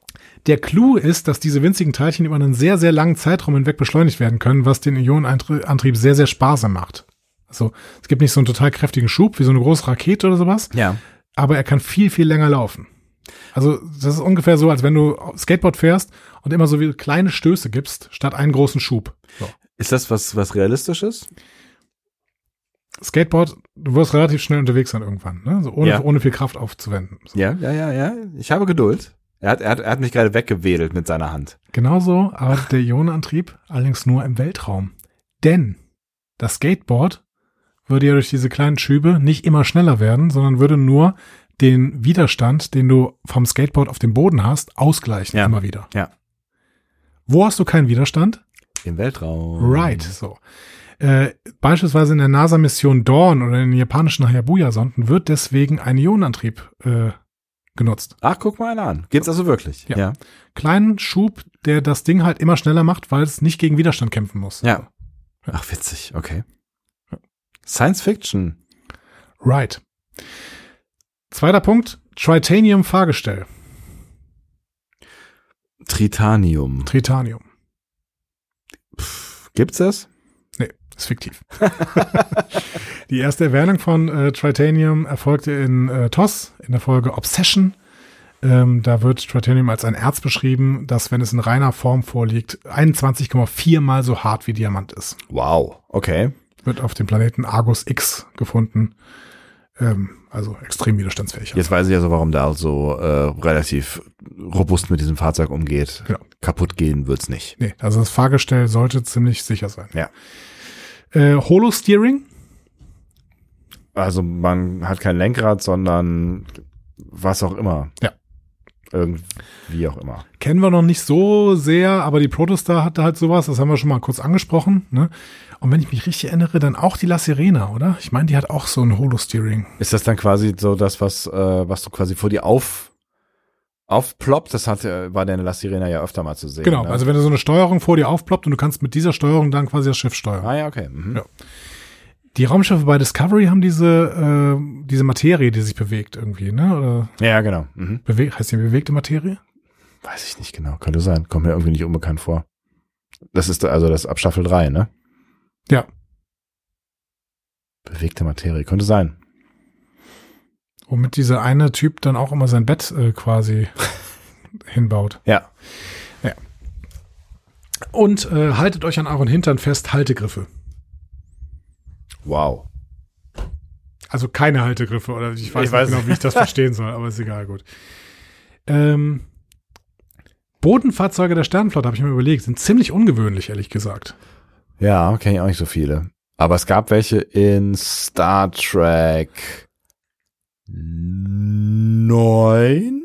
Der Clou ist, dass diese winzigen Teilchen über einen sehr, sehr langen Zeitraum hinweg beschleunigt werden können, was den Ionenantrieb sehr, sehr sparsam macht. Also es gibt nicht so einen total kräftigen Schub wie so eine große Rakete oder sowas, aber er kann viel, viel länger laufen. Also das ist ungefähr so, als wenn du Skateboard fährst und immer so wie kleine Stöße gibst, statt einen großen Schub. So. Ist das was Realistisches? Skateboard, du wirst relativ schnell unterwegs sein irgendwann, ne? So ohne viel Kraft aufzuwenden. So. Ja. Ich habe Geduld. Er hat mich gerade weggewedelt mit seiner Hand. Genauso arbeitet der Ionenantrieb allerdings nur im Weltraum. Denn das Skateboard würde ja durch diese kleinen Schübe nicht immer schneller werden, sondern würde nur den Widerstand, den du vom Skateboard auf dem Boden hast, ausgleichen immer wieder. Ja. Wo hast du keinen Widerstand? Im Weltraum. Right, so. Beispielsweise in der NASA-Mission Dawn oder in den japanischen Hayabusa-Sonden wird deswegen ein Ionenantrieb genutzt. Ach, guck mal einer an. Gibt's also wirklich? Ja. Kleinen Schub, der das Ding halt immer schneller macht, weil es nicht gegen Widerstand kämpfen muss. Ja. Ach, witzig. Okay. Science Fiction. Right. Zweiter Punkt. Tritanium-Fahrgestell. Tritanium. Gibt's das? Nee, ist fiktiv. Die erste Erwähnung von Tritanium erfolgte in TOS, in der Folge Obsession. Da wird Tritanium als ein Erz beschrieben, das, wenn es in reiner Form vorliegt, 21,4 mal so hart wie Diamant ist. Wow, okay. Wird auf dem Planeten Argus X gefunden. Also extrem widerstandsfähig. Jetzt weiß ich also, warum der so relativ robust mit diesem Fahrzeug umgeht. Genau. Kaputt gehen wird's nicht. Nee, also das Fahrgestell sollte ziemlich sicher sein. Ja. Holo-Steering? Also man hat kein Lenkrad, sondern was auch immer. Ja. Irgendwie auch immer. Kennen wir noch nicht so sehr, aber die Protostar hatte halt sowas, das haben wir schon mal kurz angesprochen, ne? Und wenn ich mich richtig erinnere, dann auch die La Sirena, oder? Ich meine, die hat auch so ein Holo-Steering. Ist das dann quasi so das, was du quasi vor dir aufploppt? Das war der in La Sirena ja öfter mal zu sehen. Genau, ne? also wenn du so eine Steuerung vor dir aufploppt und du kannst mit dieser Steuerung dann quasi das Schiff steuern. Ah ja, okay. Mhm. Ja. Die Raumschiffe bei Discovery haben diese Materie, die sich bewegt irgendwie, ne? Oder ja, genau. Mhm. Heißt die bewegte Materie? Weiß ich nicht genau, könnte sein. Kommt mir irgendwie nicht unbekannt vor. Das ist also das ab Staffel 3, ne? Ja. Bewegte Materie, könnte sein. Womit dieser eine Typ dann auch immer sein Bett quasi hinbaut. Ja. Und haltet euch an euren Hintern fest, Haltegriffe. Wow. Also keine Haltegriffe, oder ich weiß nicht genau, wie ich das verstehen soll, aber ist egal, gut. Bodenfahrzeuge der Sternenflotte, habe ich mir überlegt, sind ziemlich ungewöhnlich, ehrlich gesagt. Ja, kenne ich auch nicht so viele. Aber es gab welche in Star Trek 9?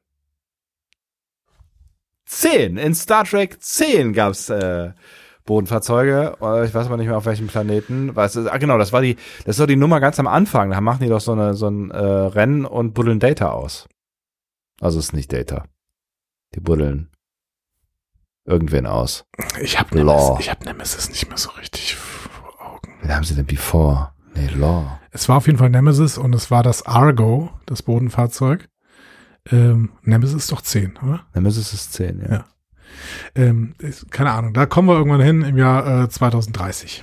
10. In Star Trek 10 gab's Bodenfahrzeuge. Ich weiß aber nicht mehr auf welchem Planeten. Genau, das ist doch die Nummer ganz am Anfang. Da machen die doch so ein Rennen und buddeln Data aus. Also es ist nicht Data. Die buddeln irgendwen aus. Ich hab Nemesis nicht mehr so richtig vor Augen. Wen haben sie denn Before? Nee, Law. Es war auf jeden Fall Nemesis und es war das Argo, das Bodenfahrzeug. Nemesis ist doch 10, oder? Nemesis ist 10, ja. Keine Ahnung, da kommen wir irgendwann hin im Jahr 2030.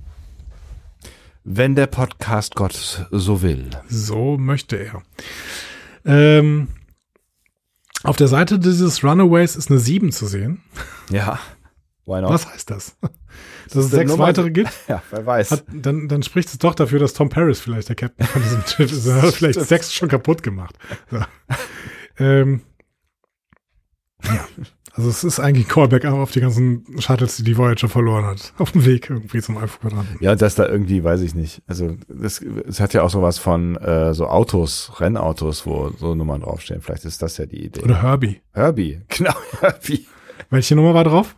Wenn der Podcast Gott so will. So möchte er. Auf der Seite dieses Runaways ist eine 7 zu sehen. Ja, why not? Was heißt das? Dass es 6 weitere gibt? Ja, wer weiß. Dann spricht es doch dafür, dass Tom Paris vielleicht der Captain von diesem Schiff ist. Er hat vielleicht 6 schon kaputt gemacht. So. Ja. Also es ist eigentlich ein Callback auf die ganzen Shuttles, die Voyager verloren hat. Auf dem Weg irgendwie zum Alpha-Quadranten. Ja, dass da irgendwie, weiß ich nicht. Also es hat ja auch sowas von so Autos, Rennautos, wo so Nummern draufstehen. Vielleicht ist das ja die Idee. Oder Herbie. Genau, Herbie. Welche Nummer war drauf?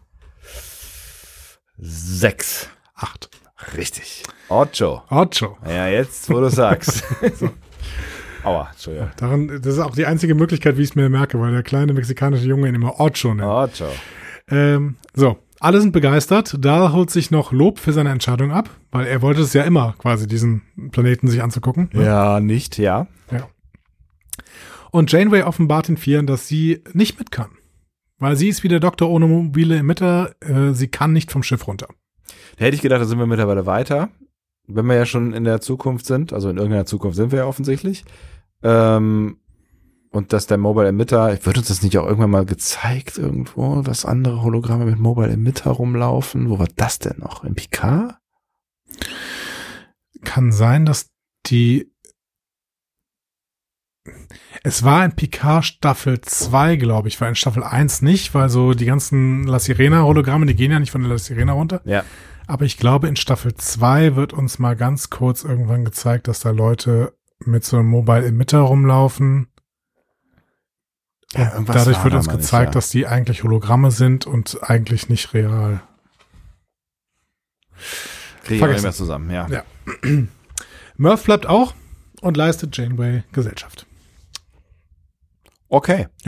6. 8. Richtig. Ocho. Ja, jetzt, wo du sagst. So. Aua, Entschuldigung. Das ist auch die einzige Möglichkeit, wie ich es mir merke, weil der kleine mexikanische Junge ihn immer Ocho nennt. Ocho. So, alle sind begeistert. Dahl holt sich noch Lob für seine Entscheidung ab, weil er wollte es ja immer, quasi diesen Planeten sich anzugucken. Ne? Ja, nicht, ja. Und Janeway offenbart den Vieren, dass sie nicht mit kann. Weil sie ist wie der Doktor ohne mobile Emitter, sie kann nicht vom Schiff runter. Da hätte ich gedacht, da sind wir mittlerweile weiter, wenn wir ja schon in der Zukunft sind, also in irgendeiner Zukunft sind wir ja offensichtlich. Und dass der Mobile Emitter, wird uns das nicht auch irgendwann mal gezeigt irgendwo, dass andere Hologramme mit Mobile Emitter rumlaufen? Wo war das denn noch? In Picard? Kann sein, dass es war in Picard Staffel 2, glaube ich, war in Staffel 1 nicht, weil so die ganzen La Sirena-Hologramme, die gehen ja nicht von der La Sirena runter. Ja. Aber ich glaube, in Staffel 2 wird uns mal ganz kurz irgendwann gezeigt, dass da Leute mit so einem Mobile Emitter rumlaufen. Ja, dadurch wird uns gezeigt, dass die eigentlich Hologramme sind und eigentlich nicht real. Kriege ich auch nicht mehr zusammen, ja. Murph bleibt auch und leistet Janeway Gesellschaft. Okay. Ja.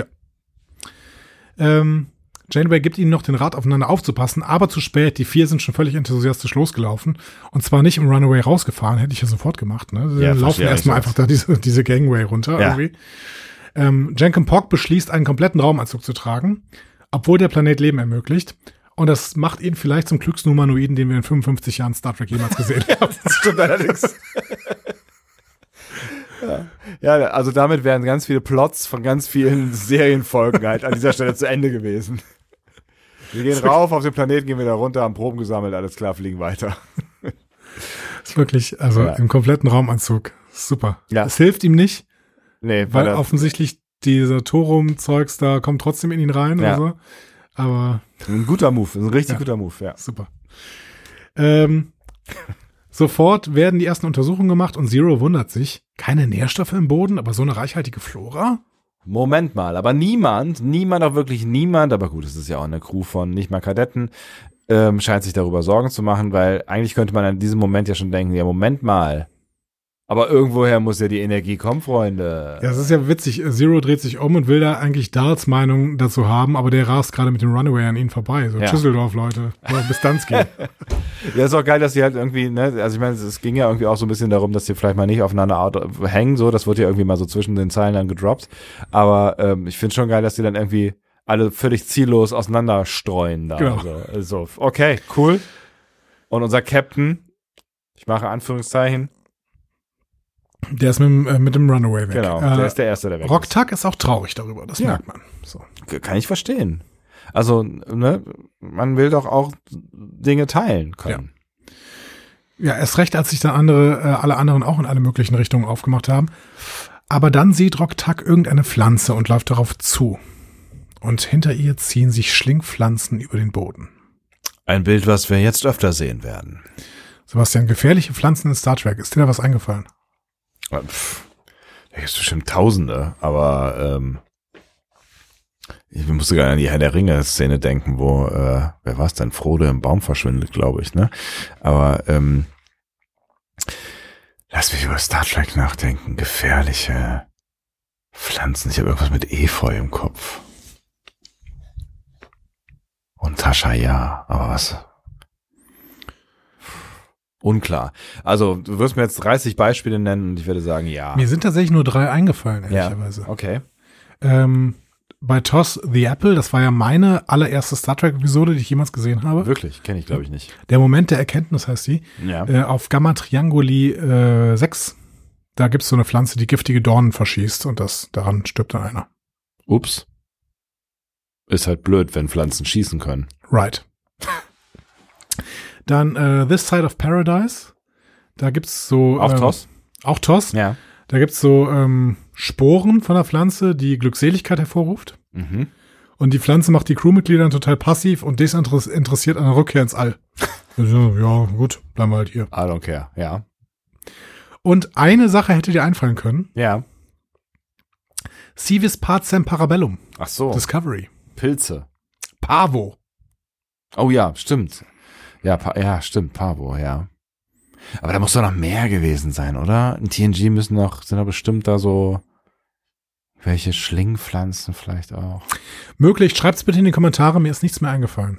Janeway gibt ihnen noch den Rat, aufeinander aufzupassen, aber zu spät. Die 4 sind schon völlig enthusiastisch losgelaufen. Und zwar nicht im Runaway rausgefahren, hätte ich ja sofort gemacht. Ne? Sie laufen erstmal einfach da diese Gangway runter irgendwie. Jankum Pog beschließt, einen kompletten Raumanzug zu tragen, obwohl der Planet Leben ermöglicht. Und das macht ihn vielleicht zum klügsten Humanoiden, den wir in 55 Jahren Star Trek jemals gesehen haben. Das stimmt allerdings. Ja, also damit wären ganz viele Plots von ganz vielen Serienfolgen halt an dieser Stelle zu Ende gewesen. Wir gehen rauf auf den Planeten, gehen wieder runter, haben Proben gesammelt, alles klar, fliegen weiter. Das ist wirklich, im kompletten Raumanzug. Super. Ja. Es hilft ihm nicht, nee, weil offensichtlich dieser Thorum-Zeugs da kommt trotzdem in ihn rein oder so. Aber ein guter Move, ein richtig guter Move, ja. Super. Sofort werden die ersten Untersuchungen gemacht und Zero wundert sich. Keine Nährstoffe im Boden, aber so eine reichhaltige Flora? Moment mal, aber niemand, auch wirklich niemand, aber gut, es ist ja auch eine Crew von nicht mal Kadetten, scheint sich darüber Sorgen zu machen, weil eigentlich könnte man in diesem Moment ja schon denken, ja, Moment mal. Aber irgendwoher muss ja die Energie kommen, Freunde. Ja, das ist ja witzig. Zero dreht sich um und will da eigentlich Darts Meinung dazu haben, aber der rast gerade mit dem Runaway an ihnen vorbei. So, Düsseldorf, Leute. Bis Danski. Ja, ist auch geil, dass sie halt irgendwie, ne, also ich meine, es ging ja irgendwie auch so ein bisschen darum, dass sie vielleicht mal nicht aufeinander hängen, so, das wird ja irgendwie mal so zwischen den Zeilen dann gedroppt. Aber ich finde schon geil, dass sie dann irgendwie alle völlig ziellos auseinanderstreuen da. Genau. Also, okay, cool. Und unser Captain, ich mache Anführungszeichen, der ist mit dem Runaway weg. Genau, der ist der Erste, der weg ist. Rock-Tuck ist auch traurig darüber, das merkt man. So. Kann ich verstehen. Also, ne, man will doch auch Dinge teilen können. Ja, erst recht, als sich dann alle anderen auch in alle möglichen Richtungen aufgemacht haben. Aber dann sieht Rock-Tuck irgendeine Pflanze und läuft darauf zu. Und hinter ihr ziehen sich Schlingpflanzen über den Boden. Ein Bild, was wir jetzt öfter sehen werden. Sebastian, gefährliche Pflanzen in Star Trek. Ist dir da was eingefallen? Da gibt es bestimmt Tausende, aber ich musste gerade an die Herr der Ringe-Szene denken, wo, wer war es denn? Frodo im Baum verschwindet, glaube ich, ne? Aber lass mich über Star Trek nachdenken. Gefährliche Pflanzen. Ich habe irgendwas mit Efeu im Kopf. Und Tascha, ja, aber was? Unklar. Also, du wirst mir jetzt 30 Beispiele nennen und ich würde sagen, ja. Mir sind tatsächlich nur 3 eingefallen, ehrlicherweise. Ja, okay. Bei Toss the Apple, das war ja meine allererste Star Trek-Episode, die ich jemals gesehen habe. Wirklich? Kenne ich, glaube ich, nicht. Der Moment der Erkenntnis heißt die. Ja. Auf Gamma Trianguli 6. Da gibt's so eine Pflanze, die giftige Dornen verschießt und daran stirbt dann einer. Ups. Ist halt blöd, wenn Pflanzen schießen können. Right. Dann This Side of Paradise. Da gibt's so auch Toss? Auch Toss. Ja. Da gibt's so Sporen von der Pflanze, die Glückseligkeit hervorruft. Mhm. Und die Pflanze macht die Crewmitglieder total passiv und desinteressiert an der Rückkehr ins All. Also, ja, gut, bleiben wir halt hier. I don't care, ja. Und eine Sache hätte dir einfallen können. Ja. Civis Pacem Parabellum. Ach so. Discovery. Pilze. Pavo. Oh ja, stimmt. Ja, stimmt, Pavo, ja. Aber da muss doch noch mehr gewesen sein, oder? In TNG sind doch bestimmt da so welche Schlingpflanzen vielleicht auch. Möglich, schreibt's bitte in die Kommentare, mir ist nichts mehr eingefallen.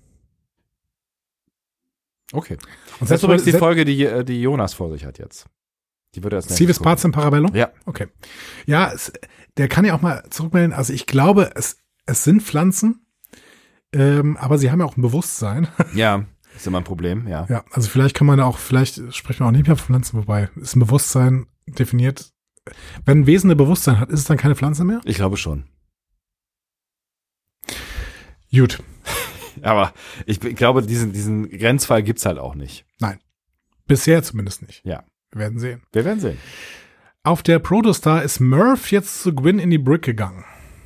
Okay. Und das ist übrigens die Folge, die Jonas vor sich hat jetzt. Die würde als Civis Pacem Parabellum? Ja. Okay. Ja, der kann ja auch mal zurückmelden. Also ich glaube, es sind Pflanzen, aber sie haben ja auch ein Bewusstsein. Ja, ist immer ein Problem, ja. Ja, also vielleicht sprechen wir auch nicht mehr von Pflanzen, wobei ist ein Bewusstsein definiert. Wenn ein Wesen ein Bewusstsein hat, ist es dann keine Pflanze mehr? Ich glaube schon. Gut. Aber ich glaube, diesen Grenzfall gibt's halt auch nicht. Nein. Bisher zumindest nicht. Ja. Wir werden sehen. Wir werden sehen. Auf der Protostar ist Murph jetzt zu Gwyn in die Brick gegangen.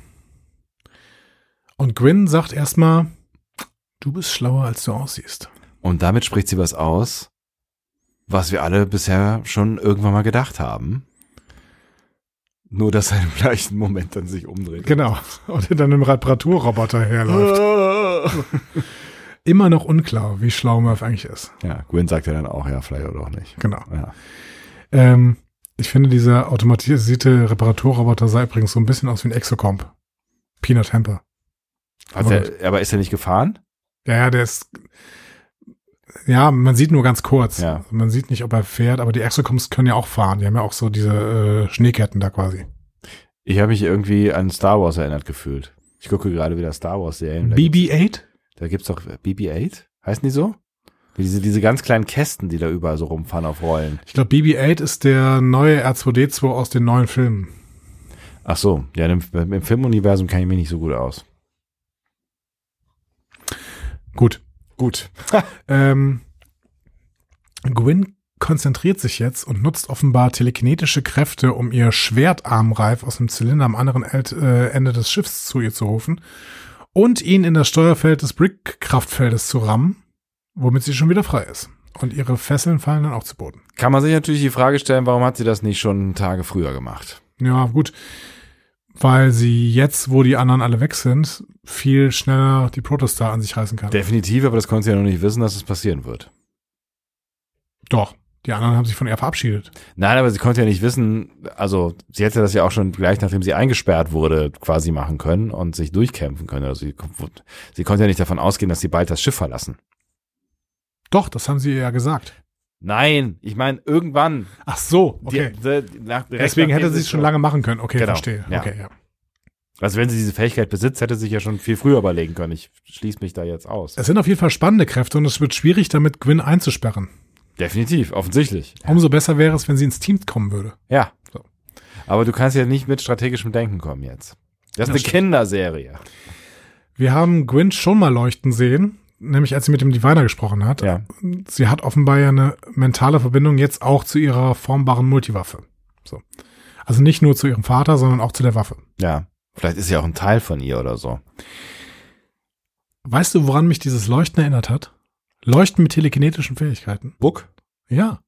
Und Gwyn sagt erstmal, du bist schlauer, als du aussiehst. Und damit spricht sie was aus, was wir alle bisher schon irgendwann mal gedacht haben. Nur, dass er im gleichen Moment dann sich umdreht. Genau. Und dann im Reparaturroboter herläuft. Immer noch unklar, wie schlau Murph eigentlich ist. Ja, Gwyn sagt ja dann auch, ja, vielleicht oder auch nicht. Genau. Ja. Ich finde, dieser automatisierte Reparaturroboter sah übrigens so ein bisschen aus wie ein Exocomp. Peanut Hamper. Aber ist er nicht gefahren? Ja, der ist. Ja, man sieht nur ganz kurz. Ja. Man sieht nicht, ob er fährt, aber die Exocomps können ja auch fahren. Die haben ja auch so diese Schneeketten da quasi. Ich habe mich irgendwie an Star Wars erinnert gefühlt. Ich gucke gerade wieder Star Wars Serien. BB-8? Da gibt's doch BB-8? Heißen die so? Diese ganz kleinen Kästen, die da überall so rumfahren auf Rollen. Ich glaube, BB-8 ist der neue R2D2 aus den neuen Filmen. Ach so, ja, im Filmuniversum kenne ich mich nicht so gut aus. Gut. Gwyn konzentriert sich jetzt und nutzt offenbar telekinetische Kräfte, um ihr Schwertarmreif aus dem Zylinder am anderen Ende des Schiffs zu ihr zu rufen und ihn in das Steuerfeld des Brick-Kraftfeldes zu rammen, womit sie schon wieder frei ist. Und ihre Fesseln fallen dann auch zu Boden. Kann man sich natürlich die Frage stellen, warum hat sie das nicht schon Tage früher gemacht? Ja, gut. Weil sie jetzt, wo die anderen alle weg sind, viel schneller die Protostar an sich reißen kann. Definitiv, aber das konnte sie ja noch nicht wissen, dass es passieren wird. Doch, die anderen haben sich von ihr verabschiedet. Nein, aber sie konnte ja nicht wissen, also sie hätte das ja auch schon gleich, nachdem sie eingesperrt wurde, quasi machen können und sich durchkämpfen können. Also sie konnte ja nicht davon ausgehen, dass sie bald das Schiff verlassen. Doch, das haben sie ihr ja gesagt. Nein, ich meine irgendwann. Ach so, okay. Deswegen hätte sie es schon lange machen können. Okay, genau, verstehe. Ja. Okay, ja. Also wenn sie diese Fähigkeit besitzt, hätte sie sich ja schon viel früher überlegen können. Ich schließe mich da jetzt aus. Es sind auf jeden Fall spannende Kräfte und es wird schwierig, damit Gwyn einzusperren. Definitiv, offensichtlich. Umso besser wäre es, wenn sie ins Team kommen würde. Ja. So. Aber du kannst ja nicht mit strategischem Denken kommen jetzt. Das ist eine Kinderserie. Wir haben Gwyn schon mal leuchten sehen. Nämlich als sie mit dem Diviner gesprochen hat. Ja. Sie hat offenbar ja eine mentale Verbindung jetzt auch zu ihrer formbaren Multiwaffe. So. Also nicht nur zu ihrem Vater, sondern auch zu der Waffe. Ja. Vielleicht ist sie auch ein Teil von ihr oder so. Weißt du, woran mich dieses Leuchten erinnert hat? Leuchten mit telekinetischen Fähigkeiten. Buck? Ja.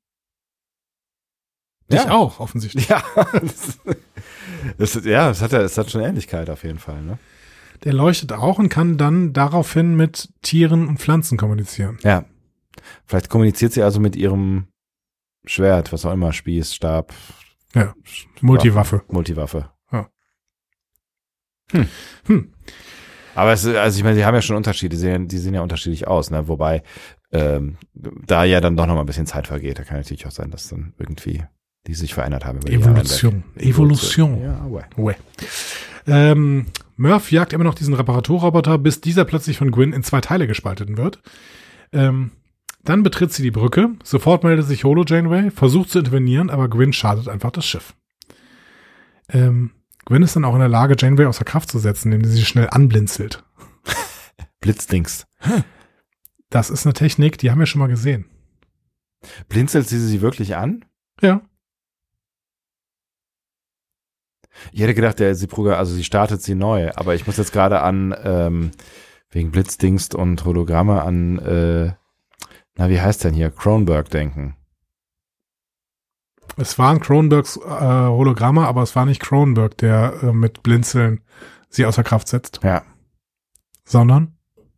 Dich auch, offensichtlich. Ja. Es hat schon Ähnlichkeit auf jeden Fall, ne? Der leuchtet auch und kann dann daraufhin mit Tieren und Pflanzen kommunizieren. Ja. Vielleicht kommuniziert sie also mit ihrem Schwert, was auch immer, Spieß, Stab. Ja. Multiwaffe. Ja. Aber also ich meine, sie haben ja schon Unterschiede, die sehen ja unterschiedlich aus, ne? Wobei da ja dann doch noch mal ein bisschen Zeit vergeht. Da kann natürlich auch sein, dass dann irgendwie die sich verändert haben. Evolution. Ja, ouais. Murph jagt immer noch diesen Reparaturroboter, bis dieser plötzlich von Gwyn in 2 Teile gespalten wird. Dann betritt sie die Brücke, sofort meldet sich Holo Janeway, versucht zu intervenieren, aber Gwyn schadet einfach das Schiff. Gwyn ist dann auch in der Lage, Janeway außer Kraft zu setzen, indem sie schnell anblinzelt. Blitzdings. Das ist eine Technik, die haben wir schon mal gesehen. Blinzelt sie wirklich an? Ja. Ich hätte gedacht, sie startet sie neu, aber ich muss jetzt gerade an, wegen Blitzdingst und Hologramme an, wie heißt denn hier, Cronenberg denken. Es waren Cronenbergs Hologramme, aber es war nicht Cronenberg, der mit Blinzeln sie außer Kraft setzt. Ja. Sondern?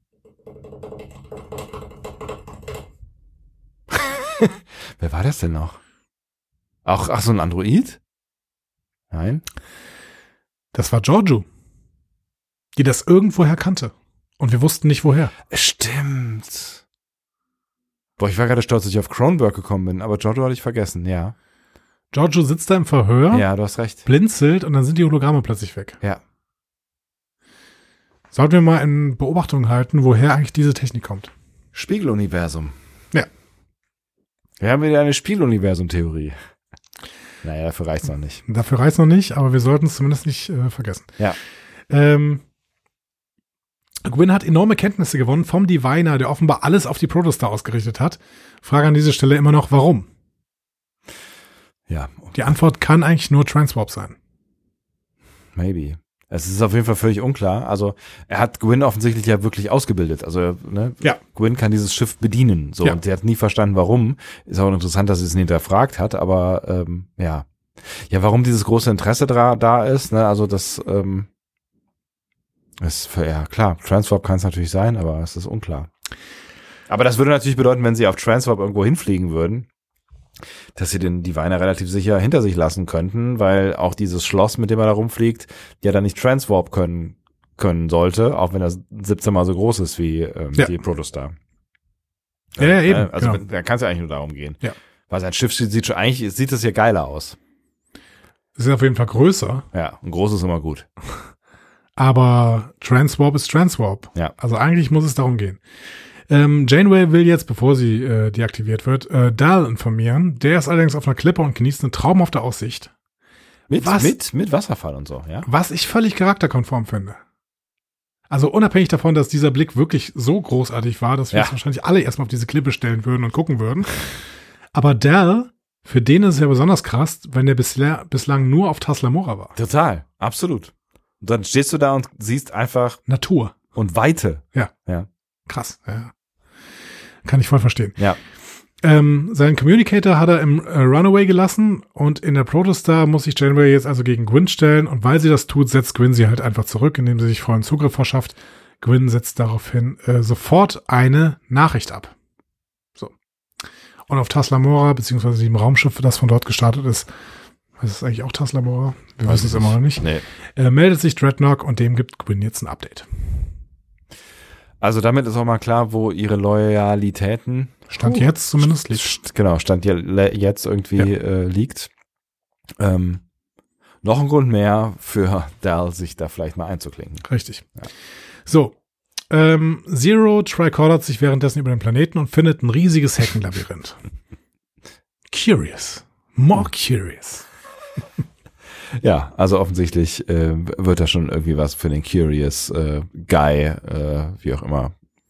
Wer war das denn noch? Ach, so ein Android? Nein. Das war Giorgio, die das irgendwoher kannte. Und wir wussten nicht, woher. Stimmt. Boah, ich war gerade stolz, dass ich auf Cronenberg gekommen bin, aber Giorgio hatte ich vergessen, ja. Giorgio sitzt da im Verhör. Ja, du hast recht. Blinzelt und dann sind die Hologramme plötzlich weg. Ja. sollten wir mal in Beobachtung halten, woher eigentlich diese Technik kommt. Spiegeluniversum. Ja. Wir haben wieder eine Spiegeluniversum-Theorie. Naja, dafür reicht's noch nicht. Dafür reicht's noch nicht, aber wir sollten es zumindest nicht vergessen. Ja. Gwyn hat enorme Kenntnisse gewonnen vom Diviner, der offenbar alles auf die Protostar ausgerichtet hat. Frage an dieser Stelle immer noch, warum? Ja. Die Antwort kann eigentlich nur Transwarp sein. Maybe. Es ist auf jeden Fall völlig unklar. Also er hat Gwyn offensichtlich ja wirklich ausgebildet. Also ja. Gwyn kann dieses Schiff bedienen. So, und sie hat nie verstanden, warum. Ist auch interessant, dass sie es nie hinterfragt hat. Aber ja, warum dieses große Interesse da ist. Ne? Also das ist klar. Transwarp kann es natürlich sein, aber es ist unklar. Aber das würde natürlich bedeuten, wenn sie auf Transwarp irgendwo hinfliegen würden, dass sie den Diviner relativ sicher hinter sich lassen könnten, weil auch dieses Schloss, mit dem er da rumfliegt, ja dann nicht Transwarp können sollte, auch wenn er 17 Mal so groß ist wie die Protostar. Ja, eben. Also genau. da kann es ja eigentlich nur darum gehen. Ja. Weil sein Schiff sieht das hier geiler aus. Es ist auf jeden Fall größer. Ja, und groß ist immer gut. Aber Transwarp ist Transwarp. Ja. Also eigentlich muss es darum gehen. Janeway will jetzt, bevor sie deaktiviert wird, Dal informieren. Der ist allerdings auf einer Klippe und genießt eine traumhafte Aussicht. Mit Wasserfall und so, ja. Was ich völlig charakterkonform finde. Also unabhängig davon, dass dieser Blick wirklich so großartig war, dass wir uns wahrscheinlich alle erstmal auf diese Klippe stellen würden und gucken würden. Aber Dal, für den ist es ja besonders krass, wenn der bislang nur auf Tasla Mora war. Total, absolut. Und dann stehst du da und siehst einfach Natur. Und Weite. Ja. Ja. Krass, ja. Kann ich voll verstehen. Ja. Seinen Communicator hat er im Runaway gelassen und in der Protostar muss sich Janeway jetzt also gegen Gwyn stellen und weil sie das tut, setzt Gwyn sie halt einfach zurück, indem sie sich vollen Zugriff verschafft. Gwyn setzt daraufhin sofort eine Nachricht ab. So. Und auf Tasla Mora, beziehungsweise dem Raumschiff, das von dort gestartet ist, was ist eigentlich auch Tasla Mora? Wir wissen es immer noch nicht. Nee. Meldet sich Dreadnought und dem gibt Gwyn jetzt ein Update. Also damit ist auch mal klar, wo ihre Loyalitäten Stand jetzt zumindest liegt. Genau, Stand jetzt irgendwie liegt. Noch ein Grund mehr für Dal, sich da vielleicht mal einzuklinken. Richtig. Ja. So. Zero tricordert sich währenddessen über den Planeten und findet ein riesiges Heckenlabyrinth. Curious. More curious. Ja, also offensichtlich wird da schon irgendwie was für den Curious Guy, wie auch immer,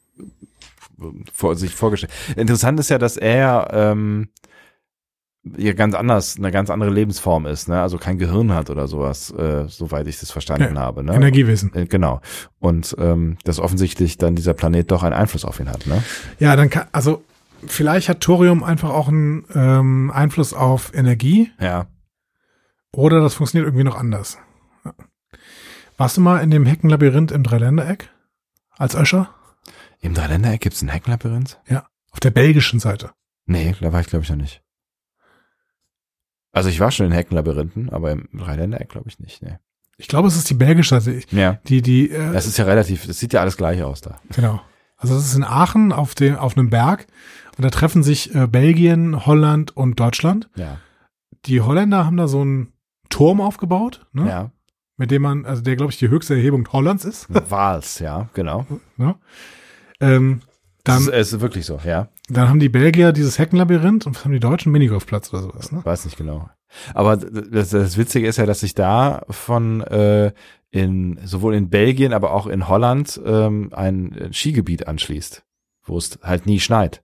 sich vorgestellt. Interessant ist ja, dass er hier eine ganz andere Lebensform ist, ne? Also kein Gehirn hat oder sowas, soweit ich das verstanden habe. Ne? Energiewesen. Genau. Und dass offensichtlich dann dieser Planet doch einen Einfluss auf ihn hat, ne? Ja, dann vielleicht hat Thorium einfach auch einen Einfluss auf Energie. Ja. Oder das funktioniert irgendwie noch anders. Ja. Warst du mal in dem Heckenlabyrinth im Dreiländereck? Als Öscher? Im Dreiländereck gibt's ein Heckenlabyrinth? Ja. Auf der belgischen Seite. Nee, da war ich glaube ich noch nicht. Also ich war schon in Heckenlabyrinthen, aber im Dreiländereck glaube ich nicht, nee. Ich glaube, es ist die belgische Seite. Ja. Das ist ja das sieht ja alles gleich aus da. Genau. Also das ist in Aachen auf einem Berg und da treffen sich Belgien, Holland und Deutschland. Ja. Die Holländer haben da so einen Turm aufgebaut, ne? Ja. Mit dem der glaube ich die höchste Erhebung Hollands ist. Wals, ja, genau. Ne? Es ist wirklich so, ja. Dann haben die Belgier dieses Heckenlabyrinth und was haben die Deutschen? Minigolfplatz oder sowas, ne? Weiß nicht genau. Aber das Witzige ist ja, dass sich da sowohl in Belgien, aber auch in Holland ein Skigebiet anschließt, wo es halt nie schneit.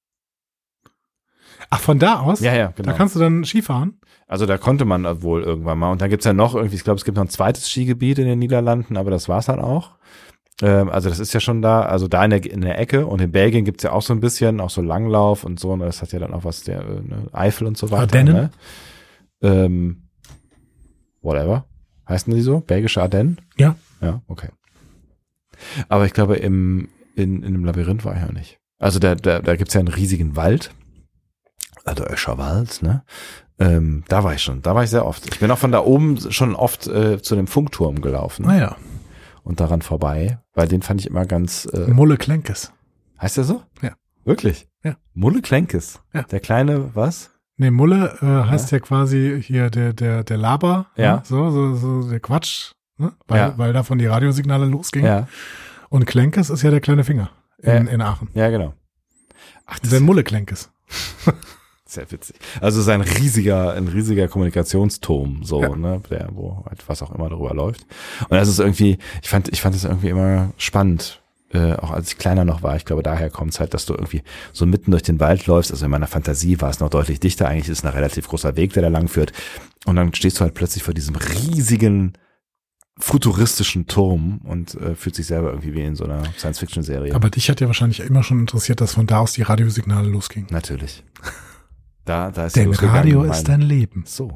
Ach, von da aus? Ja, genau. Da kannst du dann Skifahren? Also da konnte man wohl irgendwann mal. Und dann gibt's ja noch irgendwie, ich glaube, es gibt noch ein zweites Skigebiet in den Niederlanden, aber das war's dann auch. Also das ist ja schon da, also da in der Ecke. Und in Belgien gibt's ja auch so ein bisschen, auch so Langlauf und so. Und das hat ja dann auch was, Eifel und so weiter. Ardennen? Ne? Whatever. Heißen die so? Belgische Ardennen? Ja. Ja, okay. Aber ich glaube, in einem Labyrinth war ich noch nicht. Also da gibt's ja einen riesigen Wald. Also Öscherwald, ne? Da war ich sehr oft. Ich bin auch von da oben schon oft zu dem Funkturm gelaufen. Naja. Und daran vorbei, weil den fand ich immer ganz... Mulle Klenkes. Heißt der so? Ja. Wirklich? Ja. Mulle Klenkes? Ja. Der kleine, was? Nee, Mulle heißt ja quasi hier der Laber. Ja. Ne? So der Quatsch. ne? Weil davon die Radiosignale losgingen. Ja. Und Klenkes ist ja der kleine Finger in Aachen. Ja, genau. Ach, das ist der Mulle Klenkes. Sehr witzig. Also es ist ein riesiger Kommunikationsturm, so, ne, wo halt was auch immer darüber läuft. Und das ist irgendwie, ich fand es irgendwie immer spannend, auch als ich kleiner noch war. Ich glaube, daher kommt es halt, dass du irgendwie so mitten durch den Wald läufst. Also in meiner Fantasie war es noch deutlich dichter. Eigentlich ist es ein relativ großer Weg, der da lang führt. Und dann stehst du halt plötzlich vor diesem riesigen futuristischen Turm und fühlt sich selber irgendwie wie in so einer Science-Fiction-Serie. Aber dich hat ja wahrscheinlich immer schon interessiert, dass von da aus die Radiosignale losgingen. Natürlich. Da ist Denn Radio ist dein Leben. So.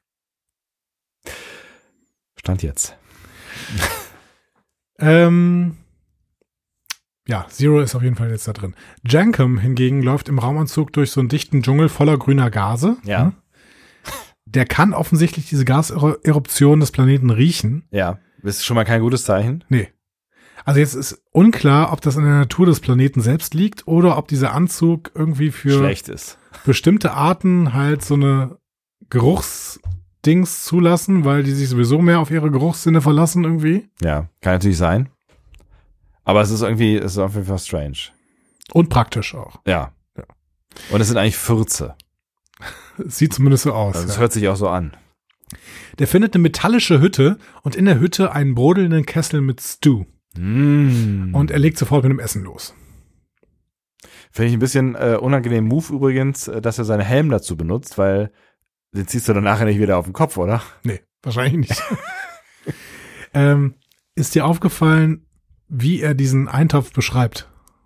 Stand jetzt. Ja, Zero ist auf jeden Fall jetzt da drin. Jankum hingegen läuft im Raumanzug durch so einen dichten Dschungel voller grüner Gase. Ja. Der kann offensichtlich diese Gaseruption des Planeten riechen. Ja, das ist schon mal kein gutes Zeichen. Nee. Also jetzt ist unklar, ob das in der Natur des Planeten selbst liegt oder ob dieser Anzug irgendwie für schlecht ist. Bestimmte Arten halt so eine Geruchsdings zulassen, weil die sich sowieso mehr auf ihre Geruchssinne verlassen irgendwie. Ja, kann natürlich sein. Aber es ist auf jeden Fall strange. Und praktisch auch. Ja. Und es sind eigentlich Fürze. Sieht zumindest so aus. Also es hört sich auch so an. Der findet eine metallische Hütte und in der Hütte einen brodelnden Kessel mit Stew. Und er legt sofort mit dem Essen los. Finde ich ein bisschen unangenehmen Move übrigens, dass er seinen Helm dazu benutzt, weil den ziehst du dann nachher nicht wieder auf den Kopf, oder? Nee, wahrscheinlich nicht. Ist dir aufgefallen, wie er diesen Eintopf beschreibt?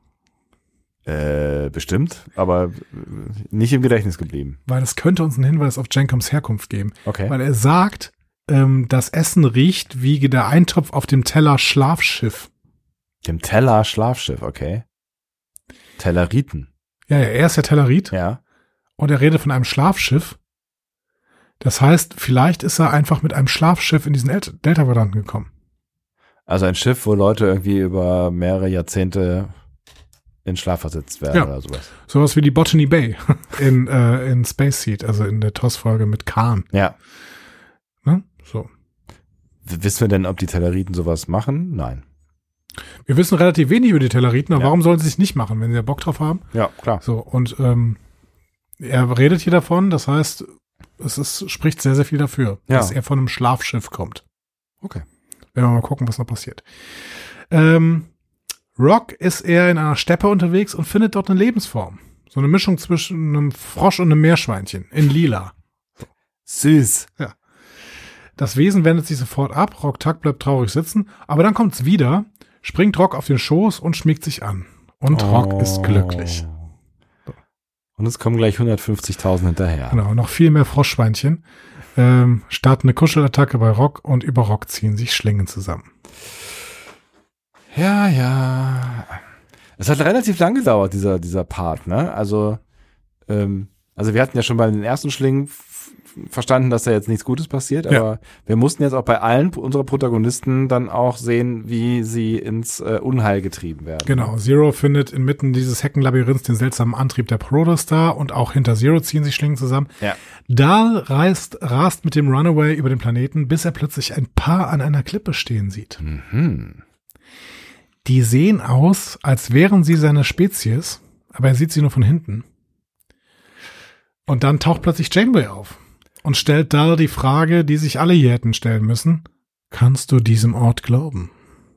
Bestimmt, aber nicht im Gedächtnis geblieben. Weil es könnte uns einen Hinweis auf Jankums Herkunft geben. Okay. Weil er sagt, das Essen riecht wie der Eintopf auf dem Teller Schlafschiff. Dem Teller Schlafschiff, okay. Telleriten. Ja, er ist ja Tellerit. Ja. Und er redet von einem Schlafschiff. Das heißt, vielleicht ist er einfach mit einem Schlafschiff in diesen Delta-Quadranten gekommen. Also ein Schiff, wo Leute irgendwie über mehrere Jahrzehnte in Schlaf versetzt werden oder sowas. Sowas wie die Botany Bay in Space Seed, also in der TOS-Folge mit Khan. Ja. Ne? So. Wissen wir denn, ob die Telleriten sowas machen? Nein. Wir wissen relativ wenig über die Telleriten, aber warum sollen sie es nicht machen, wenn sie ja Bock drauf haben? Ja, klar. So, und er redet hier davon, das heißt, spricht sehr, sehr viel dafür, dass er von einem Schlafschiff kommt. Okay. Werden wir mal gucken, was noch passiert. Rock ist eher in einer Steppe unterwegs und findet dort eine Lebensform. So eine Mischung zwischen einem Frosch und einem Meerschweinchen in lila. Süß. Ja. Das Wesen wendet sich sofort ab, Rock-Tuck bleibt traurig sitzen, aber dann kommt's wieder, springt Rock auf den Schoß und schmiegt sich an. Und Rock ist glücklich. So. Und es kommen gleich 150.000 hinterher. Genau, noch viel mehr Froschschweinchen. Starten eine Kuschelattacke bei Rock und über Rock ziehen sich Schlingen zusammen. Ja. Es hat relativ lang gedauert, dieser Part, ne? Also wir hatten ja schon bei den ersten Schlingen verstanden, dass da jetzt nichts Gutes passiert, aber wir mussten jetzt auch bei allen unserer Protagonisten dann auch sehen, wie sie ins Unheil getrieben werden. Genau, Zero findet inmitten dieses Heckenlabyrinths den seltsamen Antrieb der Protostar und auch hinter Zero ziehen sich Schlingen zusammen. Ja. Dahl rast mit dem Runaway über den Planeten, bis er plötzlich ein Paar an einer Klippe stehen sieht. Mhm. Die sehen aus, als wären sie seine Spezies, aber er sieht sie nur von hinten. Und dann taucht plötzlich Janeway auf und stellt Dahl die Frage, die sich alle hier hätten stellen müssen. Kannst du diesem Ort glauben?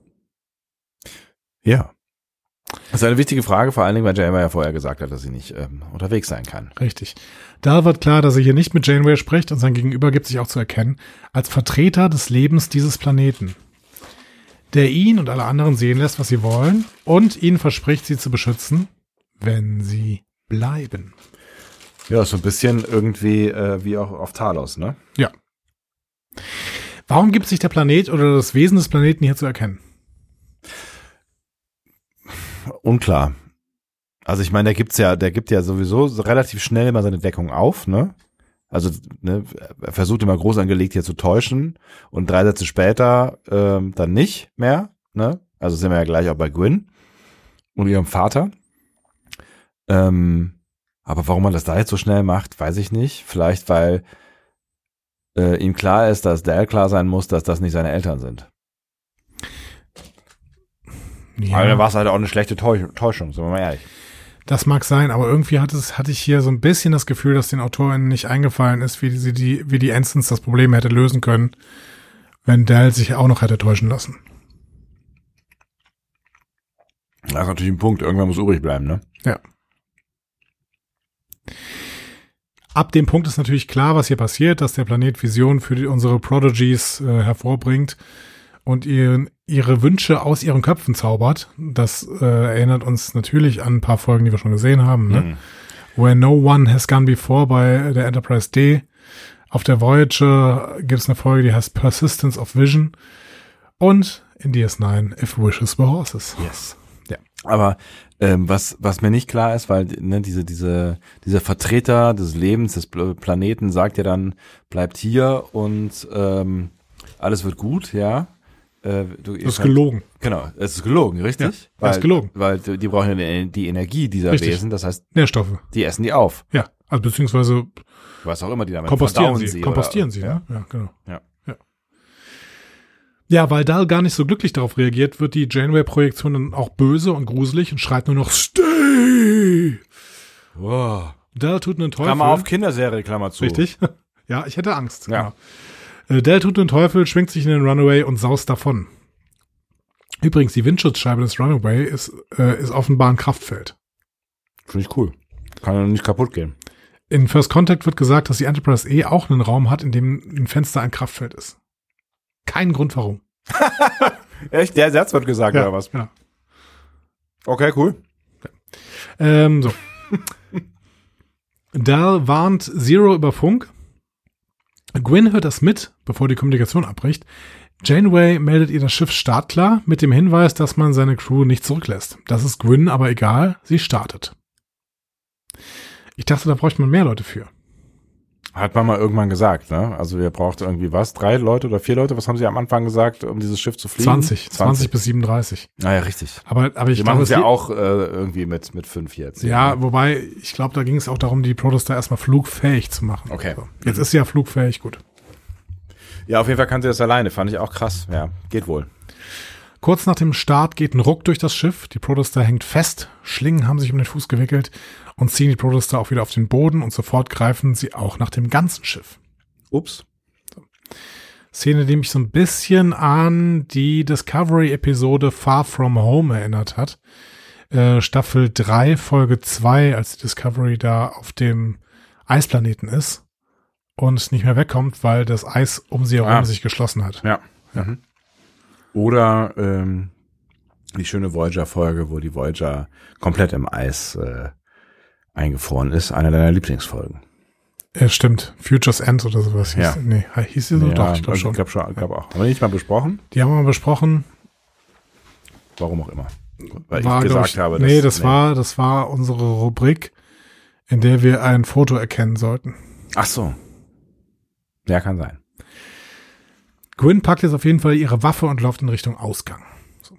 Ja. Das ist eine wichtige Frage, vor allen Dingen, weil Janeway ja vorher gesagt hat, dass sie nicht unterwegs sein kann. Richtig. Dahl wird klar, dass er hier nicht mit Janeway spricht und sein Gegenüber gibt sich auch zu erkennen, als Vertreter des Lebens dieses Planeten, der ihn und alle anderen sehen lässt, was sie wollen und ihnen verspricht, sie zu beschützen, wenn sie bleiben. Ja, so ein bisschen irgendwie wie auch auf Talos, ne? Ja. Warum gibt sich der Planet oder das Wesen des Planeten hier zu erkennen? Unklar. Also ich meine, der gibt ja sowieso relativ schnell immer seine Deckung auf, ne? Also ne, er versucht immer groß angelegt hier zu täuschen und 3 Sätze später dann nicht mehr, ne? Also sind wir ja gleich auch bei Gwyn und ihrem Vater. Aber warum man das da jetzt so schnell macht, weiß ich nicht. Vielleicht, weil ihm klar ist, dass Dal klar sein muss, dass das nicht seine Eltern sind. Ja. Aber dann war es halt auch eine schlechte Täuschung, sind wir mal ehrlich. Das mag sein, aber irgendwie hatte ich hier so ein bisschen das Gefühl, dass den AutorInnen nicht eingefallen ist, wie die Ensigns das Problem hätte lösen können, wenn Dal sich auch noch hätte täuschen lassen. Das ist natürlich ein Punkt. Irgendwann muss übrig bleiben, ne? Ja. Ab dem Punkt ist natürlich klar, was hier passiert, dass der Planet Vision für unsere Prodigies hervorbringt und ihre Wünsche aus ihren Köpfen zaubert. Das erinnert uns natürlich an ein paar Folgen, die wir schon gesehen haben. Ne? Where No One Has Gone Before bei der Enterprise D. Auf der Voyager gibt es eine Folge, die heißt Persistence of Vision. Und in DS9 If Wishes Were Horses. Yes. Ja. Aber was mir nicht klar ist, weil ne, dieser Vertreter des Lebens, des Planeten sagt ja dann, bleibt hier und alles wird gut, ja. Das ist gelogen. Genau, es ist gelogen, richtig? Ja, es ist gelogen. Weil die brauchen ja die Energie dieser richtig. Wesen, das heißt Nährstoffe. Die essen die auf. Ja, also beziehungsweise was auch immer die damit kompostieren sie, oder, ne? Ja, genau. Ja. Ja, weil Dal gar nicht so glücklich darauf reagiert, wird die Janeway-Projektion dann auch böse und gruselig und schreit nur noch Stay! Wow. Dal tut einen Teufel. Klammer auf, Kinderserie, Klammer zu. Richtig. Ja, ich hätte Angst. Ja. Genau. Dal tut einen Teufel, schwingt sich in den Runaway und saust davon. Übrigens, die Windschutzscheibe des Runaway ist offenbar ein Kraftfeld. Finde ich cool. Kann ja nicht kaputt gehen. In First Contact wird gesagt, dass die Enterprise E auch einen Raum hat, in dem ein Fenster ein Kraftfeld ist. Kein Grund, warum. Echt? Der Satz wird gesagt, oder was? Ja. Okay, cool. So. Dal warnt Zero über Funk. Gwyn hört das mit, bevor die Kommunikation abbricht. Janeway meldet ihr das Schiff startklar mit dem Hinweis, dass man seine Crew nicht zurücklässt. Das ist Gwyn aber egal, sie startet. Ich dachte, da bräuchte man mehr Leute für. Hat man mal irgendwann gesagt, ne? Also ihr braucht irgendwie 3 Leute oder 4 Leute, was haben sie am Anfang gesagt, um dieses Schiff zu fliegen? 20 bis 37. Naja, richtig. Aber ich die machen es ja auch irgendwie mit 5 jetzt. Ja, ne? Wobei, ich glaube, da ging es auch darum, die Protostar erstmal flugfähig zu machen. Okay. So. Jetzt ist sie ja flugfähig, gut. Ja, auf jeden Fall kann sie das alleine, fand ich auch krass. Ja, geht wohl. Kurz nach dem Start geht ein Ruck durch das Schiff, die Protostar hängt fest, Schlingen haben sich um den Fuß gewickelt und ziehen die Protostar auch wieder auf den Boden und sofort greifen sie auch nach dem ganzen Schiff. Ups. So. Szene, die mich so ein bisschen an die Discovery-Episode Far From Home erinnert hat. Staffel 3, Folge 2, als die Discovery da auf dem Eisplaneten ist und nicht mehr wegkommt, weil das Eis um sie herum sich geschlossen hat. Ja. Mhm. Oder die schöne Voyager-Folge, wo die Voyager komplett im Eis eingefroren ist. Eine deiner Lieblingsfolgen. Ja, stimmt. Futures End oder sowas. Hieß sie so? Ja, doch, ich glaube schon. Ich glaube auch. Haben wir nicht mal besprochen? Die haben wir mal besprochen. Warum auch immer. Weil ich gesagt habe, das war unsere Rubrik, in der wir ein Foto erkennen sollten. Ach so. Ja, kann sein. Gwyn packt jetzt auf jeden Fall ihre Waffe und läuft in Richtung Ausgang. So.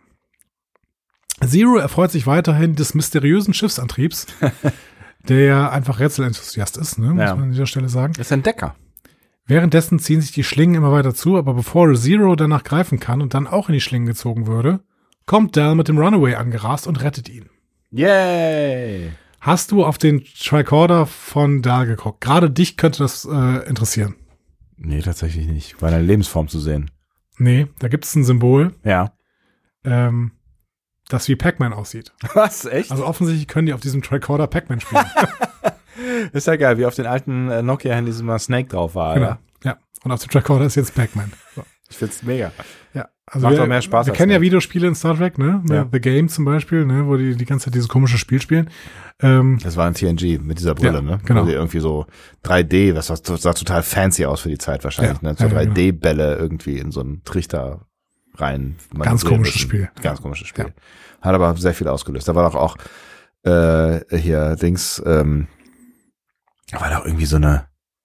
Zero erfreut sich weiterhin des mysteriösen Schiffsantriebs, der ja einfach Rätselenthusiast ist, ne, muss man an dieser Stelle sagen. Ist ein Entdecker. Währenddessen ziehen sich die Schlingen immer weiter zu, aber bevor Zero danach greifen kann und dann auch in die Schlingen gezogen würde, kommt Dal mit dem Runaway angerast und rettet ihn. Yay! Hast du auf den Tricorder von Dal geguckt? Gerade dich könnte das interessieren. Nee, tatsächlich nicht. War eine Lebensform zu sehen. Nee, da gibt es ein Symbol. Ja. Das wie Pac-Man aussieht. Was? Echt? Also offensichtlich können die auf diesem Tricorder Pac-Man spielen. Ist ja geil, wie auf den alten Nokia-Handys immer Snake drauf war, genau. Oder? Ja, und auf dem Tricorder ist jetzt Pac-Man. So. Ich find's mega. Ja, also macht doch mehr Spaß. Wir kennen ja Videospiele in Star Trek, ne? Ja. The Game zum Beispiel, ne? Wo die ganze Zeit dieses komische Spiel spielen. Das war ein TNG mit dieser Brille, ja, ne? Genau. Wo die irgendwie so 3D, das sah total fancy aus für die Zeit wahrscheinlich, ne? So 3D-Bälle irgendwie in so einen Trichter rein. Ganz komisches Spiel. Ganz komisches Spiel. Ja. Hat aber sehr viel ausgelöst. Da war doch auch hier Dings, da war doch irgendwie so eine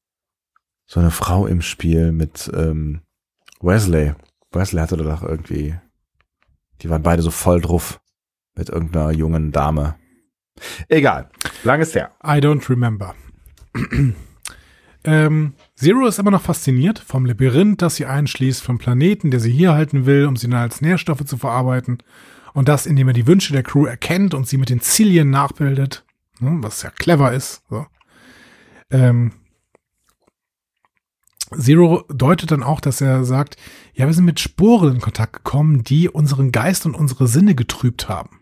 Frau im Spiel mit Wesley. Wesley hatte doch irgendwie, die waren beide so voll drauf mit irgendeiner jungen Dame. Egal, langes her. I don't remember. Zero ist immer noch fasziniert vom Labyrinth, das sie einschließt, vom Planeten, der sie hier halten will, um sie dann als Nährstoffe zu verarbeiten. Und das, indem er die Wünsche der Crew erkennt und sie mit den Zilien nachbildet, was ja clever ist. So. Zero deutet dann auch, dass er sagt, ja, wir sind mit Sporen in Kontakt gekommen, die unseren Geist und unsere Sinne getrübt haben.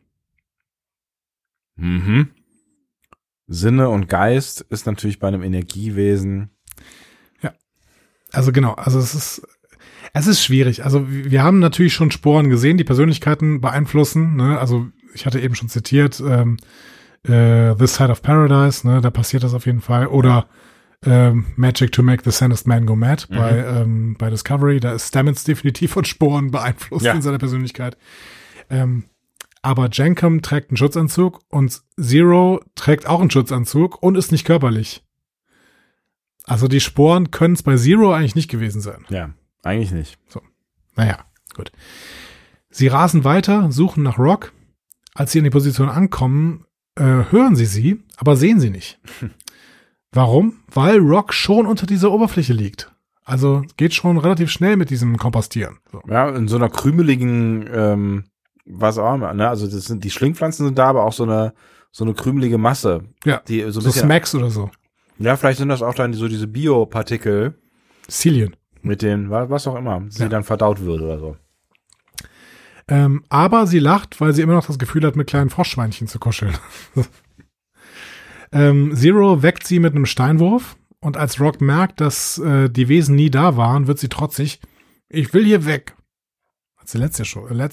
Mhm. Sinne und Geist ist natürlich bei einem Energiewesen. Ja. Also genau, also es ist schwierig. Also wir haben natürlich schon Sporen gesehen, die Persönlichkeiten beeinflussen. Ne? Also ich hatte eben schon zitiert, This Side of Paradise, ne? Da passiert das auf jeden Fall. Oder Magic to make the Sanest Man go mad bei Discovery. Da ist Stamets definitiv von Sporen beeinflusst in seiner Persönlichkeit. Aber Jankum trägt einen Schutzanzug und Zero trägt auch einen Schutzanzug und ist nicht körperlich. Also die Sporen können es bei Zero eigentlich nicht gewesen sein. Ja, eigentlich nicht. So, naja, gut. Sie rasen weiter, suchen nach Rock. Als sie in die Position ankommen, hören sie, aber sehen sie nicht. Warum? Weil Rock schon unter dieser Oberfläche liegt. Also geht schon relativ schnell mit diesem Kompostieren. So. Ja, in so einer krümeligen, was auch immer, ne? Also das sind die Schlingpflanzen sind da, aber auch so eine krümelige Masse. Ja, die so Smacks oder so. Ja, vielleicht sind das auch dann so diese Biopartikel. Cilien. Mit denen, was auch immer, die dann verdaut wird oder so. Aber sie lacht, weil sie immer noch das Gefühl hat, mit kleinen Froschschweinchen zu kuscheln. Zero weckt sie mit einem Steinwurf und als Rock merkt, dass die Wesen nie da waren, wird sie trotzig. Ich will hier weg. Hat sie letzte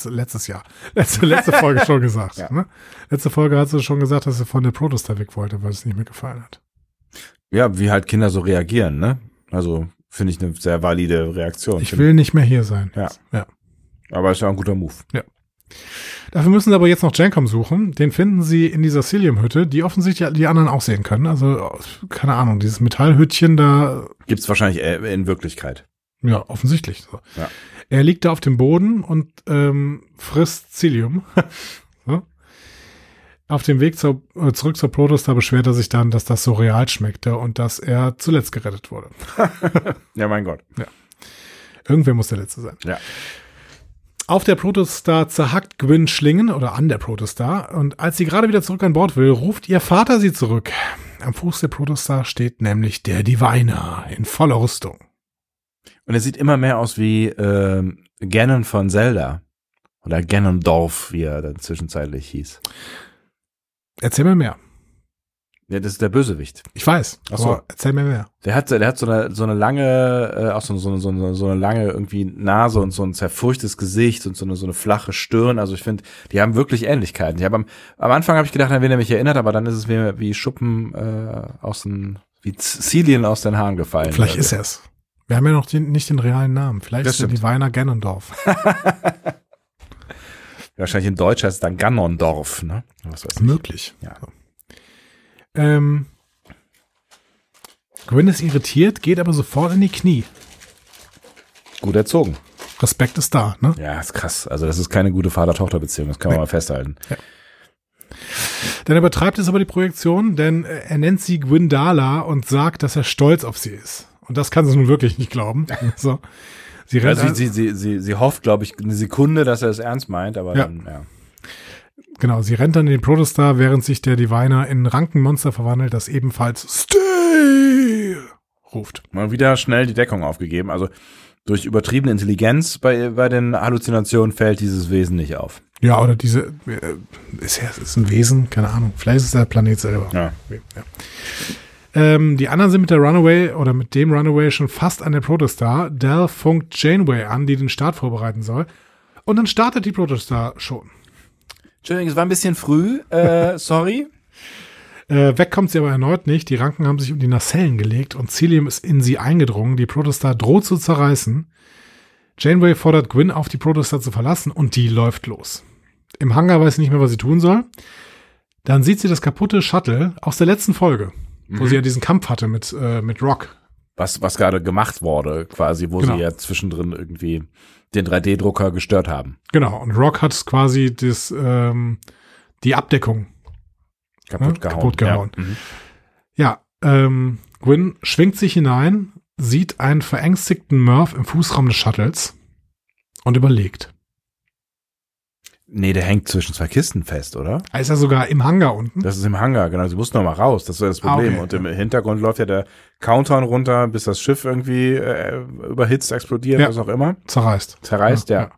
Folge schon gesagt. Ja. Ne? Letzte Folge hat sie schon gesagt, dass sie von der Protostar weg wollte, weil es nicht mehr gefallen hat. Ja, wie halt Kinder so reagieren, ne? Also finde ich eine sehr valide Reaktion. Ich will nicht mehr hier sein. Ja. Aber ist ja ein guter Move. Ja. Dafür müssen sie aber jetzt noch Jankum suchen. Den finden sie in dieser Cilium-Hütte, die offensichtlich die anderen auch sehen können. Also, keine Ahnung, dieses Metallhüttchen da. Gibt's wahrscheinlich in Wirklichkeit. Ja, offensichtlich. So. Ja. Er liegt da auf dem Boden und frisst Cilium. So. Auf dem Weg zurück zur Protostar beschwert er sich dann, dass das so real schmeckte und dass er zuletzt gerettet wurde. Ja, mein Gott. Ja. Irgendwer muss der Letzte sein. Ja. Auf der Protostar zerhackt Gwyn Schlingen oder an der Protostar und als sie gerade wieder zurück an Bord will, ruft ihr Vater sie zurück. Am Fuß der Protostar steht nämlich der Diviner in voller Rüstung. Und er sieht immer mehr aus wie Ganon von Zelda. Oder Ganondorf, wie er dann zwischenzeitlich hieß. Erzähl mir mehr. Ja, das ist der Bösewicht. Ich weiß, aber erzähl mir mehr. Der hat so eine lange, auch so eine lange irgendwie Nase und so ein zerfurchtes Gesicht und so eine flache Stirn. Also ich finde, die haben wirklich Ähnlichkeiten. Am Anfang habe ich gedacht, an wen er mich erinnert, aber dann ist es mir wie Schuppen wie Cilien aus den Haaren gefallen. Vielleicht ist er es. Wir haben ja noch nicht den realen Namen. Vielleicht ist der Diviner Ganondorf. Wahrscheinlich in Deutsch heißt es dann Ganondorf, ne? Was weiß ich. Möglich. Ja. So. Gwyn ist irritiert, geht aber sofort in die Knie. Gut erzogen. Respekt ist da, ne? Ja, ist krass. Also das ist keine gute Vater-Tochter-Beziehung, das kann man mal festhalten. Ja. Dann übertreibt es aber die Projektion, denn er nennt sie Gwyndala und sagt, dass er stolz auf sie ist. Und das kann sie nun wirklich nicht glauben. So. Sie hofft, glaube ich, eine Sekunde, dass er es ernst meint, aber dann, ja. Genau, sie rennt dann in den Protostar, während sich der Diviner in ein Rankenmonster verwandelt, das ebenfalls Stay ruft. Mal wieder schnell die Deckung aufgegeben. Also durch übertriebene Intelligenz bei den Halluzinationen fällt dieses Wesen nicht auf. Ja, oder ist ein Wesen, keine Ahnung. Vielleicht ist es der Planet selber. Ja. Die anderen sind mit dem Runaway schon fast an der Protostar. Del funkt Janeway an, die den Start vorbereiten soll. Und dann startet die Protostar schon. Entschuldigung, es war ein bisschen früh, sorry. Weg kommt sie aber erneut nicht. Die Ranken haben sich um die Nacellen gelegt und Cilium ist in sie eingedrungen. Die Protostar droht zu zerreißen. Janeway fordert Gwyn auf, die Protostar zu verlassen und die läuft los. Im Hangar weiß sie nicht mehr, was sie tun soll. Dann sieht sie das kaputte Shuttle aus der letzten Folge, wo sie ja diesen Kampf hatte mit Rock. Was gerade gemacht wurde, quasi, wo sie ja zwischendrin irgendwie den 3D-Drucker gestört haben. Genau, und Rock hat quasi die Abdeckung kaputt gehauen. Ja, Gwyn schwingt sich hinein, sieht einen verängstigten Murph im Fußraum des Shuttles und überlegt. Nee, der hängt zwischen zwei Kisten fest, oder? Er ist ja sogar im Hangar unten. Das ist im Hangar, genau. Sie mussten noch mal raus, das ist das Problem. Okay, und im Hintergrund läuft ja der Countdown runter, bis das Schiff irgendwie überhitzt, explodiert, was auch immer. Zerreißt, ja.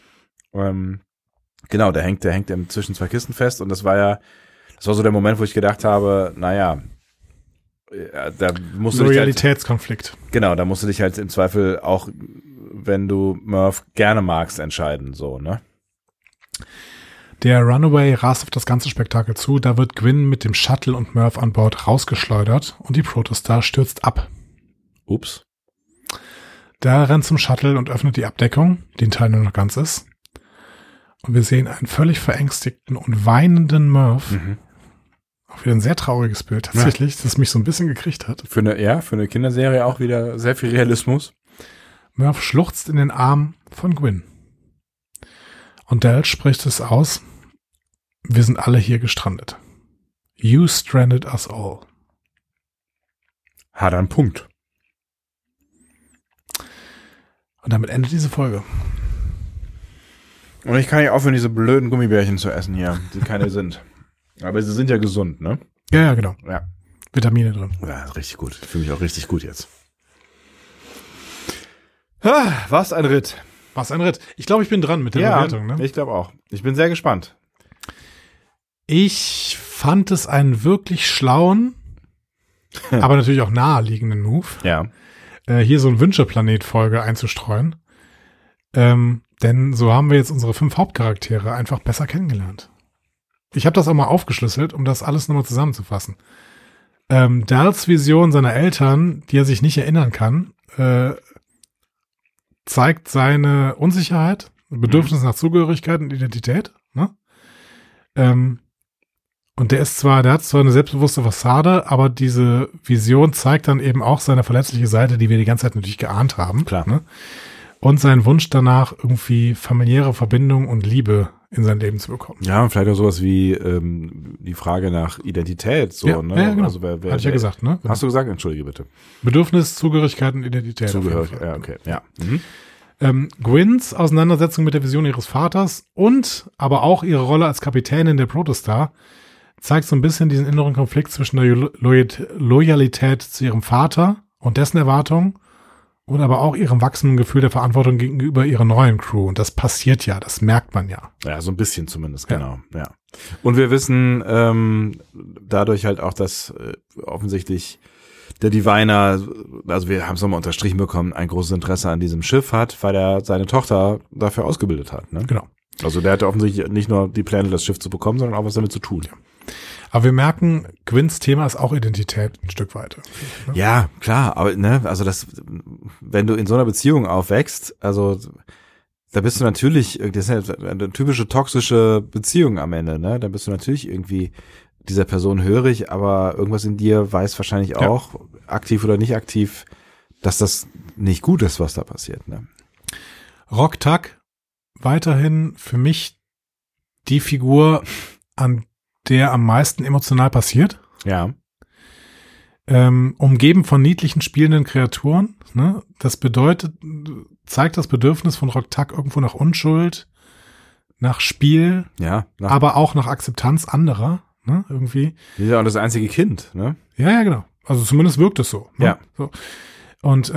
Genau, der hängt zwischen zwei Kisten fest und das war so der Moment, wo ich gedacht habe, naja, da musst du Loyalitätskonflikt. Genau, da musst du dich halt im Zweifel auch, wenn du Murph gerne magst, entscheiden, so, ne? Der Runaway rast auf das ganze Spektakel zu, da wird Gwyn mit dem Shuttle und Murph an Bord rausgeschleudert und die Protostar stürzt ab. Ups. Der rennt zum Shuttle und öffnet die Abdeckung, die ein Teil nur noch ganz ist. Und wir sehen einen völlig verängstigten und weinenden Murph. Mhm. Auch wieder ein sehr trauriges Bild, tatsächlich, das mich so ein bisschen gekriegt hat. Für eine Kinderserie auch wieder sehr viel Realismus. Murph schluchzt in den Arm von Gwyn. Und Dal spricht es aus: Wir sind alle hier gestrandet. You stranded us all. Hat einen Punkt. Und damit endet diese Folge. Und ich kann nicht aufhören, diese blöden Gummibärchen zu essen hier, die keine sind. Aber sie sind ja gesund, ne? Ja, genau. Ja. Vitamine drin. Ja, richtig gut. Ich fühle mich auch richtig gut jetzt. Was ein Ritt. Was ein Ritt. Ich glaube, ich bin dran mit der Bewertung, ne? Ich glaube auch. Ich bin sehr gespannt. Ich fand es einen wirklich schlauen, aber natürlich auch naheliegenden Move. Ja. Hier so ein Wünscheplanet-Folge einzustreuen. Denn so haben wir jetzt unsere 5 Hauptcharaktere einfach besser kennengelernt. Ich habe das auch mal aufgeschlüsselt, um das alles nochmal zusammenzufassen. Dals Vision seiner Eltern, die er sich nicht erinnern kann, zeigt seine Unsicherheit, Bedürfnis nach Zugehörigkeit und Identität. Ne? Und der hat zwar eine selbstbewusste Fassade, aber diese Vision zeigt dann eben auch seine verletzliche Seite, die wir die ganze Zeit natürlich geahnt haben. Klar. Ne? Und seinen Wunsch danach, irgendwie familiäre Verbindung und Liebe in sein Leben zu bekommen. Ja, und vielleicht auch sowas wie die Frage nach Identität. So, ja, ne? Ja, genau. Also hatte ich ja gesagt, ne? Hast du gesagt? Entschuldige bitte. Bedürfnis, Zugehörigkeit und Identität. Zugehörigkeit, ja, okay. Ja. Gwyns Auseinandersetzung mit der Vision ihres Vaters und aber auch ihre Rolle als Kapitänin der Protostar zeigt so ein bisschen diesen inneren Konflikt zwischen der Loyalität zu ihrem Vater und dessen Erwartungen und aber auch ihrem wachsenden Gefühl der Verantwortung gegenüber ihrer neuen Crew. Und das passiert ja, das merkt man ja. Ja, so ein bisschen zumindest, genau. Ja. Und wir wissen dadurch halt auch, dass offensichtlich der Diviner, also wir haben es nochmal unterstrichen bekommen, ein großes Interesse an diesem Schiff hat, weil er seine Tochter dafür ausgebildet hat. Ne? Genau. Also der hatte offensichtlich nicht nur die Pläne, das Schiff zu bekommen, sondern auch was damit zu tun. Ja. Aber wir merken, Gwyns Thema ist auch Identität ein Stück weit. Ne? Ja, klar, aber ne, also das, wenn du in so einer Beziehung aufwächst, also da bist du natürlich, das ist ja eine typische toxische Beziehung am Ende, ne? Da bist du natürlich irgendwie dieser Person hörig, aber irgendwas in dir weiß wahrscheinlich auch, aktiv oder nicht aktiv, dass das nicht gut ist, was da passiert. Ne? Rok-Tahk, weiterhin für mich die Figur, an der am meisten emotional passiert. Ja. Umgeben von niedlichen, spielenden Kreaturen. Ne? Das bedeutet, zeigt das Bedürfnis von Rok-Tahk irgendwo nach Unschuld, nach Spiel, aber auch nach Akzeptanz anderer. Ne, irgendwie. Die ist ja auch das einzige Kind, ne? Ja, genau. Also zumindest wirkt es so. Ne? Ja. So. Und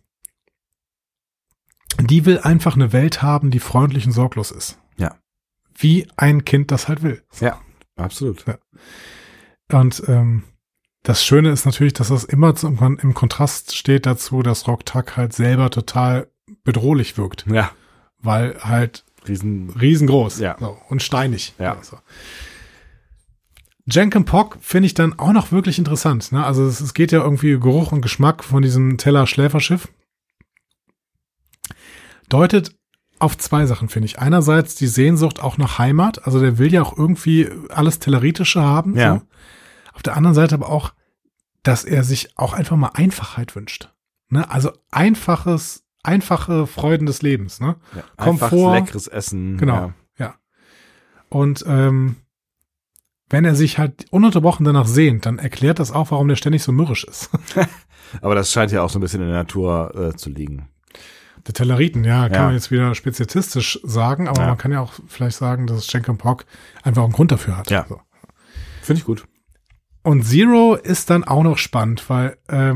die will einfach eine Welt haben, die freundlich und sorglos ist. Ja. Wie ein Kind das halt will. So. Ja, absolut. Ja. Und das Schöne ist natürlich, dass das immer im Kontrast steht dazu, dass Rok-Tahk halt selber total bedrohlich wirkt. Ja. Weil halt riesengroß. Ja. So, und steinig. Ja. So. Janken Pog finde ich dann auch noch wirklich interessant. Ne? Also es geht ja irgendwie Geruch und Geschmack von diesem Teller-Schläferschiff. Deutet auf 2 Sachen, finde ich. Einerseits die Sehnsucht auch nach Heimat. Also der will ja auch irgendwie alles Tellaritische haben. Ja. So. Auf der anderen Seite aber auch, dass er sich auch einfach mal Einfachheit wünscht. Ne? Also einfache Freuden des Lebens. Ne? Ja, Komfort. Leckeres Essen. Genau, ja. Und wenn er sich halt ununterbrochen danach sehnt, dann erklärt das auch, warum der ständig so mürrisch ist. Aber das scheint ja auch so ein bisschen in der Natur zu liegen. Der Telleriten, kann man jetzt wieder speziatistisch sagen, aber man kann ja auch vielleicht sagen, dass Chickenpox einfach einen Grund dafür hat. Ja, so. Finde ich gut. Und Zero ist dann auch noch spannend, weil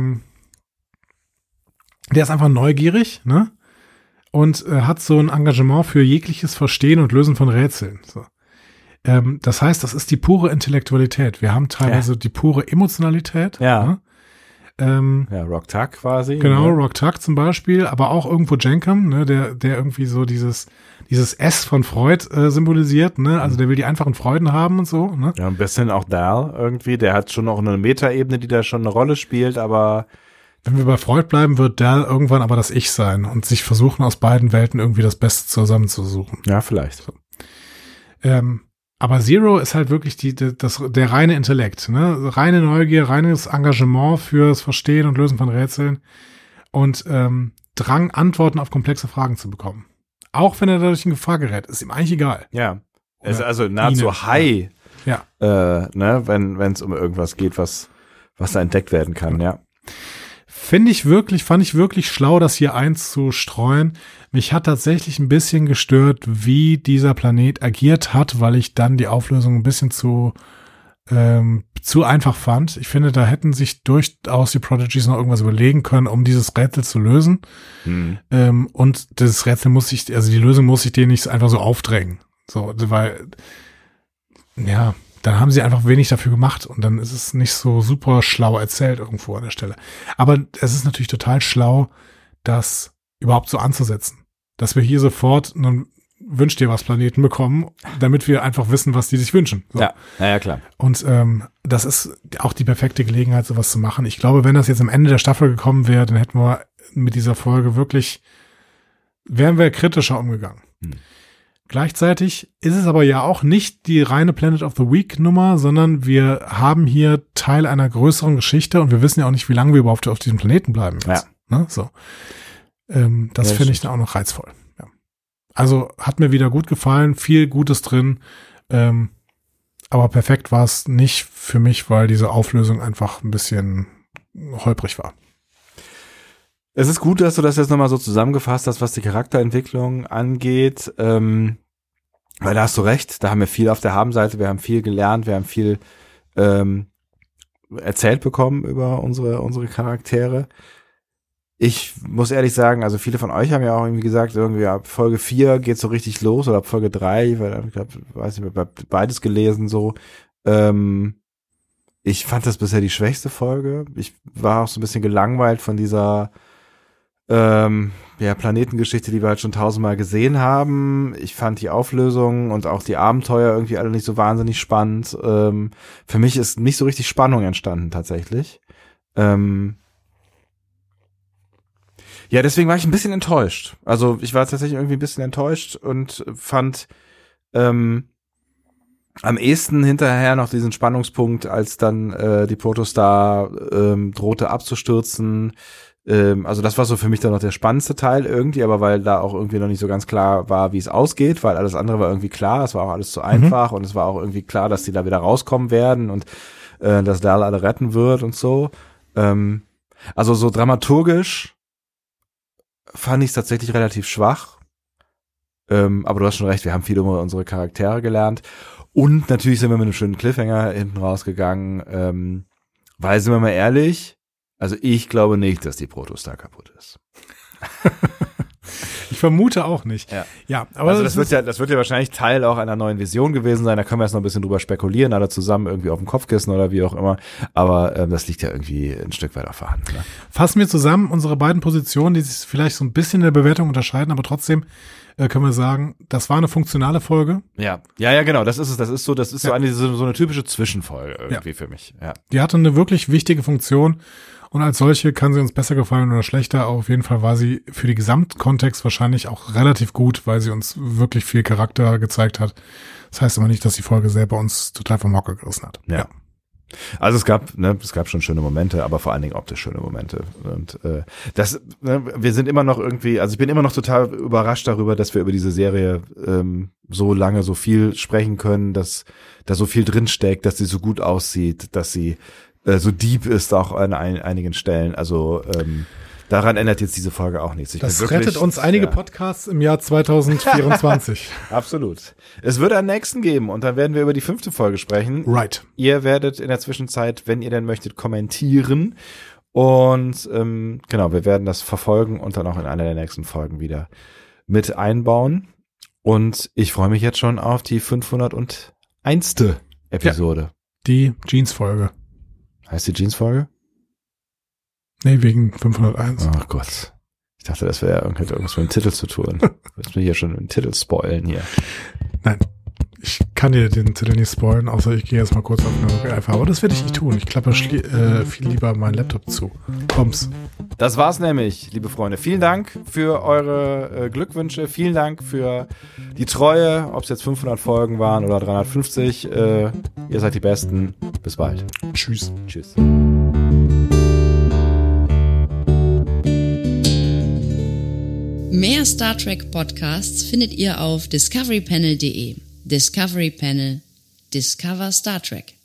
der ist einfach neugierig, ne? Und hat so ein Engagement für jegliches Verstehen und Lösen von Rätseln. So. Das heißt, das ist die pure Intellektualität. Wir haben teilweise die pure Emotionalität. Ja. Ne? Rock Tuck quasi. Genau, ne? Rock Tuck zum Beispiel, aber auch irgendwo Jenkem, ne, der irgendwie so dieses S von Freud symbolisiert, ne? Also der will die einfachen Freuden haben und so, ne? Ja, ein bisschen auch Dal irgendwie, der hat schon noch eine Metaebene, die da schon eine Rolle spielt, aber wenn wir bei Freud bleiben, wird Dal irgendwann aber das Ich sein und sich versuchen, aus beiden Welten irgendwie das Beste zusammenzusuchen. Ja, vielleicht. So. Aber Zero ist halt wirklich der reine Intellekt, ne? Reine Neugier, reines Engagement fürs Verstehen und Lösen von Rätseln und Drang, Antworten auf komplexe Fragen zu bekommen. Auch wenn er dadurch in Gefahr gerät, ist ihm eigentlich egal. Ja. Es ist also nahezu high, ne? Wenn es um irgendwas geht, was da entdeckt werden kann, ja. Fand ich wirklich schlau, das hier einzustreuen. Mich hat tatsächlich ein bisschen gestört, wie dieser Planet agiert hat, weil ich dann die Auflösung ein bisschen zu einfach fand. Ich finde, da hätten sich durchaus die Prodigies noch irgendwas überlegen können, um dieses Rätsel zu lösen. Und das Rätsel die Lösung muss ich denen nicht einfach so aufdrängen. So, weil, dann haben sie einfach wenig dafür gemacht und dann ist es nicht so super schlau erzählt irgendwo an der Stelle. Aber es ist natürlich total schlau, das überhaupt so anzusetzen. Dass wir hier sofort einen Wünsch dir was Planeten bekommen, damit wir einfach wissen, was die sich wünschen. So. Ja, klar. Und das ist auch die perfekte Gelegenheit, sowas zu machen. Ich glaube, wenn das jetzt am Ende der Staffel gekommen wäre, dann hätten wir mit dieser Folge wären wir kritischer umgegangen. Gleichzeitig ist es aber ja auch nicht die reine Planet of the Week Nummer, sondern wir haben hier Teil einer größeren Geschichte und wir wissen ja auch nicht, wie lange wir überhaupt auf diesem Planeten bleiben jetzt. Ja. Ne? So. Das finde ich dann auch noch reizvoll. Ja. Also hat mir wieder gut gefallen, viel Gutes drin, aber perfekt war es nicht für mich, weil diese Auflösung einfach ein bisschen holprig war. Es ist gut, dass du das jetzt nochmal so zusammengefasst hast, was die Charakterentwicklung angeht, weil da hast du recht, da haben wir viel auf der Habenseite, wir haben viel gelernt, wir haben viel erzählt bekommen über unsere Charaktere. Ich muss ehrlich sagen, also viele von euch haben ja auch irgendwie gesagt, irgendwie ab Folge 4 geht's so richtig los oder ab Folge 3, weil ich weiß nicht, beides gelesen so. Ich fand das bisher die schwächste Folge. Ich war auch so ein bisschen gelangweilt von dieser Planetengeschichte, die wir halt schon 1000-mal gesehen haben. Ich fand die Auflösung und auch die Abenteuer irgendwie alle nicht so wahnsinnig spannend. Für mich ist nicht so richtig Spannung entstanden tatsächlich. Deswegen war ich ein bisschen enttäuscht. Also ich war tatsächlich irgendwie ein bisschen enttäuscht und fand am ehesten hinterher noch diesen Spannungspunkt, als dann die Protostar drohte abzustürzen. Also das war so für mich dann noch der spannendste Teil irgendwie, aber weil da auch irgendwie noch nicht so ganz klar war, wie es ausgeht, weil alles andere war irgendwie klar, es war auch alles zu einfach und es war auch irgendwie klar, dass die da wieder rauskommen werden und dass Dal alle retten wird und so. Also so dramaturgisch fand ich es tatsächlich relativ schwach. Aber du hast schon recht, wir haben viel über unsere Charaktere gelernt. Und natürlich sind wir mit einem schönen Cliffhanger hinten rausgegangen, weil, sind wir mal ehrlich, also ich glaube nicht, dass die Protostar kaputt ist. Ich vermute auch nicht. Ja, aber also das wird ja wahrscheinlich Teil auch einer neuen Vision gewesen sein. Da können wir jetzt noch ein bisschen drüber spekulieren, alle zusammen irgendwie auf dem Kopfkissen oder wie auch immer. Aber das liegt ja irgendwie ein Stück weit auf der Hand. Ne? Fassen wir zusammen unsere beiden Positionen, die sich vielleicht so ein bisschen in der Bewertung unterscheiden, aber trotzdem können wir sagen, das war eine funktionale Folge. Ja, genau. Das ist es. Das ist so eine typische Zwischenfolge irgendwie für mich. Ja. Die hatte eine wirklich wichtige Funktion. Und als solche kann sie uns besser gefallen oder schlechter. Auf jeden Fall war sie für den Gesamtkontext wahrscheinlich auch relativ gut, weil sie uns wirklich viel Charakter gezeigt hat. Das heißt aber nicht, dass die Folge selber uns total vom Hocker gerissen hat. Ja. Also es gab schon schöne Momente, aber vor allen Dingen optisch schöne Momente. Und wir sind immer noch irgendwie, also ich bin immer noch total überrascht darüber, dass wir über diese Serie so lange so viel sprechen können, dass da so viel drinsteckt, dass sie so gut aussieht, dass sie so deep ist auch an einigen Stellen. Also daran ändert jetzt diese Folge auch nichts. Das rettet uns einige Podcasts im Jahr 2024. Absolut. Es wird einen nächsten geben und dann werden wir über die 5. Folge sprechen. Right. Ihr werdet in der Zwischenzeit, wenn ihr denn möchtet, kommentieren und genau, wir werden das verfolgen und dann auch in einer der nächsten Folgen wieder mit einbauen. Und ich freue mich jetzt schon auf die 501. Episode. Ja, die Jeans-Folge. Heißt die Jeans-Folge? Nee, wegen 501. Ach Gott. Ich dachte, das wäre irgendwas mit dem Titel zu tun. Willst du mir hier schon den Titel spoilen hier? Nein, ich kann dir den Titel nicht spoilen, außer ich gehe jetzt mal kurz auf eine einfach. Aber das werde ich nicht tun. Ich klappe viel lieber meinen Laptop zu. Komm's. Das war's nämlich, liebe Freunde. Vielen Dank für eure Glückwünsche. Vielen Dank für die Treue, ob es jetzt 500 Folgen waren oder 350. Ihr seid die Besten. Bis bald. Tschüss. Tschüss. Mehr Star Trek Podcasts findet ihr auf discoverypanel.de. Discovery Panel. Discover Star Trek.